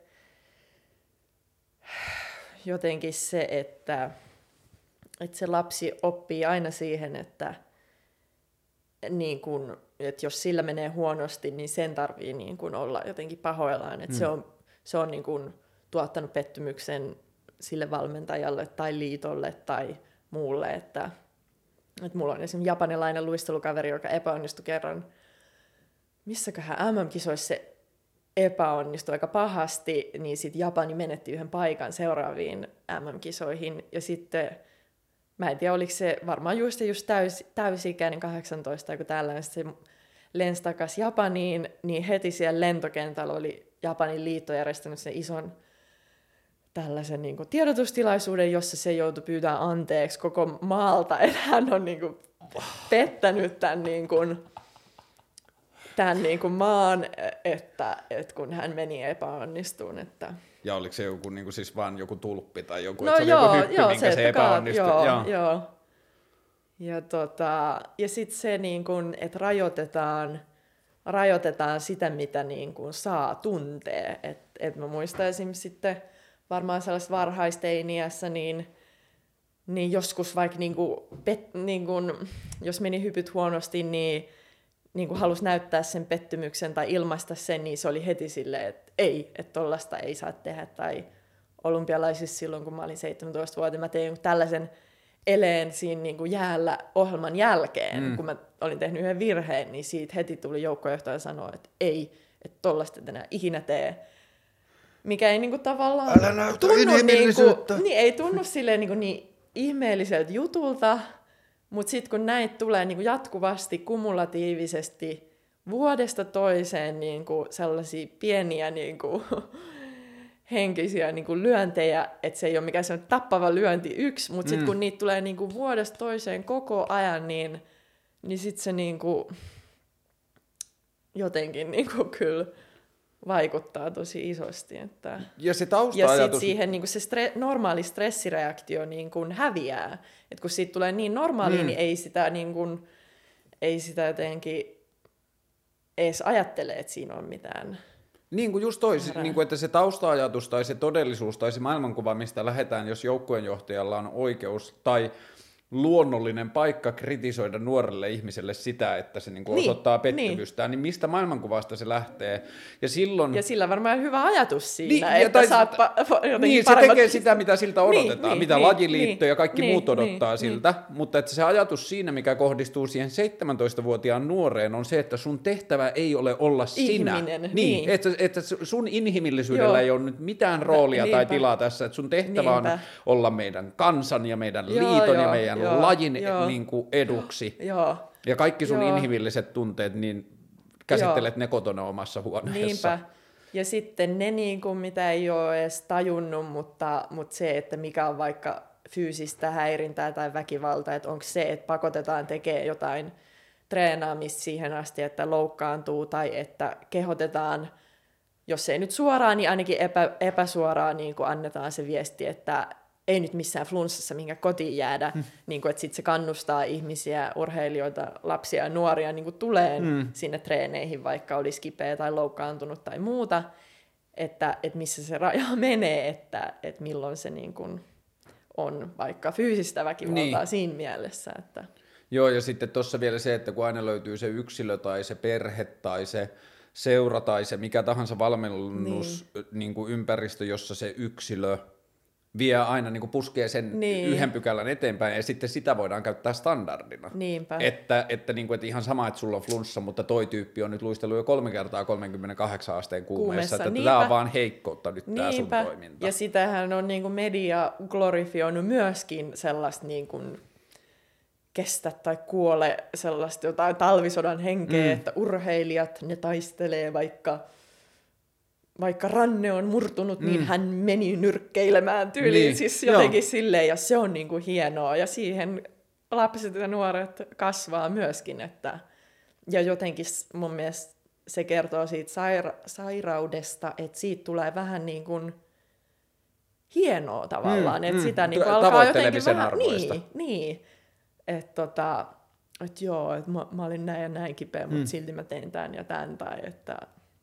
jotenkin se, että se lapsi oppii aina siihen, että niin kun, että jos sillä menee huonosti, niin sen tarvii niin kun olla jotenkin pahoillaan. Että se on niin kun tuottanut pettymyksen sille valmentajalle tai liitolle tai muulle. Että mulla on esimerkiksi japanilainen luistelukaveri, joka epäonnistui kerran. Missäköhän MM-kisoissa se epäonnistui aika pahasti, niin sitten Japani menetti yhden paikan seuraaviin MM-kisoihin. Ja sitten, mä en tiedä, oliko se varmaan just täysi-ikäinen 18 tai kun tällainen, se lensi takaisin Japaniin, niin heti siellä lentokentällä oli Japanin liitto järjestänyt sen ison tällaisen niin kuin tiedotustilaisuuden, jossa se joutui pyytämään anteeksi koko maalta, että hän on niin kuin pettänyt tämän niin kuin maan, että kun hän meni epäonnistuun. Että... Ja oliko se joku, niin kuin siis vaan joku tulppi tai joku, no että se joo, oli joku hyppy, minkä se epäonnistui? Joo. Ja sitten se, niin kuin, että rajoitetaan sitä, mitä niin kuin saa tuntee. Et mä muistan esimerkiksi sitten varmaan sellaista varhaisteiniässä, niin joskus vaikka jos meni hypyt huonosti, niin kuin halusi näyttää sen pettymyksen tai ilmaista sen, niin se oli heti silleen, että ei, että tollaista ei saa tehdä. Tai olympialaisissa silloin, kun mä olin 17-vuotias, mä tein tällaisen eleen siinä niin kuin jäällä ohjelman jälkeen, kun mä olin tehnyt yhden virheen, niin siitä heti tuli joukkojohtaja sanoa, että ei, että tollaista et enää ikinä tee. Mikä ei niin kuin tavallaan ei tunnu silleen niin ihmeelliseltä jutulta, mutta sitten kun näitä tulee niin kuin jatkuvasti, kumulatiivisesti, vuodesta toiseen niin kuin sellaisia pieniä niin kuin henkisiä niin kuin lyöntejä, että se ei ole mikään sellainen tappava lyönti yksi, mutta sitten kun niitä tulee niin kuin vuodesta toiseen koko ajan, niin sitten se niin kuin jotenkin niin kuin kyllä vaikuttaa tosi isosti. Että... Ja se tausta-ajatus... Ja sitten siihen niin kuin se normaali stressireaktio niin kuin häviää. Et kun siitä tulee niin normaalia, niin ei sitä jotenkin edes ajattele, että siinä on mitään. Niin kuin just niin kuin, että se tausta-ajatus tai se todellisuus tai se maailmankuva, mistä lähdetään, jos joukkueenjohtajalla on oikeus tai luonnollinen paikka kritisoida nuorelle ihmiselle sitä, että se niin kuin osoittaa pettymystään, niin mistä maailmankuvasta se lähtee. Ja sillä varmaan hyvä ajatus siinä, että saat jotenkin se tekee sitä, mitä siltä odotetaan, mitä lajiliitto ja kaikki muut odottaa siltä, mutta että se ajatus siinä, mikä kohdistuu siihen 17-vuotiaan nuoreen, on se, että sun tehtävä ei ole olla sinä. Niin. Että sun inhimillisyydellä ei ole nyt mitään roolia tai tilaa tässä, että sun tehtävä on olla meidän kansan ja meidän liiton ja meidän lajin niin kuin eduksi. Ja kaikki sun inhimilliset tunteet, niin käsittelet ne kotona omassa huoneessa. Niinpä. Ja sitten ne, niin kuin, mitä ei ole edes tajunnut, mutta se, että mikä on vaikka fyysistä häirintää tai väkivaltaa, että onko se, että pakotetaan tekemään jotain treenaamista siihen asti, että loukkaantuu, tai että kehotetaan, jos ei nyt suoraan, niin ainakin epäsuoraan niin kuin annetaan se viesti, että ei nyt missään flunssassa minkä kotiin jäädä, niin kuin, että sitten se kannustaa ihmisiä, urheilijoita, lapsia ja nuoria niin kuin tulee sinne treeneihin, vaikka olisi kipeä tai loukkaantunut tai muuta, että missä se raja menee, että milloin se niin kuin on vaikka fyysistä väkivaltaa siinä mielessä. Että... Joo, ja sitten tuossa vielä se, että kun aina löytyy se yksilö tai se perhe tai se seura tai se mikä tahansa valmennus niin kuin ympäristö, jossa se yksilö vie aina niin kuin puskee sen yhden pykälän eteenpäin, ja sitten sitä voidaan käyttää standardina. Niinpä. Että, niin kuin, että ihan sama, että sulla on flunssa, mutta toi tyyppi on nyt luistellut jo 3 kertaa 38 asteen kuumeessa, että tämä on vaan heikkoutta nyt tämä sun toiminta. Ja sitähän on niin kuin media glorifioinut myöskin sellaista niin kuin kestä tai kuole sellaista jotain talvisodan henkeä, että urheilijat, ne taistelee vaikka vaikka ranne on murtunut, niin hän meni nyrkkeilemään tyyliin, siis jotenkin silleen, ja se on niinku hienoa, ja siihen lapset ja nuoret kasvaa myöskin, ja jotenkin mun mielestä se kertoo siitä sairaudesta, että siitä tulee vähän niin kuin hienoa tavallaan, että sitä niin kuin alkaa jotenkin vähän, niin, että joo, että mä olin näin ja näin kipeä, mutta silti mä tein tämän ja tämän, tai että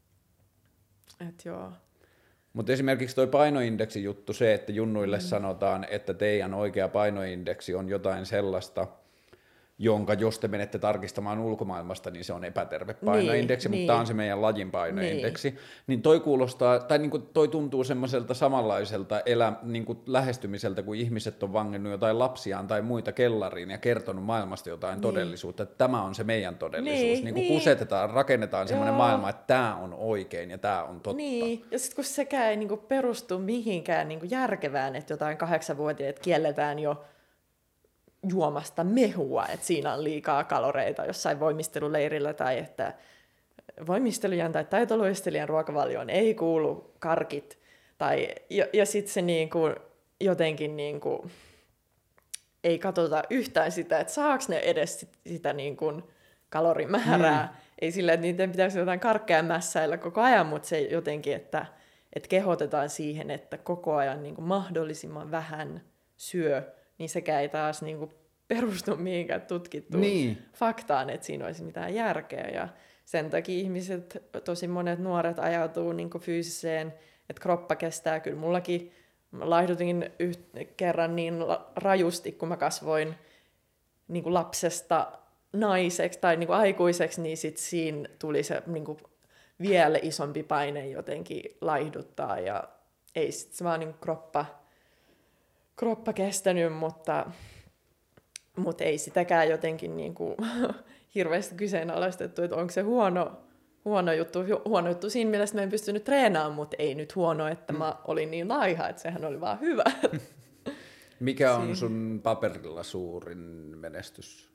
joo. Mutta esimerkiksi toi painoindeksi juttu, se, että junnuille sanotaan, että teidän oikea painoindeksi on jotain sellaista, jonka jos te menette tarkistamaan ulkomaailmasta, niin se on epäterve painoindeksi, mutta tämä on se meidän lajin painoindeksi. Niin toi kuulostaa, tai niinku toi tuntuu semmoiselta samanlaiselta niinku lähestymiseltä, kun ihmiset on vangennut jotain lapsiaan tai muita kellariin ja kertonut maailmasta jotain todellisuutta, että tämä on se meidän todellisuus. Niin kuin kusetetaan, rakennetaan semmoinen maailma, että tämä on oikein ja tämä on totta. Niin, ja sitten kun sekään ei niinku perustu mihinkään niinku järkevään, että jotain 8-vuotiaat kielletään jo juomasta mehua, että siinä on liikaa kaloreita jossain voimisteluleirillä, tai että voimistelijan tai taitoluistelijan ruokavalioon ei kuulu karkit, ja sitten se niinku, jotenkin niinku, ei katsota yhtään sitä, että saako ne edes sitä niinku kalorimäärää. Ei sillä, että niiden pitäisi jotain karkkeja mässäillä koko ajan, mutta se jotenkin, että kehotetaan siihen, että koko ajan niinku mahdollisimman vähän syö, niin sekä ei taas niinku perustu mihinkään tutkittuun faktaan, että siinä olisi mitään järkeä. Ja sen takia ihmiset, tosi monet nuoret ajautuu niinku fyysiseen, että kroppa kestää. Kyllä mullakin laihdutin kerran niin rajusti, kun mä kasvoin niinku lapsesta naiseksi tai niinku aikuiseksi, niin sit siinä tuli se niinku vielä isompi paine jotenkin laihduttaa. Ja ei sit se vaan niinku kroppa kestänyt, mutta ei sitäkään jotenkin niinku hirveästi kyseenalaistettu, että onko se huono juttu. Huono juttu siinä mielessä, mä en pystynyt treenaamaan, mutta ei nyt huono, että mä olin niin laiha, että sehän oli vaan hyvä. Mikä on sun paperilla suurin menestys?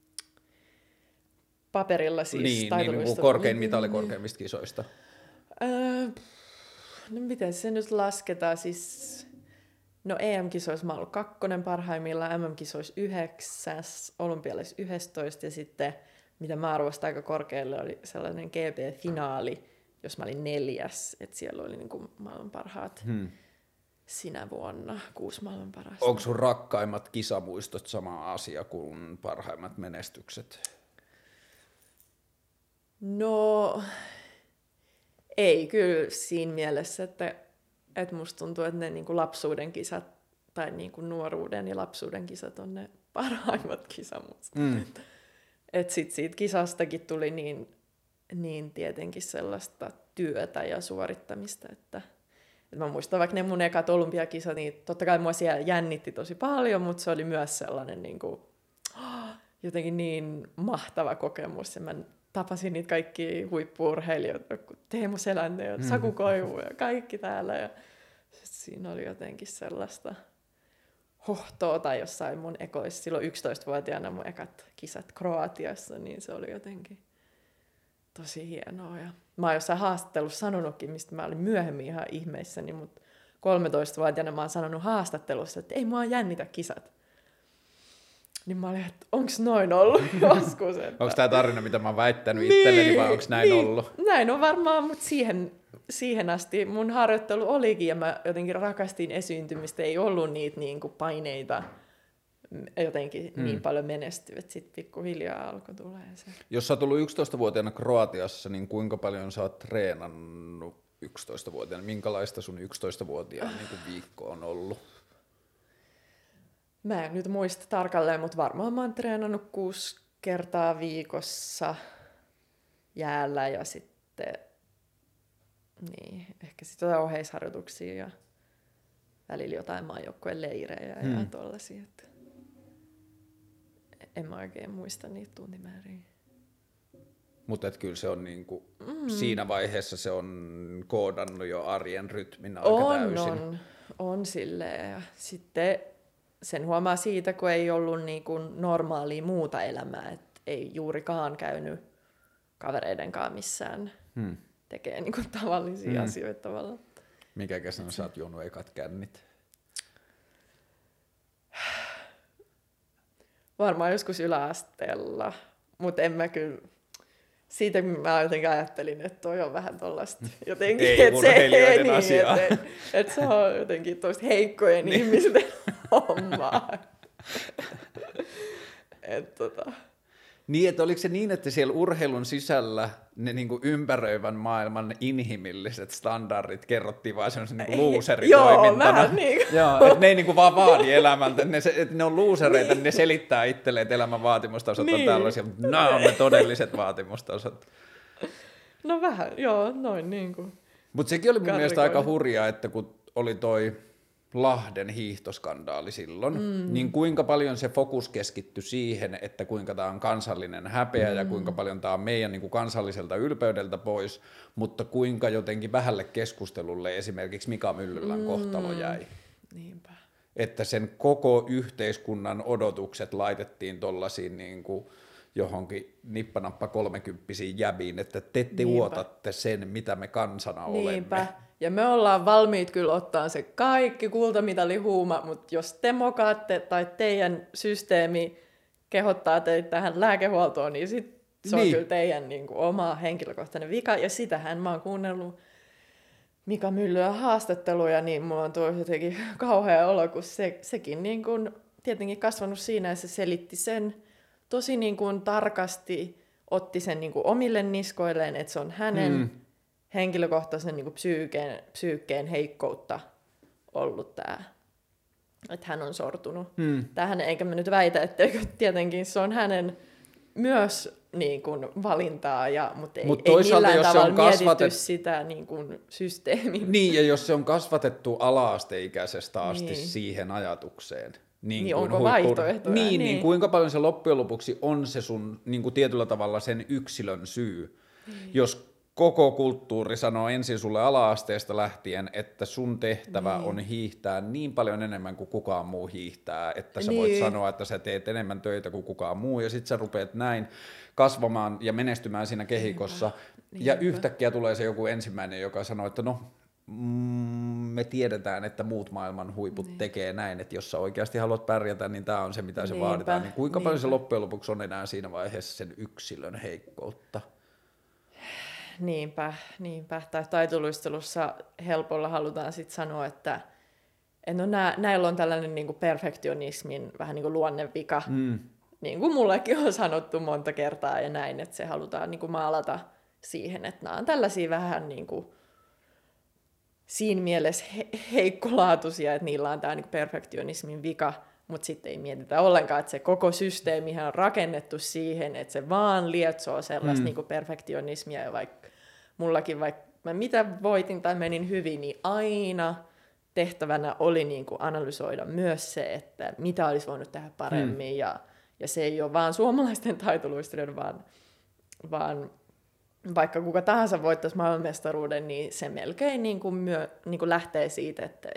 Paperilla siis? Niin korkein mitali korkeimmista kisoista. No miten se nyt lasketaan siis? No EM-kisoissa mä oon ollut 2 parhaimmillaan, MM-kisoissa 9, olympialaisissa 11 ja sitten, mitä mä arvostan aika korkealle, oli sellainen GP-finaali, jos mä olin 4, että siellä oli niin kuin maailman parhaat sinä vuonna, 6 maailman parasta. Onko sun rakkaimmat kisamuistot sama asia kuin parhaimmat menestykset? No, ei kyllä siinä mielessä, että musta tuntuu, että ne niinku lapsuuden kisat tai niinku nuoruuden ja lapsuuden kisat on ne parhaimmat kisamuistot. Että sit siitä kisastakin tuli niin tietenkin sellaista työtä ja suorittamista, että mä muistan vaikka ne mun ekat olympiakisat, niin totta kai mua siellä jännitti tosi paljon, mutta se oli myös sellainen niinku, jotenkin niin mahtava kokemus. Ja mä tapasin niitä kaikki huippu-urheilijoita, Teemu Selänne ja Saku Koivu ja kaikki täällä. Ja siinä oli jotenkin sellaista hohtoa tai jossain mun ekoissa. Silloin 11-vuotiaana mun ekat kisat Kroatiassa, niin se oli jotenkin tosi hienoa. Ja mä oon jossain haastattelussa sanonutkin, mistä mä olin myöhemmin ihan ihmeissäni, mutta 13-vuotiaana mä oon sanonut haastattelussa, että ei mua jännitä kisat. Niin mä olin, että onks noin ollut joskus? Että... Onko tämä tarina, mitä mä oon väittänyt itselleni, vai onko näin ollut? Näin on varmaan, mutta siihen asti mun harjoittelu olikin, ja mä jotenkin rakastin esiintymistä. Ei ollut niitä niinku paineita jotenkin niin paljon menestyä, että sitten pikkuhiljaa alkoi tulee se. Jos sä oot ollut 11-vuotiaana Kroatiassa, niin kuinka paljon sä oot treenannut 11-vuotiaana? Minkälaista sun 11-vuotiaan viikko on ollut? Mä en nyt muista tarkalleen, mutta varmaan mä oon treenannut 6 kertaa viikossa jäällä ja sitten ehkä sitten jotain oheisharjoituksia ja välillä jotain maajoukkueen leirejä ja tollaisia. En mä oikein muista niitä tuntimääriä. Mutta kyllä se on niinku, siinä vaiheessa se on koodannut jo arjen rytmin aika täysin. On silleen. Ja sitten sen huomaa siitä, kun ei ollut niinku normaalia muuta elämää, että ei juurikaan käynyt kavereidenkaan missään tekee niin kuin tavallisia asioita tavallaan. Mikä kesänä sä oot juonut ekat kännit? Varmaan joskus yläasteella, mutta en mä kyllä... Siitä mä jotenkin ajattelin, että toi on vähän tollasta jotenkin, ei urheilijoiden asiaa. Että se on jotenkin toista heikkojen ihmisten hommaa. Niin, että oliko se niin, että siellä urheilun sisällä ne niinku ympäröivän maailman inhimilliset standardit kerrottiin vaan sellaisen niinku luuseritoimintana? Joo, vähän niin kuin. Joo, että ne ei niinku vaan vaadi elämältä, että ne on luusereita, ne selittää itselleen, että elämän vaatimustasot on tällaisia, mutta nämä on ne todelliset vaatimustasot. No vähän, joo, noin niin kuin. Mutta sekin oli mun mielestä aika hurjaa, että kun oli toi Lahden hiihtoskandaali silloin, niin kuinka paljon se fokus keskittyi siihen, että kuinka tämä on kansallinen häpeä ja kuinka paljon tämä on meidän niin kuin kansalliselta ylpeydeltä pois, mutta kuinka jotenkin vähälle keskustelulle esimerkiksi Mika Myllylän kohtalo jäi. Niinpä. Että sen koko yhteiskunnan odotukset laitettiin tollaisiin niin kuin johonkin nippanappa 30-vuotiaisiin jäbiin, että te uotatte sen, mitä me kansana olemme. Ja me ollaan valmiit kyllä ottaa se kaikki kultamitalihuuma, mutta jos te mokaatte tai teidän systeemi kehottaa teitä tähän lääkehuoltoon, niin sit se on kyllä teidän niin kuin, oma henkilökohtainen vika. Ja sitähän mä oon kuunnellut Mika Myllylän haastatteluja, niin mulla on tuo jotenkin kauhea olo, kun sekin niin kuin, tietenkin kasvanut siinä, ja se selitti sen tosi niin kuin, tarkasti, otti sen niin kuin, omille niskoilleen, että se on hänen henkilökohtaisen niin kuin psyykkeen heikkoutta ollut tämä, että hän on sortunut tähän, eikä mä nyt väitä, etteikö tietenkin se on hänen myös niin kuin, valintaa, mutta ei millään tavalla mietitty sitä niin kuin, systeemiä. Niin, ja jos se on kasvatettu ala-asteikäisestä asti siihen ajatukseen, niin onko vaihtoehtoja? Niin kuinka paljon se loppujen lopuksi on se sun niin kuin tietyllä tavalla sen yksilön syy, jos koko kulttuuri sanoo ensin sulle ala-asteesta lähtien, että sun tehtävä on hiihtää niin paljon enemmän kuin kukaan muu hiihtää, että sä voit sanoa, että sä teet enemmän töitä kuin kukaan muu, ja sit sä rupeat näin kasvamaan ja menestymään siinä kehikossa, ja yhtäkkiä tulee se joku ensimmäinen, joka sanoo, että no, me tiedetään, että muut maailman huiput tekee näin, että jos sä oikeasti haluat pärjätä, niin tää on se, mitä se vaaditaan. Niin kuinka paljon se loppujen lopuksi on enää siinä vaiheessa sen yksilön heikkoutta? Niinpä. Tai taitoluistelussa helpolla halutaan sitten sanoa, että no näillä on tällainen niinku perfektionismin vähän niin kuin luonnevika, niin kuin mullekin on sanottu monta kertaa ja näin, että se halutaan niinku maalata siihen, että nämä on tällaisia vähän niin kuin siinä mielessä heikkolaatuisia, että niillä on tämä niinku perfektionismin vika, mutta sitten ei mietitä ollenkaan, että se koko systeemihän on rakennettu siihen, että se vaan lietsoo sellaista niinku perfektionismia, ja vaikka mä mitä voitin tai menin hyvin, niin aina tehtävänä oli niinku analysoida myös se, että mitä olisi voinut tehdä paremmin, ja se ei ole vaan suomalaisten taitoluistelijoiden, vaan vaikka kuka tahansa voittaisi maailmanmestaruuden, niin se melkein niinku lähtee siitä, että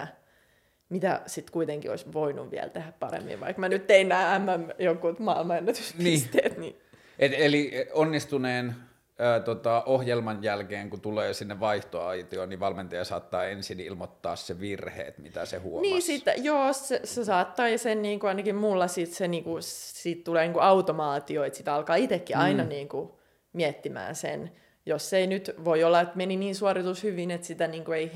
mitä sitten kuitenkin olisi voinut vielä tehdä paremmin, vaikka mä nyt tein nämä jotkut maailmanennätyspisteet. Niin. Eli onnistuneen ohjelman jälkeen, kun tulee sinne vaihtoaitioon, niin valmentaja saattaa ensin ilmoittaa se virheet, mitä se huomasi. Niin, se saattaa, ja sen niin kuin, ainakin mulla siitä tulee niin kuin automaatio, että sitä alkaa itsekin aina niin kuin, miettimään sen. Jos ei nyt voi olla, että meni niin suoritus hyvin, että sitä niin kuin, ei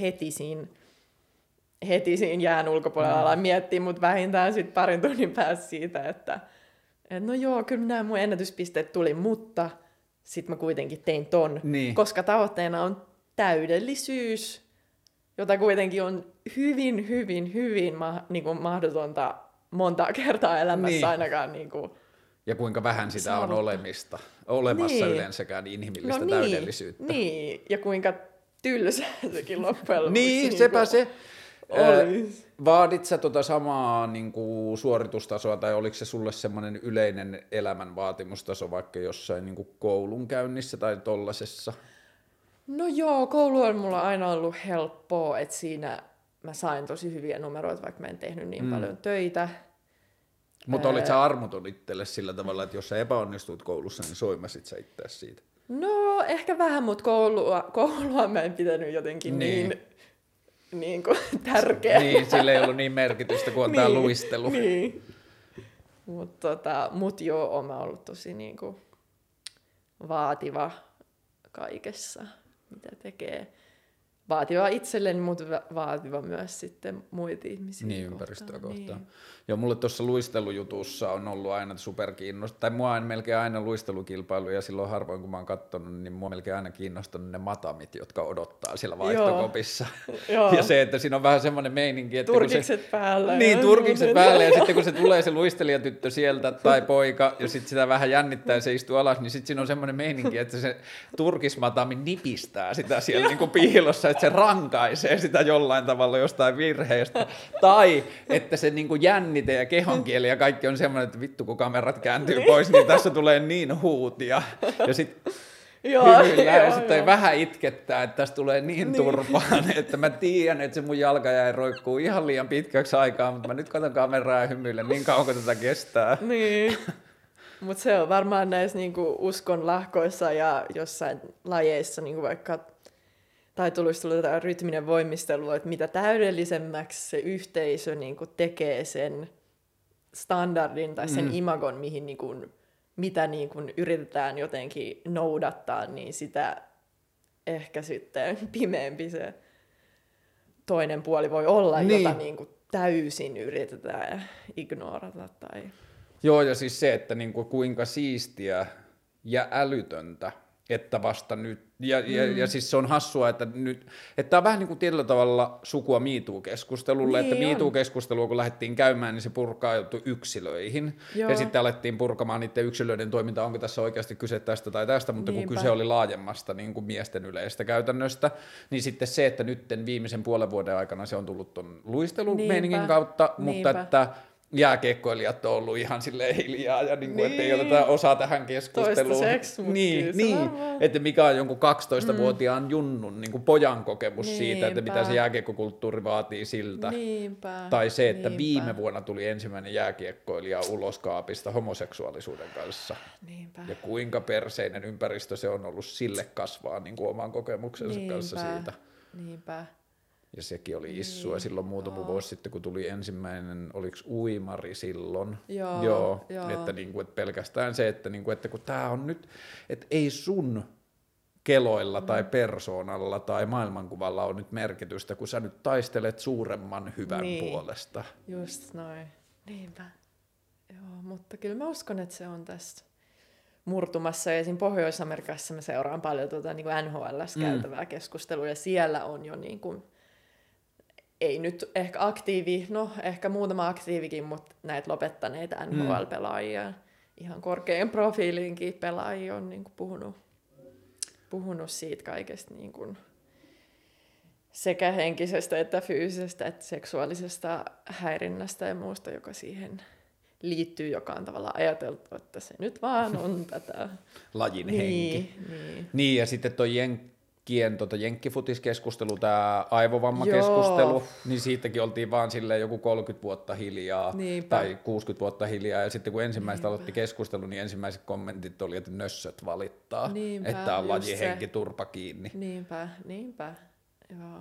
heti siinä jään ulkopuolella ala miettiä, mutta vähintään sitten parin tunnin päässä siitä, että no joo, kyllä nämä mun ennätyspisteet tuli, mutta sitten mä kuitenkin tein ton, koska tavoitteena on täydellisyys, jota kuitenkin on hyvin, hyvin, hyvin niin kuin mahdotonta monta kertaa elämässä ainakaan. Niin kuin ja kuinka vähän sitä on olemassa yleensäkään inhimillistä täydellisyyttä. Niin, ja kuinka tylsää sekin loppujen lopuksi. Niin, sepä se. Vaadit sä samaa niin kuin suoritustasoa, tai oliko se sulle semmoinen yleinen elämän vaatimustaso vaikka jossain niin kuin koulun käynnissä tai tollasessa? No joo, koulu on mulla aina ollut helppoa, että siinä mä sain tosi hyviä numeroita, vaikka mä en tehnyt niin paljon töitä. Mutta olit sä armoton itselle sillä tavalla, että jos sä epäonnistuit koulussa, niin soimasit sä itseäsi siitä? No, ehkä vähän, mutta koulua mä en pitänyt jotenkin niin kuin tärkeänä. Niin, sillä ei ollut niin merkitystä kuin on tää luistelu. Niin. Mut joo, oon mä ollut tosi niin kuin vaativa kaikessa, mitä tekee. Vaativa itselleni, mutta vaativa myös sitten muita ihmisiä niin, ympäristöä kohtaan. Niin. Joo, mulle tuossa luistelujutussa on ollut aina superkiinnostunut, tai mua on melkein aina luistelukilpailu, ja silloin harvoin kun mä oon katsonut, niin mua on melkein aina kiinnostunut ne matamit, jotka odottaa siellä vaihtokopissa. Ja se, että siinä on vähän semmoinen meininki, että turkikset päällä. Niin, turkikset päällä, ja sitten kun se tulee se luistelijatyttö sieltä tai poika, ja sitten sitä vähän jännittää ja se istuu alas, niin sitten siinä on semmoinen meininki, että se turkismatami nipistää sitä siellä niin kuin piilossa, että se rankaisee sitä jollain tavalla jostain virheestä, tai että se niin kuin jännite ja kehonkieli ja kaikki on semmoinen, että vittu kun kamerat kääntyy pois, niin tässä tulee niin huutia, ja sitten hymyillään, ja sitten vähän itkettää, että tästä tulee niin turpaan, että mä tiedän, että se mun jalka jäi roikkuu ihan liian pitkäksi aikaa, mutta mä nyt katson kameraa ja hymyillen niin kauan kuin tätä kestää. Niin. Mutta se on varmaan näissä niinku uskonlahkoissa ja jossain lajeissa, niinku vaikka taitoluistelulla tai rytminen voimistelu, että mitä täydellisemmäksi se yhteisö niinku tekee sen standardin tai sen imagon, mihin niinku, mitä niinku yritetään jotenkin noudattaa, niin sitä ehkä sitten pimeämpi se toinen puoli voi olla, jota niinku täysin yritetään ignorata tai... Joo, ja siis se, että niinku kuinka siistiä ja älytöntä, että vasta nyt, ja siis se on hassua, että nyt, että tämä on vähän niin kuin tietyllä tavalla sukua MeToo-keskustelulle, niin että MeToo-keskustelua kun lähdettiin käymään, niin se purkautui yksilöihin, ja sitten alettiin purkamaan niiden yksilöiden toimintaa, onko tässä oikeasti kyse tästä tai tästä, mutta kun kyse oli laajemmasta niin kuin miesten yleistä käytännöstä, niin sitten se, että nytten viimeisen puolen vuoden aikana se on tullut ton luistelumeiningin kautta, mutta että jääkiekkoilijat on ollut ihan silleen hiljaa ja niin kuin, ettei oteta osaa tähän keskusteluun. Niin, että mikä on jonkun 12-vuotiaan junnun niin kuin pojan kokemus siitä, että mitä se jääkiekkokulttuuri vaatii siltä. Tai se, että viime vuonna tuli ensimmäinen jääkiekkoilija ulos kaapista homoseksuaalisuuden kanssa. Ja kuinka perseinen ympäristö se on ollut sille kasvaa niin kuin oman kokemuksensa kanssa siitä. Ja sekin oli issua silloin muutama vuosi sitten, kun tuli ensimmäinen, oliko uimari silloin? Joo. Että, niin kuin, että pelkästään se, että, niin kuin, että kun tämä on nyt, että ei sun keloilla tai persoonalla tai maailmankuvalla ole nyt merkitystä, kun sä nyt taistelet suuremman hyvän puolesta. Just noin. Niinpä. Joo, mutta kyllä mä uskon, että se on tästä murtumassa, ja siinä Pohjois-Amerikassa mä seuraan paljon niin kuin NHL:ssä käytävää keskustelua, ja siellä on jo niin kuin, ei nyt ehkä aktiivi, no ehkä muutama aktiivikin, mutta näitä lopettaneita NHL-pelaajia, ihan korkean profiilinkin pelaajia on niin kuin puhunut siitä kaikesta niin kuin sekä henkisestä että fyysisestä että seksuaalisesta häirinnästä ja muusta, joka siihen liittyy, joka on tavallaan ajateltu, että se nyt vaan on tätä lajin henki. Niin, ja sitten tuo jenkkifutiskeskustelu, tämä aivovammakeskustelu, niin siitäkin oltiin vaan silleen joku 30 vuotta hiljaa tai 60 vuotta hiljaa, ja sitten kun ensimmäistä aloitti keskustelu, niin ensimmäiset kommentit oli, että nössöt valittaa, että on lajihenki turpa kiinni. Niinpä, joo.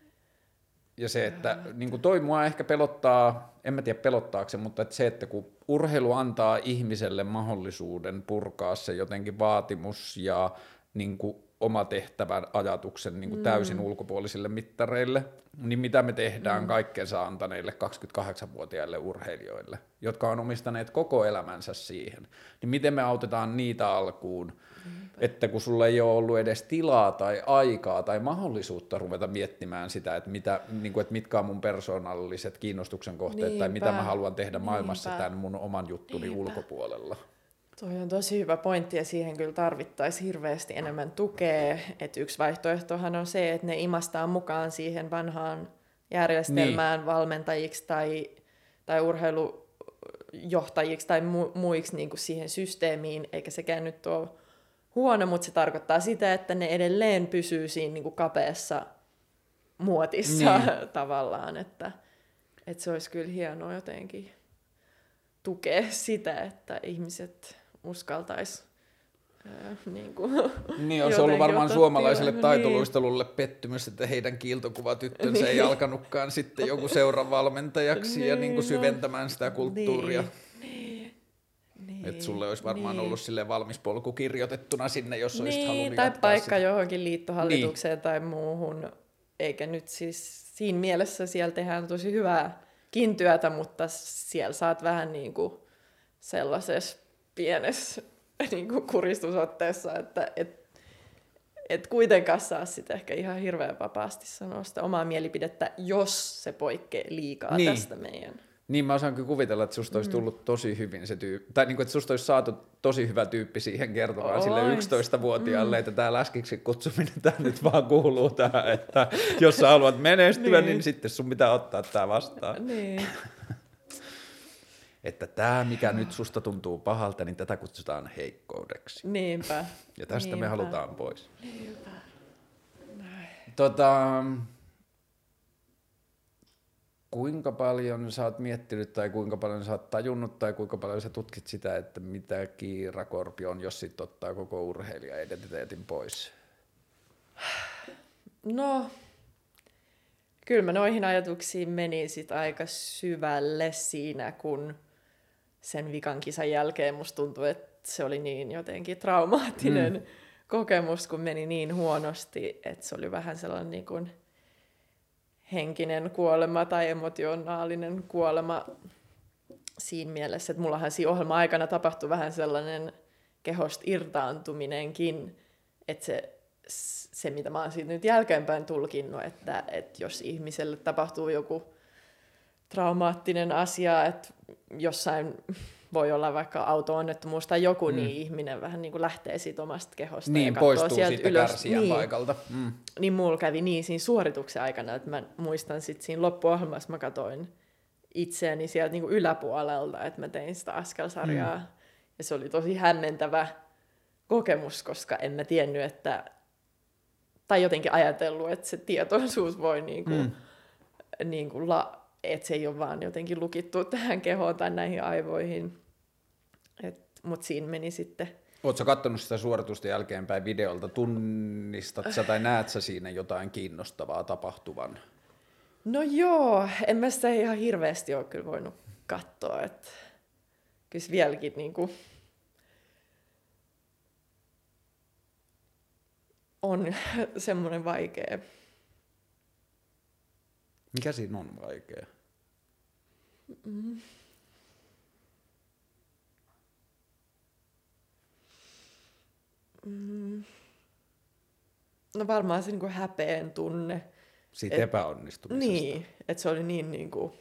Ja se, että niin kuin toi mua ehkä pelottaa, en mä tiedä pelottaako se, mutta että se, että kun urheilu antaa ihmiselle mahdollisuuden purkaa se jotenkin vaatimus ja niin kuin oma tehtävän ajatuksen niin kuin täysin ulkopuolisille mittareille, niin mitä me tehdään kaikkensa antaneille 28-vuotiaille urheilijoille, jotka on omistaneet koko elämänsä siihen, niin miten me autetaan niitä alkuun, että kun sulla ei ole ollut edes tilaa tai aikaa tai mahdollisuutta ruveta miettimään sitä, että, niin kuin, että mitkä on mun persoonalliset kiinnostuksen kohteet tai mitä mä haluan tehdä maailmassa tämän mun oman juttuni ulkopuolella. Toi on tosi hyvä pointti, ja siihen kyllä tarvittaisiin hirveästi enemmän tukea. Et yksi vaihtoehtohan on se, että ne imastaan mukaan siihen vanhaan järjestelmään valmentajiksi tai urheilujohtajiksi tai muiksi niin kuin siihen systeemiin, eikä sekään nyt ole huono, mutta se tarkoittaa sitä, että ne edelleen pysyy siinä niin kuin kapeassa muotissa tavallaan, että se olisi kyllä hienoa jotenkin tukea sitä, että ihmiset uskaltaisi Niin olisi ollut varmaan suomalaiselle taitoluistelulle pettymys, että heidän kiiltokuvatyttönsä ei alkanutkaan sitten joku seuravalmentajaksi ja niin kuin syventämään sitä kulttuuria. Että sulle olisi varmaan ollut silleen valmis polku kirjoitettuna sinne, jos olisit halunnut tai jatkaa paikka sitä. johonkin liittohallitukseen tai muuhun. Eikä nyt siis siinä mielessä siellä tehdään tosi hyvääkin työtä, mutta siellä saat vähän niin kuin sellaisessa pienessä niin kuin kuristusotteessa, että et kuitenkaan saa sitten ehkä ihan hirveän vapaasti sanoa sitä omaa mielipidettä, jos se poikkeaa liikaa tästä meidän. Niin, mä osaan kyllä kuvitella, että susta olisi tullut tosi hyvin se tyyppi, tai niin kuin, että susta olisi saatu tosi hyvä tyyppi siihen kertomaan sille 11-vuotiaalle, että tämä läskiksi kutsuminen tämä nyt vaan kuuluu tähän, että jos sä haluat menestyä, niin sitten sun pitää ottaa tämä vastaan. Niin. Että tämä, mikä nyt susta tuntuu pahalta, niin tätä kutsutaan heikkoudeksi. Niinpä. Ja tästä me halutaan pois. Niinpä. Kuinka paljon sä oot miettinyt tai kuinka paljon sä oot tajunnut tai kuinka paljon sä tutkit sitä, että mitä Kiira Korpi on, jos sit ottaa koko urheilija-identiteetin pois? No, kyllä mä noihin ajatuksiin menin sit aika syvälle siinä, kun sen vikan kisan jälkeen musta tuntui, että se oli niin jotenkin traumaattinen kokemus, kun meni niin huonosti, että se oli vähän sellainen niin kuin henkinen kuolema tai emotionaalinen kuolema siinä mielessä, että mullahan siinä ohjelma-aikana tapahtui vähän sellainen kehosta irtaantuminenkin, että se mitä mä oon siitä nyt jälkeenpäin tulkinnut, että jos ihmiselle tapahtuu joku traumaattinen asia, että jossain voi olla vaikka auto-onnettomuus tai joku, niin ihminen vähän niin kuin lähtee siitä omasta kehosta niin, ja katsoo poistuu sieltä siitä ylös. kärsijän paikalta. Niin mulla kävi niin siinä suorituksen aikana, että mä muistan sitten siinä loppuohjelmassa mä katsoin itseäni sieltä niin kuin yläpuolelta, että mä tein sitä askelsarjaa. Ja se oli tosi hämmentävä kokemus, koska en mä tiennyt, tai jotenkin ajatellut, että se tietoisuus voi että se ei ole vaan jotenkin lukittu tähän kehoon tai näihin aivoihin. Mutta siinä meni sitten. Ootko kattonut sitä suoritusta jälkeenpäin videolta? Tunnistat sä tai näet sä siinä jotain kiinnostavaa tapahtuvan? No joo, en mä sitä ihan hirveästi ole kyllä voinut katsoa. Että kyllä vieläkin niinku on semmoinen vaikea. Mikä siinä on vaikea? No varmaan se niinku häpeen tunne. Siitä epäonnistumisesta. Niin, että se oli niinku.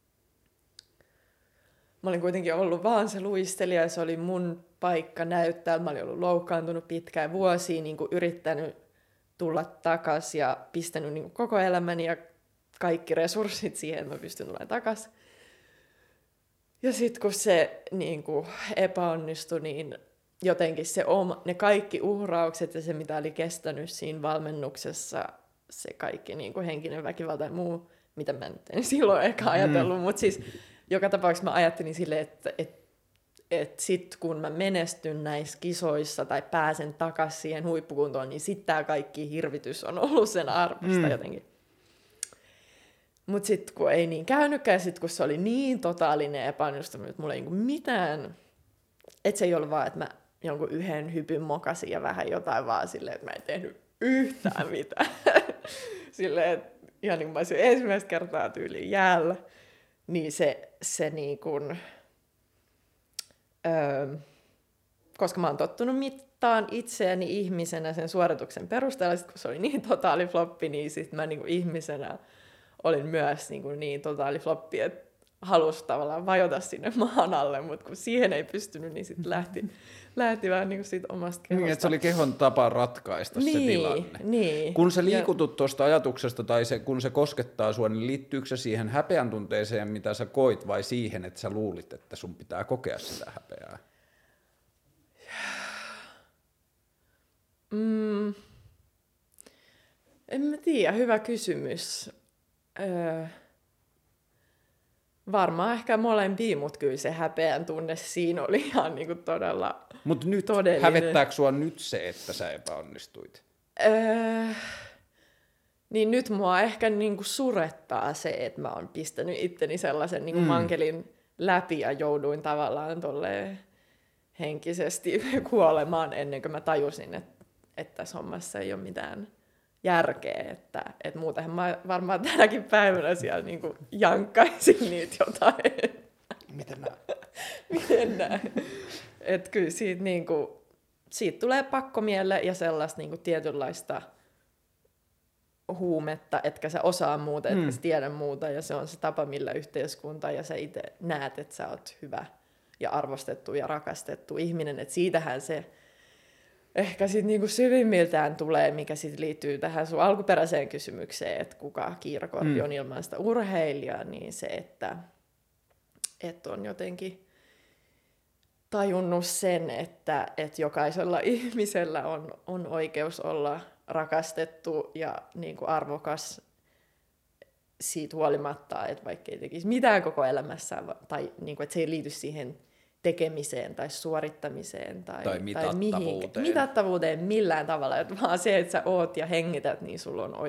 Mä olin kuitenkin ollut vaan se luistelija ja se oli mun paikka näyttää. Mä olin ollut loukkaantunut pitkään vuosia, niinku yrittänyt tulla takaisin ja pistänyt niinku koko elämäni ja kaikki resurssit siihen, että mä pystyn tulemaan takaisin. Ja sitten kun se niinku epäonnistui, niin jotenkin ne kaikki uhraukset ja se, mitä oli kestänyt siinä valmennuksessa, se kaikki niinku henkinen väkivalta ja muu, mitä mä nyt en silloin ehkä ajatellut, mutta siis joka tapauksessa mä ajattelin silleen, että sit kun mä menestyn näissä kisoissa tai pääsen takaisin siihen huippukuntoon, niin sitten tämä kaikki hirvitys on ollut sen arvosta jotenkin. Mutta sitten kun ei niin käynytkään, ja sitten kun se oli niin totaalinen epäonnistuminen, että mulla ei niinku mitään, että se ei ollut vaan, että mä jonkun yhden hypyn mokasin ja vähän jotain vaan silleen, että mä en tehnyt yhtään mitään. Silleen, että ihan niin kuin mä olisin ensimmäistä kertaa tyyliin jäällä, niin se niin kuin, koska mä oon tottunut mittaan itseäni ihmisenä sen suorituksen perusteella, sit kun se oli niin totaali floppi, niin sit mä niin kuin ihmisenä olin myös niin totaali floppi, että halusi tavallaan vajota sinne maan alle, mutta kun siihen ei pystynyt, niin sitten lähti vähän niin kuin siitä omasta kehosta. Niin, että se oli kehon tapa ratkaista se tilanne. Niin. Kun sä liikutut tuosta ajatuksesta tai kun se koskettaa sua, niin liittyykö se siihen häpeän tunteeseen, mitä sä koit, vai siihen, että sä luulit, että sun pitää kokea sitä häpeää? En mä tiedä, hyvä kysymys. Varmaan ehkä molempia, mutta kyllä se häpeän tunne siinä oli ihan niin kuin todella Mutta nyt todellinen. hävettääkö sua nyt se, että sä epäonnistuit? Niin nyt mua ehkä niin kuin surettaa se, että mä oon pistänyt itteni sellaisen niin kuin mankelin läpi ja jouduin tavallaan tolleen henkisesti kuolemaan ennen kuin mä tajusin, että tässä hommassa ei ole mitään järkeä, että muutenhan mä varmaan tänäkin päivänä siellä niin kuin jankkaisin niitä jotain. Miten näin? Että kyllä siitä, niin kuin, siitä tulee pakkomielle ja sellaista niin kuin tietynlaista huumetta, etkä sä osaa muuta, etkä sä tiedä muuta, ja se on se tapa, millä yhteiskunta ja sä itse näet, että sä oot hyvä ja arvostettu ja rakastettu ihminen, että siitähän se ehkä sitten niinku syvimmiltään tulee, mikä sitten liittyy tähän sun alkuperäiseen kysymykseen, että kuka Kiira Korpi on ilman sitä urheilijaa, niin se, että on jotenkin tajunnut sen, että jokaisella ihmisellä on oikeus olla rakastettu ja niin kuin arvokas siitä huolimatta, että vaikka ei tekisi mitään koko elämässään, tai niin kuin, että se ei liity siihen tekemiseen tai suorittamiseen tai mitattavuuteen millään tavalla, että vaan se, että sä oot ja hengität, niin sulla on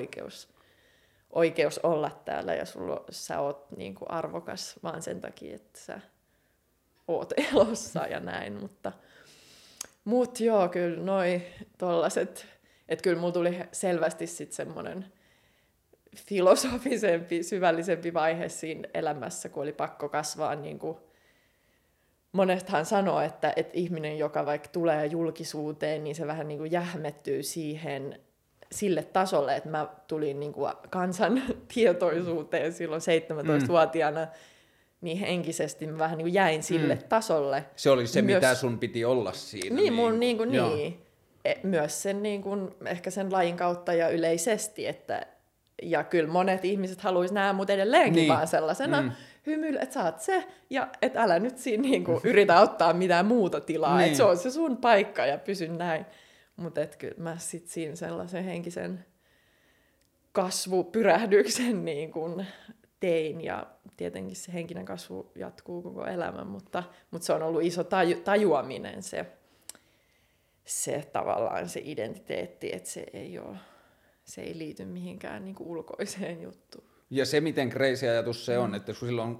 oikeus olla täällä ja sä oot niin kuin arvokas vaan sen takia, että sä oot elossa ja näin, mutta joo, kyllä noi tollaset, että kyllä mulla tuli selvästi sitten semmoinen filosofisempi, syvällisempi vaihe siinä elämässä, kun oli pakko kasvaa niin kuin monestahan sanoo, että ihminen, joka vaikka tulee julkisuuteen, niin se vähän niin kuin jähmettyy sille tasolle, että mä tulin niin kuin kansan tietoisuuteen silloin 17-vuotiaana, niin henkisesti mä vähän niin kuin jäin sille tasolle. Se oli se, mitä sun piti olla siinä. Niin. Myös sen, niin kuin, ehkä sen lajin kautta ja yleisesti, ja kyllä monet ihmiset haluaisi nähdä mut edelleenkin vaan sellaisena hymyillä, että sä oot se, ja et älä nyt siinä niin kuin, yritä ottaa mitään muuta tilaa, että se on se sun paikka ja pysy näin. Mutta kyllä mä sitten siinä sellaisen henkisen kasvupyrähdyksen niin kuin tein, ja tietenkin se henkinen kasvu jatkuu koko elämän, mutta se on ollut iso tajuaminen se tavallaan se identiteetti, että se ei liity mihinkään niin kuin ulkoiseen juttuun. Ja se, miten crazy ajatus se on, että silloin,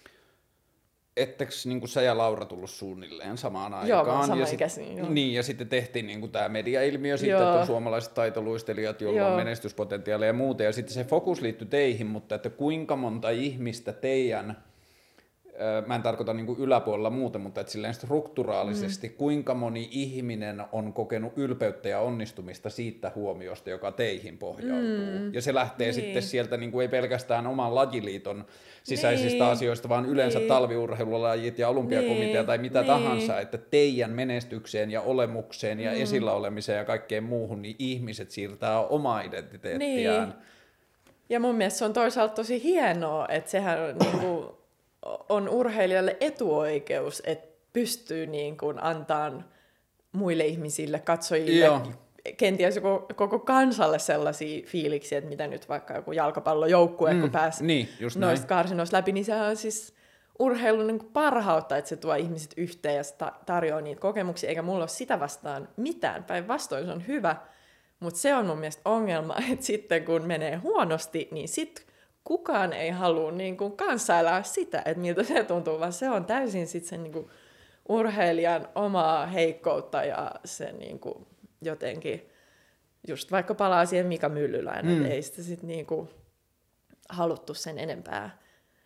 etteikö niin sä ja Laura tullut suunnilleen samaan aikaan? Joo, samaikäisiin. Joo. Niin, ja sitten tehtiin niin tämä mediailmiö sitten, että on suomalaiset taitoluistelijat, joilla on menestyspotentiaalia ja muuta, ja sitten se fokus liittyi teihin, mutta että kuinka monta ihmistä teidän, mä en tarkoita niin kuin yläpuolella muuten, mutta että silleen strukturaalisesti, kuinka moni ihminen on kokenut ylpeyttä ja onnistumista siitä huomiosta, joka teihin pohjautuu. Ja se lähtee sitten sieltä niin kuin ei pelkästään oman lajiliiton sisäisistä asioista, vaan yleensä talviurheilulajit ja olympiakomitea tai mitä tahansa, että teidän menestykseen ja olemukseen ja esillä olemiseen ja kaikkeen muuhun, niin ihmiset siirtää omaa identiteettiään. Niin. Ja mun mielestä se on toisaalta tosi hienoa, että sehän on niinku on urheilijalle etuoikeus, että pystyy niin kuin antamaan muille ihmisille, katsojille, kenties koko kansalle sellaisia fiiliksiä, että mitä nyt vaikka joku jalkapallojoukkue, kun pääsi noista karsinoista läpi, niin se on siis urheilun niin kuin parhautta, että se tuo ihmiset yhteen ja tarjoaa niitä kokemuksia, eikä mulla ole sitä vastaan mitään. Päinvastoin se on hyvä, mutta se on mun mielestä ongelma, että sitten kun menee huonosti, niin sitten kukaan ei halua niin kuin kanssailää sitä, että miltä se tuntuu, vaan se on täysin sit sen niin kuin urheilijan omaa heikkoutta ja se niin kuin jotenkin, just vaikka palaa siihen Mika Myllylään, että ei sitä sitten niin kuin haluttu sen enempää.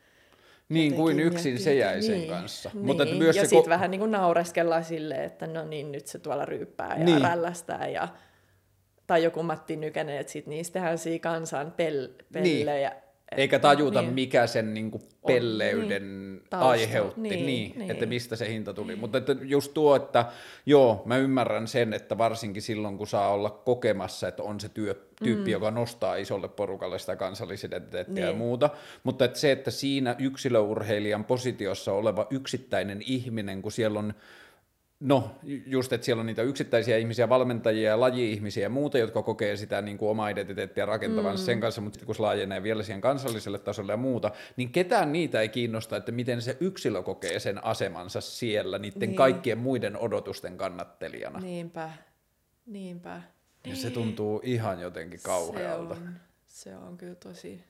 Niin kuin yksin se jäi sen kanssa. Niin. Mutta myös ja sitten vähän niin kuin naureskellaan silleen, että no niin, nyt se tuolla ryyppää ja rällästää. Tai joku Matti Nykänen, että sitten niistä tehdään siinä kansan pellejä. Eikä tajuta, mikä sen niinku pelleyden aiheutti, että mistä se hinta tuli. Mutta että just tuo, että joo, mä ymmärrän sen, että varsinkin silloin, kun saa olla kokemassa, että on se tyyppi, joka nostaa isolle porukalle sitä kansallisidentiteettiä ja muuta, mutta että se, että siinä yksilöurheilijan positiossa oleva yksittäinen ihminen, kun siellä on No, just, että siellä on niitä yksittäisiä ihmisiä, valmentajia ja laji-ihmisiä ja muuta, jotka kokee sitä niin kuin omaa identiteettiä rakentavan sen kanssa, mutta kun se laajenee vielä siihen kansalliselle tasolle ja muuta, niin ketään niitä ei kiinnosta, että miten se yksilö kokee sen asemansa siellä niiden kaikkien muiden odotusten kannattelijana. Niinpä. Ja se tuntuu ihan jotenkin kauhealta. Se on kyllä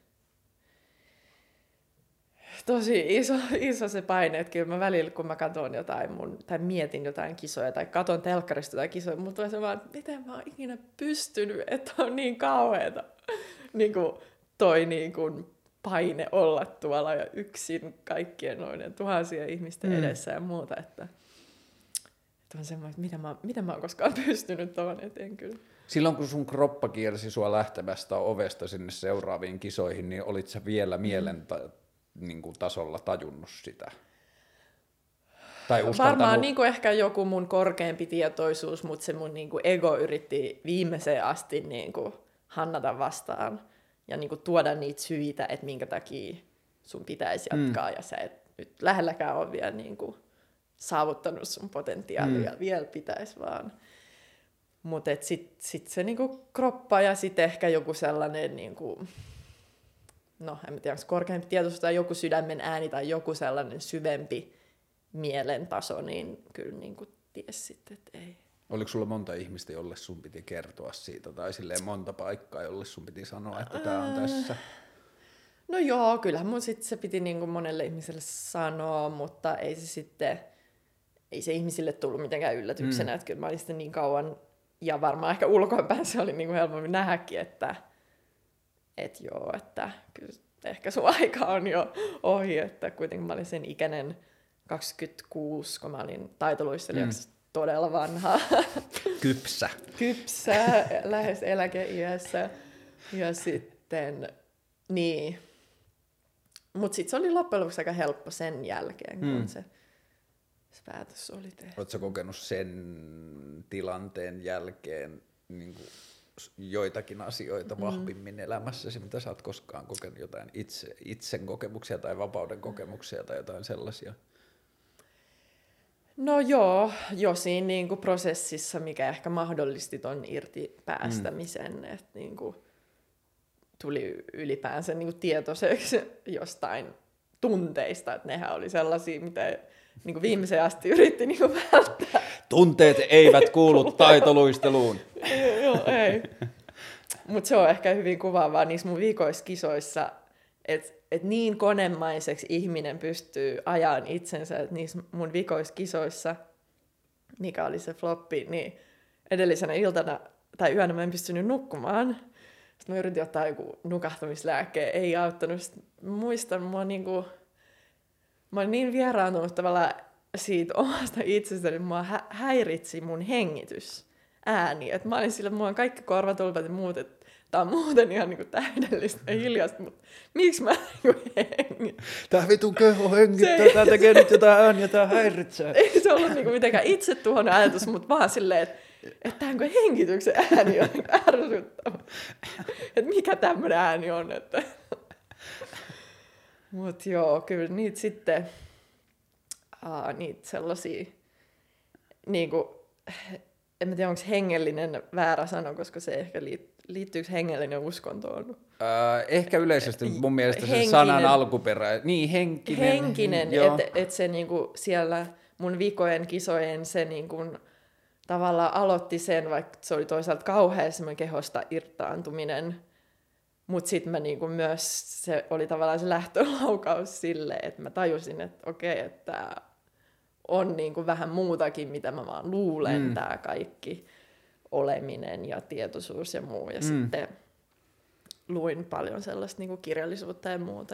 tosi iso se paine, että kyllä mä välillä, kun mä katson jotain tai mietin jotain kisoja tai katon telkkarista jotain kisoja, mulla tulee se vaan, että miten mä oon ikinä pystynyt, että on niin kauheata niin kuin toi niin kuin paine olla tuolla ja yksin kaikkien noiden tuhansien ihmisten edessä ja muuta, että on semmoinen, että miten mä oon koskaan pystynyt tuohon eteen kyllä. Silloin kun sun kroppa kiersi sua lähtevästä ovesta sinne seuraaviin kisoihin, niin olit sä vielä niin kuin tasolla tajunnut sitä? Tai varmaan niin kuin ehkä joku mun korkeampi tietoisuus, mutta se mun niin kuin ego yritti viimeiseen asti niin kuin hannata vastaan ja niin kuin tuoda niitä syitä, että minkä takia sun pitäisi jatkaa ja sä et nyt lähelläkään ole vielä niin kuin saavuttanut sun potentiaalia, vielä pitäisi vaan. Mutta sit se niinku kroppa ja sitten ehkä joku sellainen, niinku, no en tiedä, onko korkeampi tietoisuus tai joku sydämen ääni tai joku sellainen syvempi mielen taso, niin kyllä niinku ties sitten, että ei. Oliko sulla monta ihmistä, jolle sun piti kertoa siitä, tai silleen monta paikkaa, jolle sun piti sanoa, että tämä on tässä? No joo, kyllähän mun sitten se piti niinku monelle ihmiselle sanoa, mutta ei se ihmisille tullut mitenkään yllätyksenä, että kyllä mä olin sitten niin kauan, ja varmaan ehkä ulkoinpäin se oli niinku helpommin nähdäkin, että kyllä ehkä sun aika on jo ohi, että kuitenkin mä olin sen ikäinen 26, kun mä olin taitoluistelijaksi todella vanha. Kypsä, lähes eläkeiässä. Ja sitten, niin. Mutta sitten se oli loppujen lopuksi aika helppo sen jälkeen, kun se päätös oli tehty. Oletko kokenut sen tilanteen jälkeen niin kuin joitakin asioita vahvimmin elämässäsi, mitä sä oot koskaan kokenut, jotain itsen kokemuksia tai vapauden kokemuksia tai jotain sellaisia? No joo, jo siinä niin kuin prosessissa, mikä ehkä mahdollisti ton irti päästämisen, että niin kuin tuli ylipäänsä niin kuin tietoiseksi jostain tunteista, että nehän oli sellaisia, mitä niin kuin viimeiseen asti yritti niin kuin välttää. Tunteet eivät kuulu taitoluisteluun. Joo, ei. Mutta se on ehkä hyvin kuvaavaa niissä mun viikoiskisoissa, että niin konemaiseksi ihminen pystyy ajan itsensä, että niissä mun viikoiskisoissa, mikä oli se floppi, niin edellisenä iltana tai yönä mä en pystynyt nukkumaan. Sitten mä yritin ottaa joku nukahtamislääkkeen, ei auttanut. Sitten muistan, mä olin niin vieraantunut tavallaan siitä omasta itsestäni, että mua häiritsi mun hengitysääni. Että mä olin sillä, että mulla on kaikki korvatulpat ja muut, että tää on muuten ihan niinku täydellistä ja hiljasta, mutta miksi mä niinku hengitän? Tää vitun keho hengittää, tää tekee nyt jotain ääniä, tää häiritsee. Ei se ollut niinku mitenkään itsetuhoinen ajatus, mutta vaan silleen, että tämä hengityksen ääni on ärsyttävä. Että mikä tämmöinen ääni on. Että. Mut joo, kyllä niitä sitten, niitä sellaisia, niinku, en mä tiedä onko hengellinen väärä sana, koska se ehkä liittyykö hengellinen uskontoon? Ehkä yleisesti mun mielestä se sanan alkuperä. Niin, henkinen. Että se niinku siellä mun vikojen kisojen se niinku, tavallaan aloitti sen, vaikka se oli toisaalta kauhean semmoinen kehosta irtaantuminen, mutta sitten mä niinku myös, se oli tavallaan se lähtölaukaus silleen, että mä tajusin, että okei, että on niinku vähän muutakin, mitä mä vaan luulen, tää kaikki oleminen ja tietoisuus ja muu. Ja sitten luin paljon sellaista niinku kirjallisuutta ja muuta.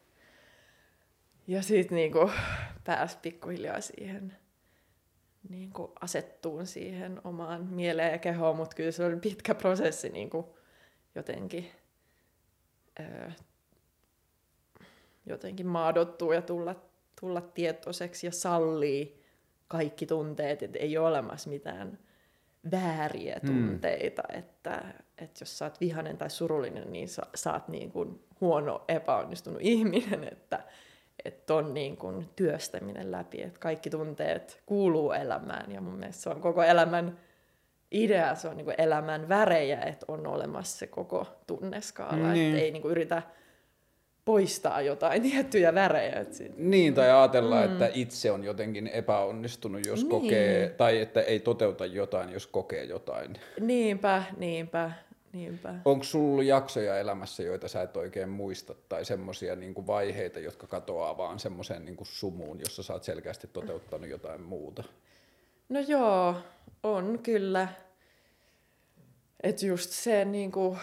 Ja sitten niinku pääsi pikkuhiljaa siihen niinku asettuun siihen omaan mieleen ja kehoon, mutta kyllä se oli pitkä prosessi niinku jotenkin maadottua ja tulla tietoiseksi ja sallii kaikki tunteet, että ei ole olemassa mitään vääriä tunteita, että jos sä oot vihainen tai surullinen, niin sä oot niin kuin huono, epäonnistunut ihminen, että ton niin kuin työstäminen läpi, että kaikki tunteet kuuluu elämään ja mun mielestä se on koko elämän idea, se on niin kuin elämän värejä, että on olemassa se koko tunneskaala, että ei niin kuin yritä poistaa jotain tiettyjä värejä. Niin, tai ajatellaan, että itse on jotenkin epäonnistunut, jos kokee, tai että ei toteuta jotain, jos kokee jotain. Niinpä. Onko sulla jaksoja elämässä, joita sä et oikein muista, tai semmoisia niinku vaiheita, jotka katoaa vaan semmoiseen niinku sumuun, jossa sä oot selkeästi toteuttanut jotain muuta? No joo, on kyllä. Että just se niinku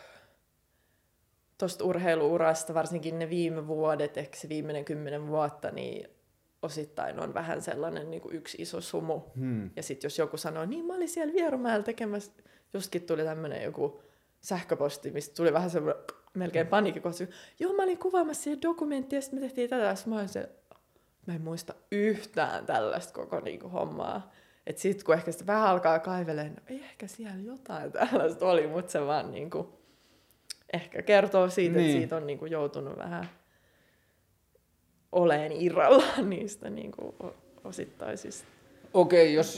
tuosta urheiluurasta, varsinkin ne viime vuodet, ehkä se viimeinen 10 vuotta, niin osittain on vähän sellainen niin kuin yksi iso sumu. Ja sitten jos joku sanoo, niin mä olin siellä Vierumäellä tekemässä, justkin tuli tämmöinen joku sähköposti, mistä tuli vähän semmoinen melkein paniikkikohta. Joo, mä olin kuvaamassa siihen dokumenttia, ja sitten me tehtiin tätä, mä en muista yhtään tällaista koko niin kuin hommaa. Että sitten kun ehkä sitä vähän alkaa kaivelemaan, no ehkä siellä jotain tällaista oli, mutta se vaan niin kuin ehkä kertoo siitä, että siitä on niin kuin joutunut vähän oleen irrallaan niistä niin kuin osittaisista. Okei, jos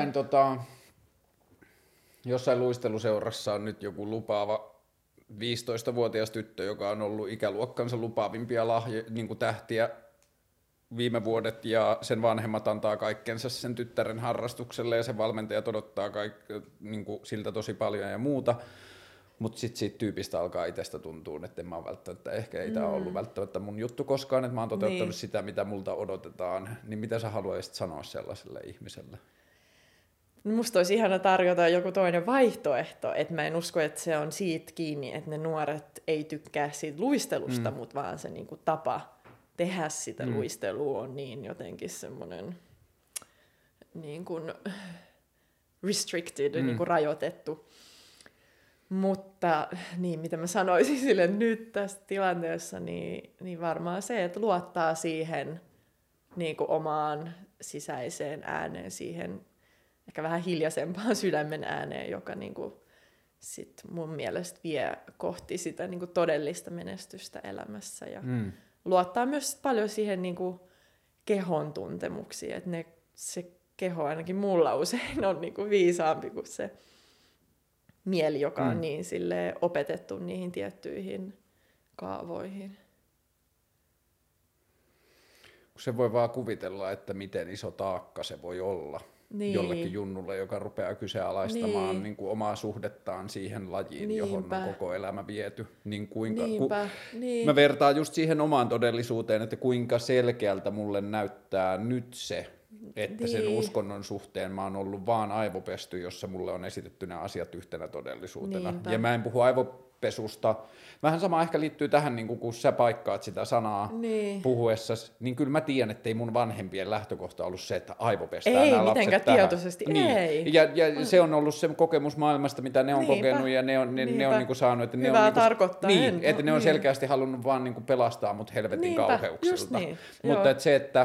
jossain luisteluseurassa on nyt joku lupaava 15-vuotias tyttö, joka on ollut ikäluokkansa lupaavimpia niin kuin tähtiä viime vuodet, ja sen vanhemmat antaa kaikkensa sen tyttären harrastukselle, ja sen valmentajat odottaa niin kuin siltä tosi paljon ja muuta. Mutta sitten siitä tyypistä alkaa itsestä tuntua, että en mä välttämättä, ehkä ei tämä ollut välttämättä mun juttu koskaan, että mä oon toteuttanut sitä, mitä multa odotetaan. Niin mitä sä haluaisit sanoa sellaiselle ihmiselle? Musta olisi ihana tarjota joku toinen vaihtoehto, että mä en usko, että se on siitä kiinni, että ne nuoret ei tykkää siitä luistelusta, mutta vaan se niinku tapa tehdä sitä luistelua on niin jotenkin semmoinen niin kuin restricted, niin kuin rajoitettu. Mutta niin, mitä mä sanoisin sille nyt tässä tilanteessa, niin varmaan se, että luottaa siihen niin kuin omaan sisäiseen ääneen, siihen ehkä vähän hiljaisempaan sydämen ääneen, joka niin kuin sit mun mielestä vie kohti sitä niin kuin todellista menestystä elämässä. Ja luottaa myös paljon siihen niin kuin kehon tuntemuksiin, että se keho ainakin mulla usein on niin kuin viisaampi kuin se mieli, joka on niin silleen opetettu niihin tiettyihin kaavoihin. Se voi vaan kuvitella, että miten iso taakka se voi olla jollekin junnulle, joka rupeaa kyseenalaistamaan niin kuin omaa suhdettaan siihen lajiin, johon on koko elämä viety. Mä vertaan just siihen omaan todellisuuteen, että kuinka selkeältä mulle näyttää nyt se, että sen uskonnon suhteen mä oon ollut vaan aivopesty, jossa mulle on esitetty ne asiat yhtenä todellisuutena. Ja mä en puhu aivopesusta. Vähän sama ehkä liittyy tähän, niin kun sä paikkaat sitä sanaa puhuessasi, niin kyllä mä tiedän, että ei mun vanhempien lähtökohta ollut se, että aivopestään nämä lapset tähän. Ei mitenkään tietoisesti, ei. Ja se on ollut se kokemus maailmasta, mitä ne on kokenut, ja ne on niin kuin saanut, että ne on, että ne on selkeästi halunnut vaan niin kuin pelastaa mut helvetin kauheuksilta. Mutta että se, että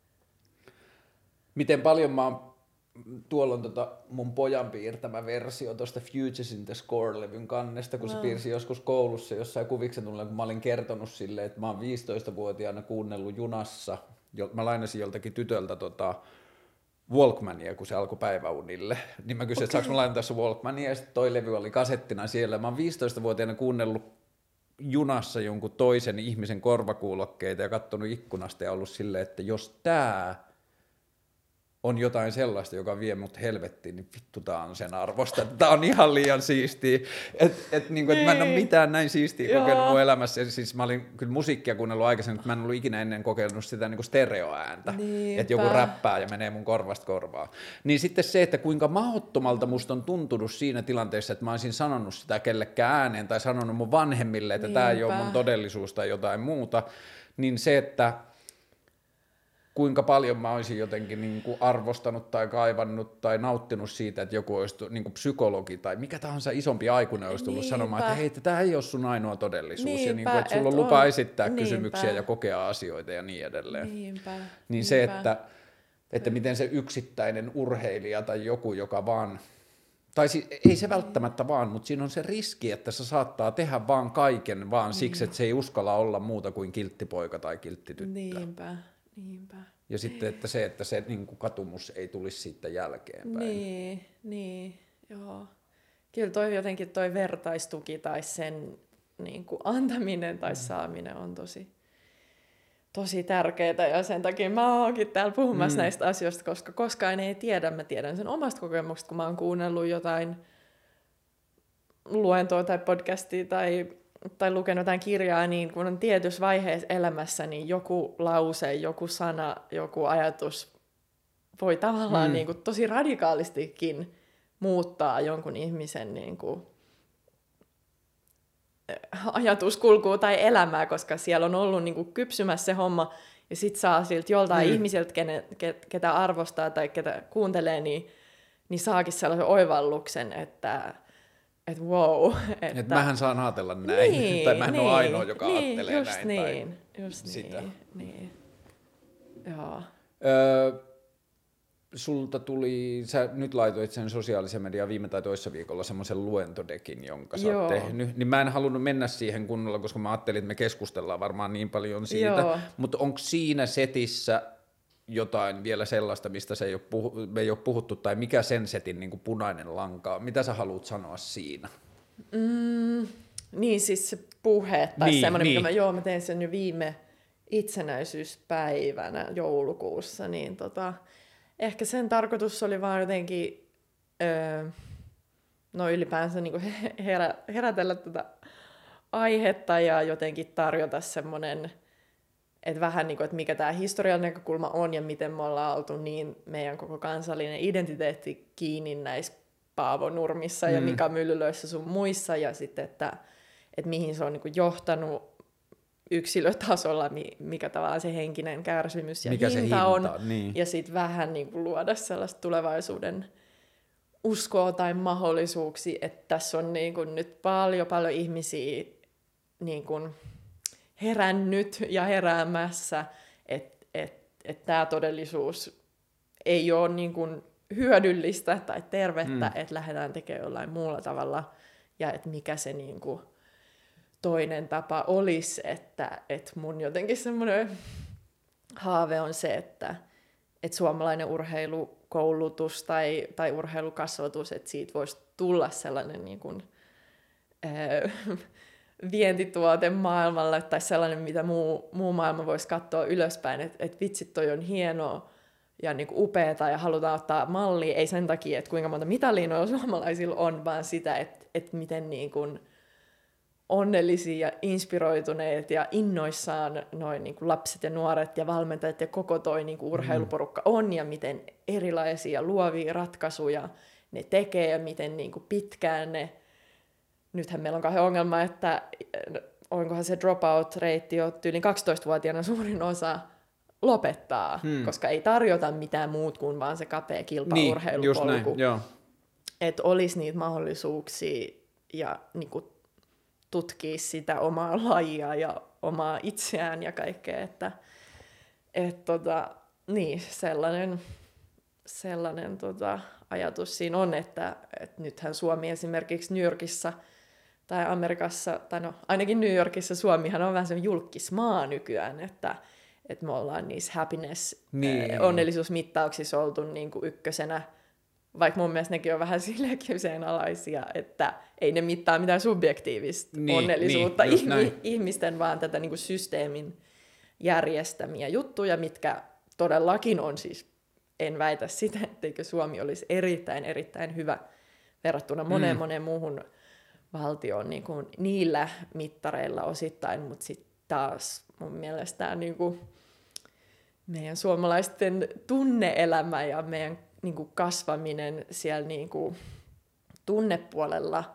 miten paljon mä oon, tuolla on mun pojan piirtämä versio tuosta Futures in the Score-levyn kannesta, kun se piirsi joskus koulussa jossain kuviksen tunnilla, kun mä olin kertonut sille, että mä oon 15-vuotiaana kuunnellut junassa, mä lainasin joltakin tytöltä Walkmania, kun se alkoi päiväunille, niin mä kysyin, että saanko mä lainata tässä Walkmania, ja sitten toi levy oli kasettina siellä. Mä oon 15-vuotiaana kuunnellut junassa jonkun toisen ihmisen korvakuulokkeita ja katsonut ikkunasta ja ollut silleen, että jos tää on jotain sellaista, joka vie mut helvettiin, niin vittu tää on sen arvosta. Tää on ihan liian siistiä. Niinku, et mä en ole mitään näin siistiä kokenut mun elämässä. Ja siis mä olin kyllä musiikkia kuunnellut aikaisemmin, mutta mä en ollut ikinä ennen kokenut sitä niinku stereoääntä. Että joku räppää ja menee mun korvasta korvaan. Niin sitten se, että kuinka mahdottomalta musta on tuntunut siinä tilanteessa, että mä olisin sanonut sitä kellekään ääneen tai sanonut mun vanhemmille, että tää ei ole mun todellisuus tai jotain muuta. Niin se, että kuinka paljon mä olisin jotenkin niin kuin arvostanut tai kaivannut tai nauttinut siitä, että joku olisi niin kuin psykologi tai mikä tahansa isompi aikuinen olisi tullut sanomaan, että hei, tämä ei ole sun ainoa todellisuus. Ja niin kuin, että sulla on lupa esittää kysymyksiä ja kokea asioita ja niin edelleen. Niin se, että miten se yksittäinen urheilija tai joku, joka vaan Tai ei se välttämättä vaan, mutta siinä on se riski, että se saattaa tehdä vaan kaiken vaan siksi, että se ei uskalla olla muuta kuin kilttipoika tai kilttityttö. Niinpä. Ja sitten, että se niin kuin katumus ei tulisi siitä jälkeenpäin. Niin, joo. Kyllä toi vertaistuki tai sen niin kuin antaminen tai saaminen on tosi tärkeää, ja sen takia mä oonkin täällä puhumassa näistä asioista, koska koskaan ei tiedä. Mä tiedän sen omasta kokemuksesta, kun mä oon kuunnellut jotain luentoa tai podcastia tai lukenut jotain kirjaa, niin kun on tietyssä vaiheessa elämässä, niin joku lause, joku sana, joku ajatus voi tavallaan niin kuin tosi radikaalistikin muuttaa jonkun ihmisen niin kuin ajatuskulkua tai elämää, koska siellä on ollut niin kuin kypsymässä se homma, ja sit saa siltä joltain ihmiseltä, ketä arvostaa tai ketä kuuntelee, niin saakin sellaisen oivalluksen, että wow. Että mähän saan ajatella näin, tai mä en ole ainoa, joka ajattelee just näin. Niin, tai just sitä. niin. Joo. Sulta tuli, sä nyt laitoit sen sosiaalisen median viime tai toissa viikolla semmoisen luentodekin, jonka sä oot tehnyt. Niin mä en halunnut mennä siihen kunnolla, koska mä ajattelin, että me keskustellaan varmaan niin paljon siitä. Mutta onko siinä setissä jotain vielä sellaista, mistä me ei ole puhuttu, tai mikä sen setin niin kuin punainen lanka on? Mitä sä haluat sanoa siinä? Niin siis se puhe, tai semmoinen, mikä mä tein sen jo viime itsenäisyyspäivänä joulukuussa, niin ehkä sen tarkoitus oli vaan jotenkin ylipäänsä niin kuin herätellä tätä aihetta ja jotenkin tarjota semmoinen, että vähän niin kuin, että mikä tämä historiallinen näkökulma on ja miten me ollaan oltu niin meidän koko kansallinen identiteetti kiinni näissä Paavo Nurmissa ja Mika Myllylöissä sun muissa, ja sitten, että mihin se on niin kuin johtanut yksilötasolla, mikä tavallaan se henkinen kärsimys ja mikä hinta on. Niin. Ja sitten vähän niin kuin luoda sellaista tulevaisuuden uskoa tai mahdollisuuksia, että tässä on niin kuin nyt paljon ihmisiä niin kuin herännyt ja heräämässä, että tämä todellisuus ei ole niin kuin hyödyllistä tai tervettä, että lähdetään tekemään jollain muulla tavalla, ja että mikä se niin kuin toinen tapa olisi, että mun jotenkin semmoinen haave on se, että suomalainen urheilukoulutus tai urheilukasvatus, että siitä voisi tulla sellainen niin kuin, vientituote maailmalle tai sellainen, mitä muu maailma voisi katsoa ylöspäin, että vitsit, toi on hienoa ja niin kuin upeata ja halutaan ottaa mallia, ei sen takia, että kuinka monta mitalia noilla suomalaisilla on, vaan sitä, että miten niin kuin onnellisia ja inspiroituneet ja innoissaan noin niin kuin lapset ja nuoret ja valmentajat ja koko toi niin kuin urheiluporukka on, ja miten erilaisia luovia ratkaisuja ne tekee ja miten niin kuin pitkään ne. Nythän meillä on kahden ongelma, että onkohan se dropout-reitti jo tyyliin 12-vuotiaana suurin osa lopettaa, koska ei tarjota mitään muut kuin vaan se kapea kilpaurheilupolku. Niin, että olisi niitä mahdollisuuksia ja niin kuin tutkia sitä omaa lajia ja omaa itseään ja kaikkea, että niin, sellainen ajatus siinä on, että nythän Suomi esimerkiksi New Yorkissa tai Amerikassa, tai no ainakin New Yorkissa Suomihan on vähän semmoinen julkismaa nykyään, että me ollaan niissä onnellisuusmittauksissa oltu niin kuin ykkösenä, vaikka mun mielestä nekin on vähän silleen kyseenalaisia, että ei ne mittaa mitään subjektiivista onnellisuutta ihmisten, vaan tätä niin kuin systeemin järjestämiä juttuja, mitkä todellakin on siis, en väitä sitä, etteikö Suomi olisi erittäin hyvä verrattuna moneen muuhun valtioon niin kuin niillä mittareilla osittain, mutta sitten taas mun mielestä niin kuin meidän suomalaisten tunne-elämä ja meidän niin kuin kasvaminen siellä niin kuin tunnepuolella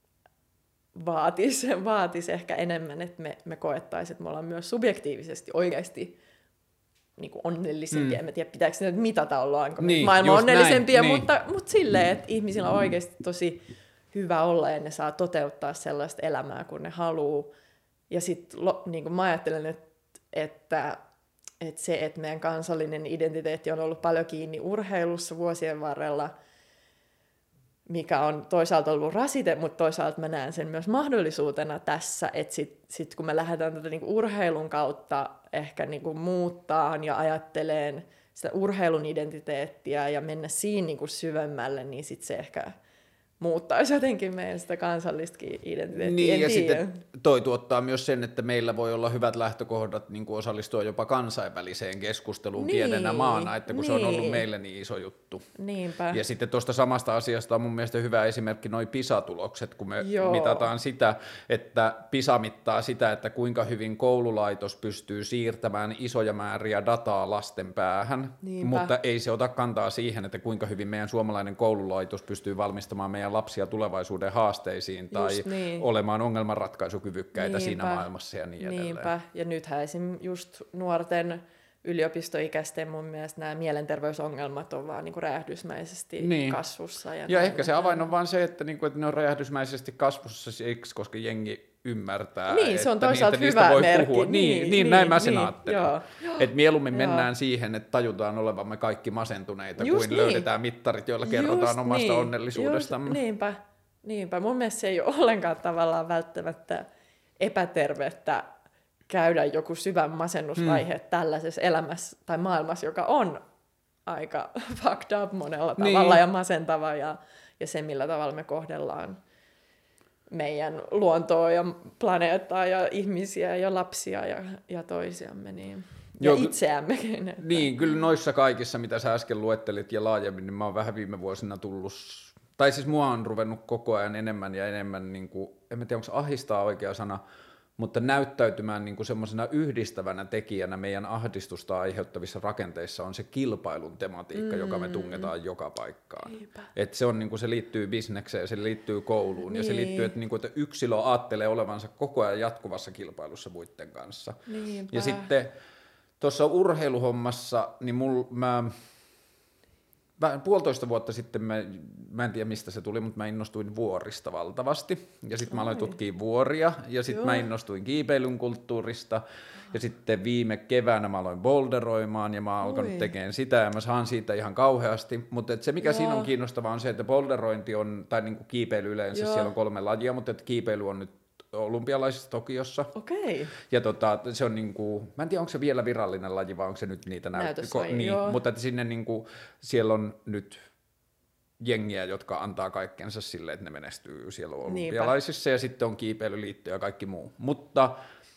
vaatisi ehkä enemmän, että me koettaisiin, että me ollaan myös subjektiivisesti oikeasti niin kuin onnellisempia. En mä tiedä, pitääkö ne mitata, ollaanko maailman onnellisempia, mutta silleen, että ihmisillä on oikeasti tosi hyvä olla ja ne saa toteuttaa sellaista elämää, kun ne haluaa. Ja sitten niin mä ajattelen, että se, että meidän kansallinen identiteetti on ollut paljon kiinni urheilussa vuosien varrella, mikä on toisaalta ollut rasite, mutta toisaalta mä näen sen myös mahdollisuutena tässä, että sit kun me lähdetään tätä niinku urheilun kautta ehkä niinku muuttaa ja ajatteleen sitä urheilun identiteettiä ja mennä siinä niinku syvemmälle, niin sit se ehkä muuttaisi jotenkin meidän sitä kansallistakin identiteettiä. Niin, ja sitten toi tuottaa myös sen, että meillä voi olla hyvät lähtökohdat niin kuin osallistua jopa kansainväliseen keskusteluun pienenä maana, että kun se on ollut meille niin iso juttu. Niinpä. Ja sitten tuosta samasta asiasta on mun mielestä hyvä esimerkki noi PISA-tulokset, kun me mitataan sitä, että PISA mittaa sitä, että kuinka hyvin koululaitos pystyy siirtämään isoja määriä dataa lasten päähän, mutta ei se ota kantaa siihen, että kuinka hyvin meidän suomalainen koululaitos pystyy valmistamaan meidän lapsia tulevaisuuden haasteisiin tai olemaan ongelmanratkaisukyvykkäitä siinä maailmassa ja niin edelleen. Ja nythän esim. Just nuorten yliopistoikäisten mun mielestä nämä mielenterveysongelmat on vaan niinku räjähdysmäisesti kasvussa. Ja ehkä se avain on vaan se, että ne on räjähdysmäisesti kasvussa siksi, koska jengi ymmärtää, niin, se on että toisaalta niistä hyvä voi merkki. puhua. Niin, näin mä sen ajattelen. Että mieluummin Joo. mennään siihen, että tajutaan olevamme kaikki masentuneita, just kuin löydetään mittarit, joilla kerrotaan omasta onnellisuudestamme. Niinpä. Mun mielestä se ei ole ollenkaan tavallaan välttämättä epätervettä käydä joku syvä masennusvaihe tällaisessa elämässä tai maailmassa, joka on aika fucked up monella tavalla ja masentava ja se, millä tavalla me kohdellaan meidän luontoa ja planeettaa ja ihmisiä ja lapsia ja toisiamme ja itseämmekin. Että. Niin, kyllä noissa kaikissa, mitä sä äsken luettelit ja laajemmin, niin mä oon vähän viime vuosina tullut, tai siis mua on ruvennut koko ajan enemmän ja enemmän, niin kuin, en mä tiedä onko ahdistaa oikea sana, mutta näyttäytymään niin kuin semmoisena yhdistävänä tekijänä meidän ahdistusta aiheuttavissa rakenteissa on se kilpailun tematiikka, joka me tungetaan joka paikkaan. Että se on niin kuin, se liittyy bisnekseen, se liittyy kouluun ja se liittyy, että, niin kuin, että yksilö ajattelee olevansa koko ajan jatkuvassa kilpailussa muiden kanssa. Ja sitten tuossa urheiluhommassa, niin mä 1,5 vuotta sitten, mä en tiedä mistä se tuli, mutta mä innostuin vuorista valtavasti. Ja sitten mä aloin tutkia vuoria, ja sitten mä innostuin kiipeilyn kulttuurista. Ja sitten viime keväänä mä aloin boulderoimaan, ja mä oon alkanut tekemään sitä, ja mä saan siitä ihan kauheasti. Mutta se, mikä siinä on kiinnostavaa, on se, että boulderointi on, tai niin kuin kiipeily yleensä, siellä on 3 lajia, mutta että kiipeily on nyt olympialaisissa Tokiossa. Okei. Ja se on niinku, mä en tiedä onko se vielä virallinen laji vai onko se nyt niitä näytöslaji. Mutta että sinne niinku, siellä on nyt jengiä, jotka antaa kaikkensa sille, että ne menestyy siellä olympialaisissa ja sitten on kiipeilyliitto ja kaikki muu. Mutta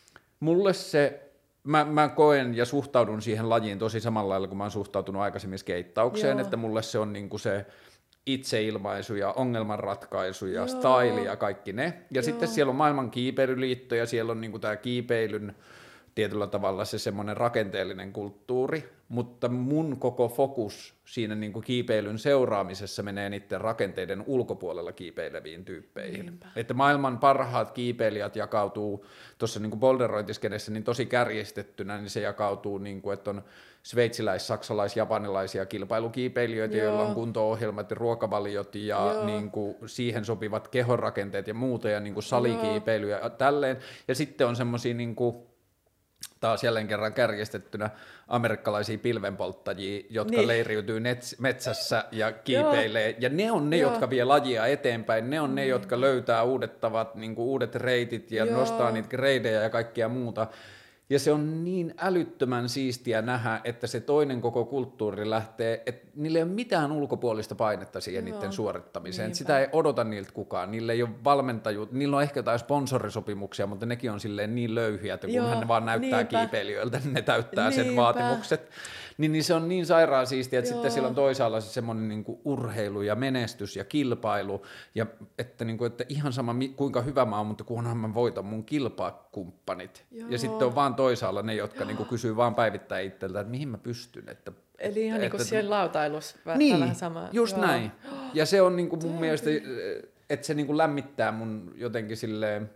mulle se, mä koen ja suhtaudun siihen lajiin tosi samalla lailla kuin mä oon suhtautunut aikaisemmin skeittaukseen, että mulle se on niinku se itseilmaisu ja ongelmanratkaisu ja style ja kaikki ne. Ja sitten siellä on maailman kiipeilyliitto ja siellä on niinku tämä kiipeilyn tietyllä tavalla se semmoinen rakenteellinen kulttuuri, mutta mun koko fokus siinä niinku kiipeilyn seuraamisessa menee niiden rakenteiden ulkopuolella kiipeileviin tyyppeihin. Niinpä. Että maailman parhaat kiipeilijät jakautuu tuossa niinku boulderointiskenessä niin tosi kärjistettynä, niin se jakautuu niinku, että on sveitsiläis-, saksalais-, japanilaisia kilpailukiipeilijöitä, joilla on kunto-ohjelmat ja ruokavaliot ja niinku siihen sopivat kehonrakenteet ja muuta ja niinku salikiipeilyä ja tälleen. Ja sitten on semmoisia niinku taas jälleen kerran kärjestettynä amerikkalaisia pilvenpolttajia, jotka leiriytyy metsässä ja kiipeilee. Ja ne on ne, jotka vie lajia eteenpäin. Ne on ne, jotka löytää uudet tavat, niin kuin uudet reitit ja nostaa niitä reidejä ja kaikkia muuta. Ja se on niin älyttömän siistiä nähdä, että se toinen koko kulttuuri lähtee, että niillä ei ole mitään ulkopuolista painetta siihen niiden suorittamiseen. Sitä ei odota niiltä kukaan. Niillä ei ole valmentajuutta, niillä on ehkä jotain sponsorisopimuksia, mutta nekin on silleen niin löyhiä, että kunhan ne vaan näyttää kiipeilijöiltä, niin ne täyttää sen vaatimukset. Niin se on niin sairaan siistiä, että sitten siellä on toisaalla se semmoinen niin kuin urheilu ja menestys ja kilpailu, ja että, niin kuin, että ihan sama kuinka hyvä mä oon, mutta kunhan mä voitan mun kilpakumppanit. Ja sitten on vaan toisaalla ne, jotka niin kuin kysyy vaan päivittäin itseltä, että mihin mä pystyn. Eli ihan niin kuin siellä lautailussa vähän sama. Just näin. Ja se on niin kuin mun mielestä, että se niin kuin lämmittää mun jotenkin silleen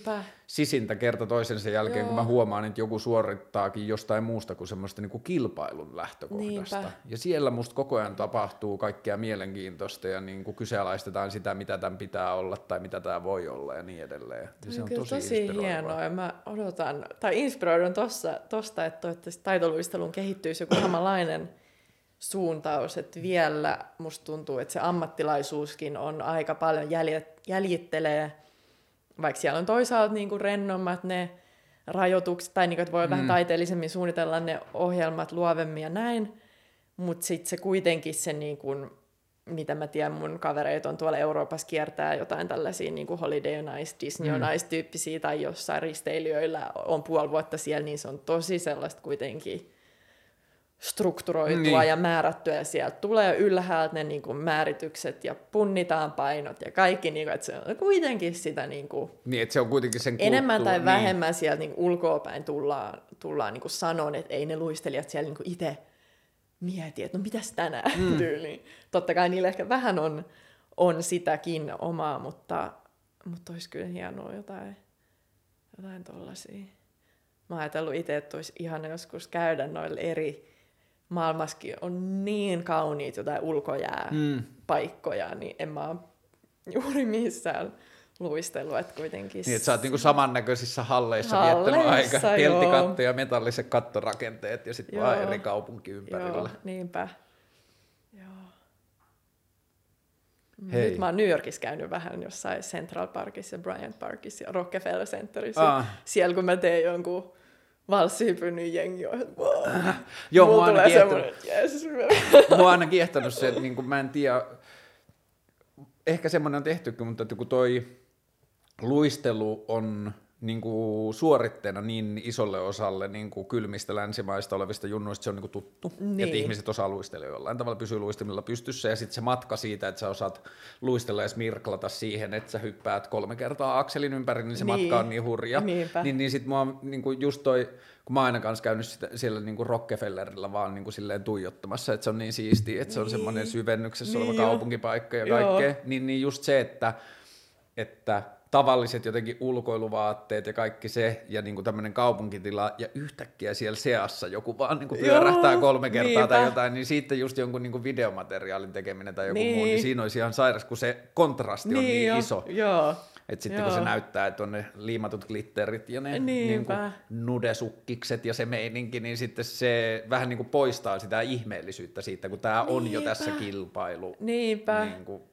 sisintä kerta toisensa jälkeen, kun mä huomaan, että joku suorittaakin jostain muusta kuin semmoista niin kuin kilpailun lähtökohdasta. Ja siellä musta koko ajan tapahtuu kaikkea mielenkiintoista ja niin kuin kyseenalaistetaan sitä, mitä tämän pitää olla tai mitä tämä voi olla ja niin edelleen. Ja se on tosi hienoa ja mä inspiroidun tosta, että toivottavasti taitoluisteluun kehittyisi joku samanlainen suuntaus, että vielä musta tuntuu, että se ammattilaisuuskin on aika paljon jäljittelee, vaikka siellä on toisaalta niin kuin rennommat ne rajoitukset, tai niin kuin, että voi vähän taiteellisemmin suunnitella ne ohjelmat luovemmin ja näin, mutta sitten se kuitenkin se, niin kuin, mitä mä tiedän, mun kavereet on tuolla Euroopassa kiertää jotain tällaisia niin kuin Holiday on Ice, Disney on Ice -tyyppisiä, tai jossain risteilijöillä on puoli vuotta siellä, niin se on tosi sellaista kuitenkin strukturoitua ja määrättyä, ja sieltä tulee ylhäältä ne niin kuin määritykset ja punnitaan painot ja kaikki, niin kuin, että se on kuitenkin sitä niin kuin, niin, että se on kuitenkin sen enemmän tai vähemmän sieltä niin ulkoapäin tullaan niin kuin sanoon, että ei ne luistelijat siellä niin kuin itse mieti, että no mitäs tänään tyyliin. Totta kai niillä ehkä vähän on sitäkin omaa, mutta olisi kyllä hienoa jotain tollaisia. Mä oon ajatellut itse, että olisi ihana joskus käydä noilla eri maailmassakin on niin kauniita jotain ulkojääpaikkoja, niin en mä ole juuri missään luistellut, että kuitenkin... Niin, että sä oot niinku samannäköisissä halleissa viettänyt aika. Peltikatto ja metalliset kattorakenteet ja sitten vaan eri kaupunki ympärillä. Joo, niinpä. Joo. Nyt mä oon New Yorkissa käynyt vähän jossain Central Parkissa ja Bryant Parkissa ja Rockefeller Centerissä. Siellä kun mä teen jonkun valssihypyn, niin jengi on, että wow. Joo, mulla tulee semmoinen, että jes. Mua on aina kiehtonut se, että niin mä en tiedä, ehkä semmoinen on tehtykin, mutta että kun toi luistelu on niin kuin suoritteena niin isolle osalle niin kuin kylmistä länsimaista olevista junnuista, se on niin kuin tuttu, niin. Että ihmiset osaa luistella jollain tavalla, pysyy luistimilla pystyssä, ja sitten se matka siitä, että sä osaat luistella ja smirklata siihen, että sä hyppäät 3 kertaa akselin ympäri, niin se matka on niin hurja. Niin sit mua niin kuin just toi, kun mä oon aina kanssa käynyt siellä niin kuin Rockefellerillä vaan niin kuin silleen tuijottamassa, että se on niin siistiä, että se on semmoinen syvennyksessä oleva kaupunkipaikka ja kaikkea, niin just se, että tavalliset jotenkin ulkoiluvaatteet ja kaikki se, ja niinku tämmöinen kaupunkitila, ja yhtäkkiä siellä seassa joku vaan niinku pyörähtää 3 kertaa tai jotain, niin siitä just jonkun niinku videomateriaalin tekeminen tai joku muu, niin siinä olisi ihan sairas, kun se kontrasti on niin iso. Että sitten kun se näyttää, että on ne liimatut glitterit ja ne niinku nudesukkikset ja se meininki, niin sitten se vähän niinku poistaa sitä ihmeellisyyttä siitä, kun tämä on jo tässä kilpailu. Niinku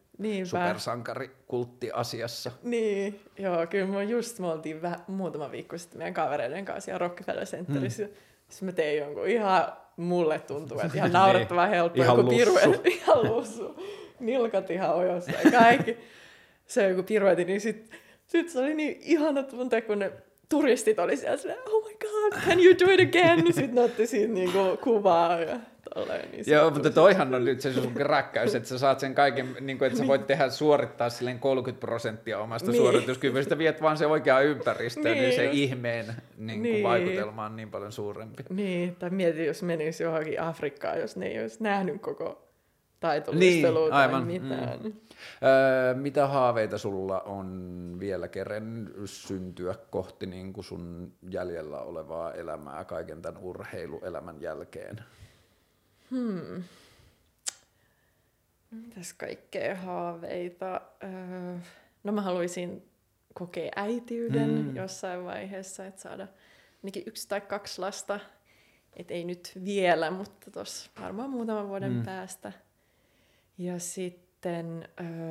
supersankarikulttiasiassa. Niin, joo, kyllä me oltiin muutama viikko sitten meidän kavereiden kanssa siellä Rockefeller Centerissä. Sitten mä tein jonkun ihan, mulle tuntuu, että ihan naurettavan helppo. Ihan piruetti, ihan lussu. Nilkat ihan ojossa ja kaikki. Se joku piruetti, niin sit se oli niin ihana tuntea, kun ne turistit oli siellä silleen, oh my god, can you do it again? Sitten ne otti siitä niinku kuvaa ja tolleen. Niin joo, mutta toihan on nyt se sun räkkäys, että sä saat sen kaiken, niin kuin, että sä voit suorittaa silleen 30% omasta suorituskyvystä, viet vaan se oikea ympäristöön, niin se ihmeen vaikutelma on niin paljon suurempi. Niin, tai mieti, jos menisi johonkin Afrikkaan, jos ne ei olisi nähnyt koko taitoluistelua tai mitään. Mitä haaveita sulla on vielä kerennyt syntyä kohti niin kuin sun jäljellä olevaa elämää kaiken tämän urheiluelämän jälkeen? Mitäs kaikkea haaveita? No mä haluaisin kokea äitiyden jossain vaiheessa, että saada ainakin 1 tai 2 lasta. Et ei nyt vielä, mutta tuossa varmaan muutaman vuoden päästä. Ja sitten,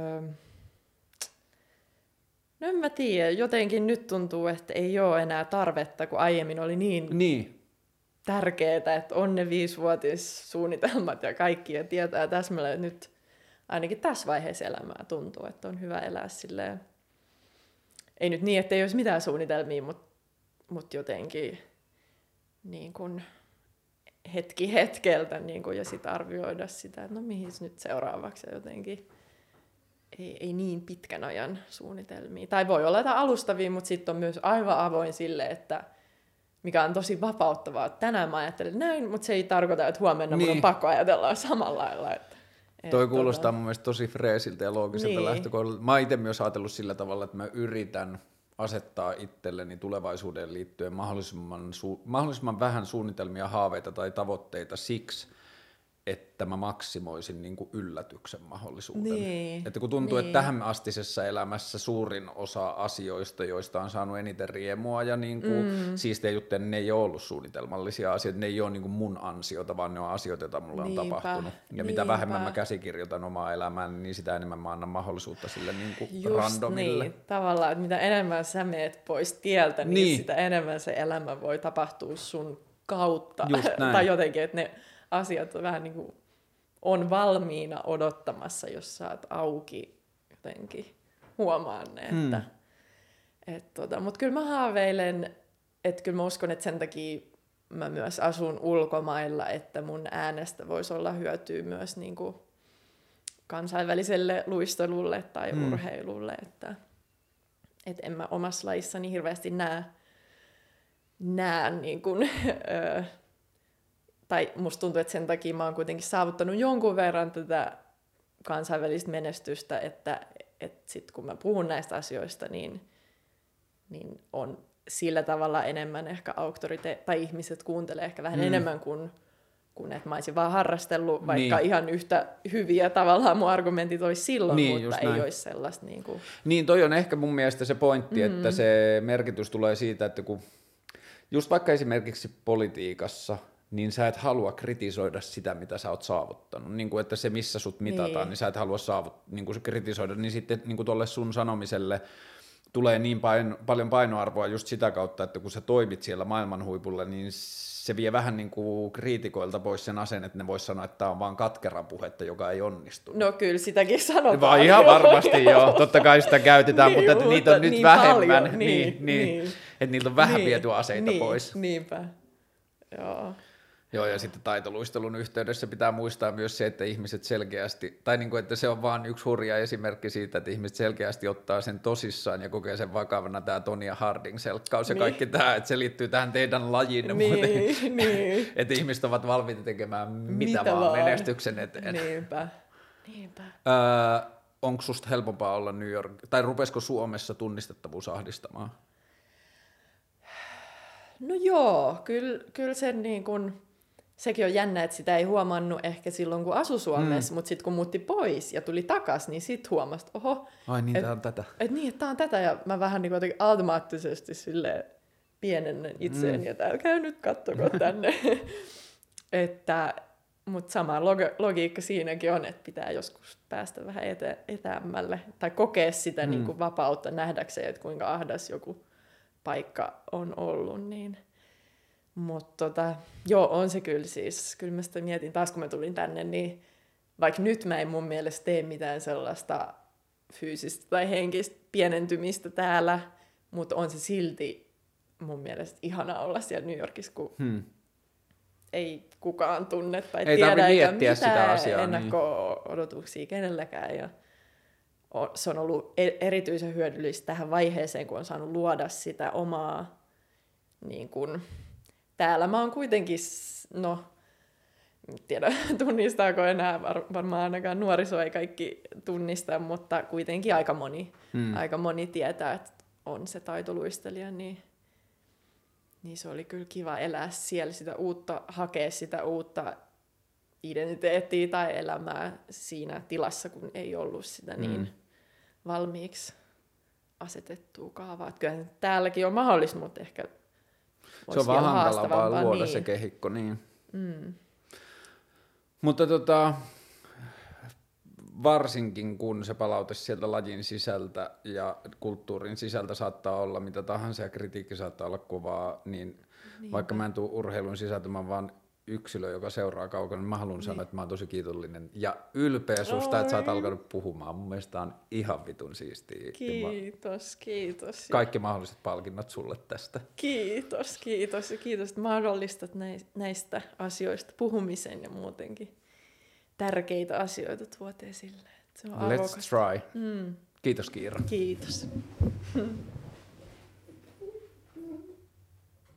no en mä tiedä, jotenkin nyt tuntuu, että ei ole enää tarvetta, kun aiemmin oli niin. Tärkeää, että on ne 5-vuotissuunnitelmat ja kaikki, ja tietää täsmälleen, että nyt ainakin tässä vaiheessa elämää tuntuu, että on hyvä elää silleen. Ei nyt niin, että ei olisi mitään suunnitelmia, mutta jotenkin niin kuin hetki hetkeltä niin kuin, ja sitten arvioida sitä, että no mihin nyt seuraavaksi jotenkin. Ei niin pitkän ajan suunnitelmia. Tai voi olla jotain alustavia, mutta sitten on myös aivan avoin sille, että mikä on tosi vapauttavaa. Tänään mä ajattelen näin, mutta se ei tarkoita, että huomenna mun on pakko ajatella samalla lailla. Toi kuulostaa mun mielestä tosi freesiltä ja loogiselta lähtökohdalta. Mä oon itse myös ajatellut sillä tavalla, että mä yritän asettaa itselleni tulevaisuuteen liittyen mahdollisimman vähän suunnitelmia, haaveita tai tavoitteita siksi, että mä maksimoisin niin kuin yllätyksen mahdollisuuden. Niin. Että kun tuntuu, että tähän astisessa elämässä suurin osa asioista, joista on saanut eniten riemua ja niin kuin siistejä juttuja, ne ei ole ollut suunnitelmallisia asioita, ne ei ole niin kuin mun ansiota, vaan ne on asioita, joita mulle on tapahtunut. Ja mitä vähemmän mä käsikirjoitan omaa elämääni, niin sitä enemmän mä annan mahdollisuutta sille niin kuin randomille. Niin, tavallaan, että mitä enemmän sä meet pois tieltä, niin sitä enemmän se elämä voi tapahtua sun kautta. Tai jotenkin, että ne asiat on vähän niin kuin on valmiina odottamassa, jos sä oot auki jotenkin huomaan ne. Mutta kyllä mä haaveilen, että kyllä mä uskon, että sen takia mä myös asun ulkomailla, että mun äänestä voisi olla hyötyä myös niin kuin kansainväliselle luistelulle tai urheilulle. Että en mä omassa lajissani hirveästi näe niin kuin, tai musta tuntuu, että sen takia mä oon kuitenkin saavuttanut jonkun verran tätä kansainvälistä menestystä, että sit kun mä puhun näistä asioista, niin on sillä tavalla enemmän ehkä tai ihmiset kuuntelee ehkä vähän enemmän kuin että mä olisin vaan harrastellut, vaikka ihan yhtä hyviä tavallaan mun argumentit olisi silloin, mutta ei olisi sellaista. Niin, toi on ehkä mun mielestä se pointti, että se merkitys tulee siitä, että kun just vaikka esimerkiksi politiikassa, niin sä et halua kritisoida sitä, mitä sä oot saavuttanut. Niin kuin, että se, missä sut mitataan, niin sä et halua niin kuin kritisoida, niin sitten niin kuin tolle sun sanomiselle tulee niin paljon painoarvoa just sitä kautta, että kun sä toimit siellä maailman huipulla, niin se vie vähän niin kuin kriitikoilta pois sen aseen, että ne vois sanoa, että tää on vaan katkeran puhetta, joka ei onnistu. No kyllä sitäkin sanotaan. Vaan ihan varmasti joo, totta kai sitä käytetään, mutta että niitä on nyt niin vähemmän, niin. Että niiltä on vähän viety aseita pois. Niinpä, joo. Joo, ja sitten taitoluistelun yhteydessä pitää muistaa myös se, että ihmiset selkeästi, tai niin kuin, että se on vaan yksi hurja esimerkki siitä, että ihmiset selkeästi ottaa sen tosissaan ja kokee sen vakavana, tämä Tonya Harding-selkkaus ja kaikki tämä, että se liittyy tähän teidän lajiin, että ihmiset ovat valmiita tekemään mitä vaan menestyksen eteen. Niinpä. Onko susta helpompaa olla New York, tai rupesiko Suomessa tunnistettavuus ahdistamaan? No joo, kyllä sen niin kuin sekin on jännä, että sitä ei huomannut ehkä silloin, kun asui Suomessa, mutta sitten kun muutti pois ja tuli takaisin, niin sitten huomasi, että oho. Ai niin, tämä on tätä. Että tämä on tätä, ja mä vähän niin kuin automaattisesti silleen pienennän itseäni, että älkää nyt kattoko tänne. Mutta sama logiikka siinäkin on, että pitää joskus päästä vähän etäämmälle, tai kokea sitä niin kuin vapautta nähdäkseen, että kuinka ahdas joku paikka on ollut, niin. Mutta joo, on se kyllä siis. Kyllä mä sitä mietin taas, kun mä tulin tänne, niin vaikka nyt mä en mun mielestä tee mitään sellaista fyysistä tai henkistä pienentymistä täällä, mutta on se silti mun mielestä ihana olla siellä New Yorkissa, kun ei kukaan tunne tai ei tiedä eikä mitään sitä asiaa, ennakko-odotuksia kenelläkään. Ja se on ollut erityisen hyödyllistä tähän vaiheeseen, kun on saanut luoda sitä omaa niin kun, täällä mä oon kuitenkin, no, en tiedä tunnistaako enää, varmaan ainakaan nuoriso ei kaikki tunnista, mutta kuitenkin aika moni tietää, että on se taitoluistelija, niin se oli kyllä kiva elää siellä hakea sitä uutta identiteettiä tai elämää siinä tilassa, kun ei ollut sitä niin valmiiksi asetettua kaavaa. Kyllä täälläkin on mahdollista, mutta ehkä se on vähän hankalampaa luoda se kehikko, niin. Mutta varsinkin kun se palaute sieltä lajin sisältä ja kulttuurin sisältä saattaa olla mitä tahansa ja kritiikki saattaa olla kovaa, niin vaikka mä en tule urheilun sisältä, mä vaan yksilö, joka seuraa kaukana, niin mä haluan sanoa, että mä oon tosi kiitollinen ja ylpeä susta, että sä oot alkanut puhumaan. Mun mielestä on ihan vitun siistiä. Kiitos. Kaikki mahdolliset palkinnot sulle tästä. Kiitos, että mahdollistat näistä asioista puhumisen ja muutenkin tärkeitä asioita tuot esille. Se on Let's try. Kiitos Kiira. Kiitos.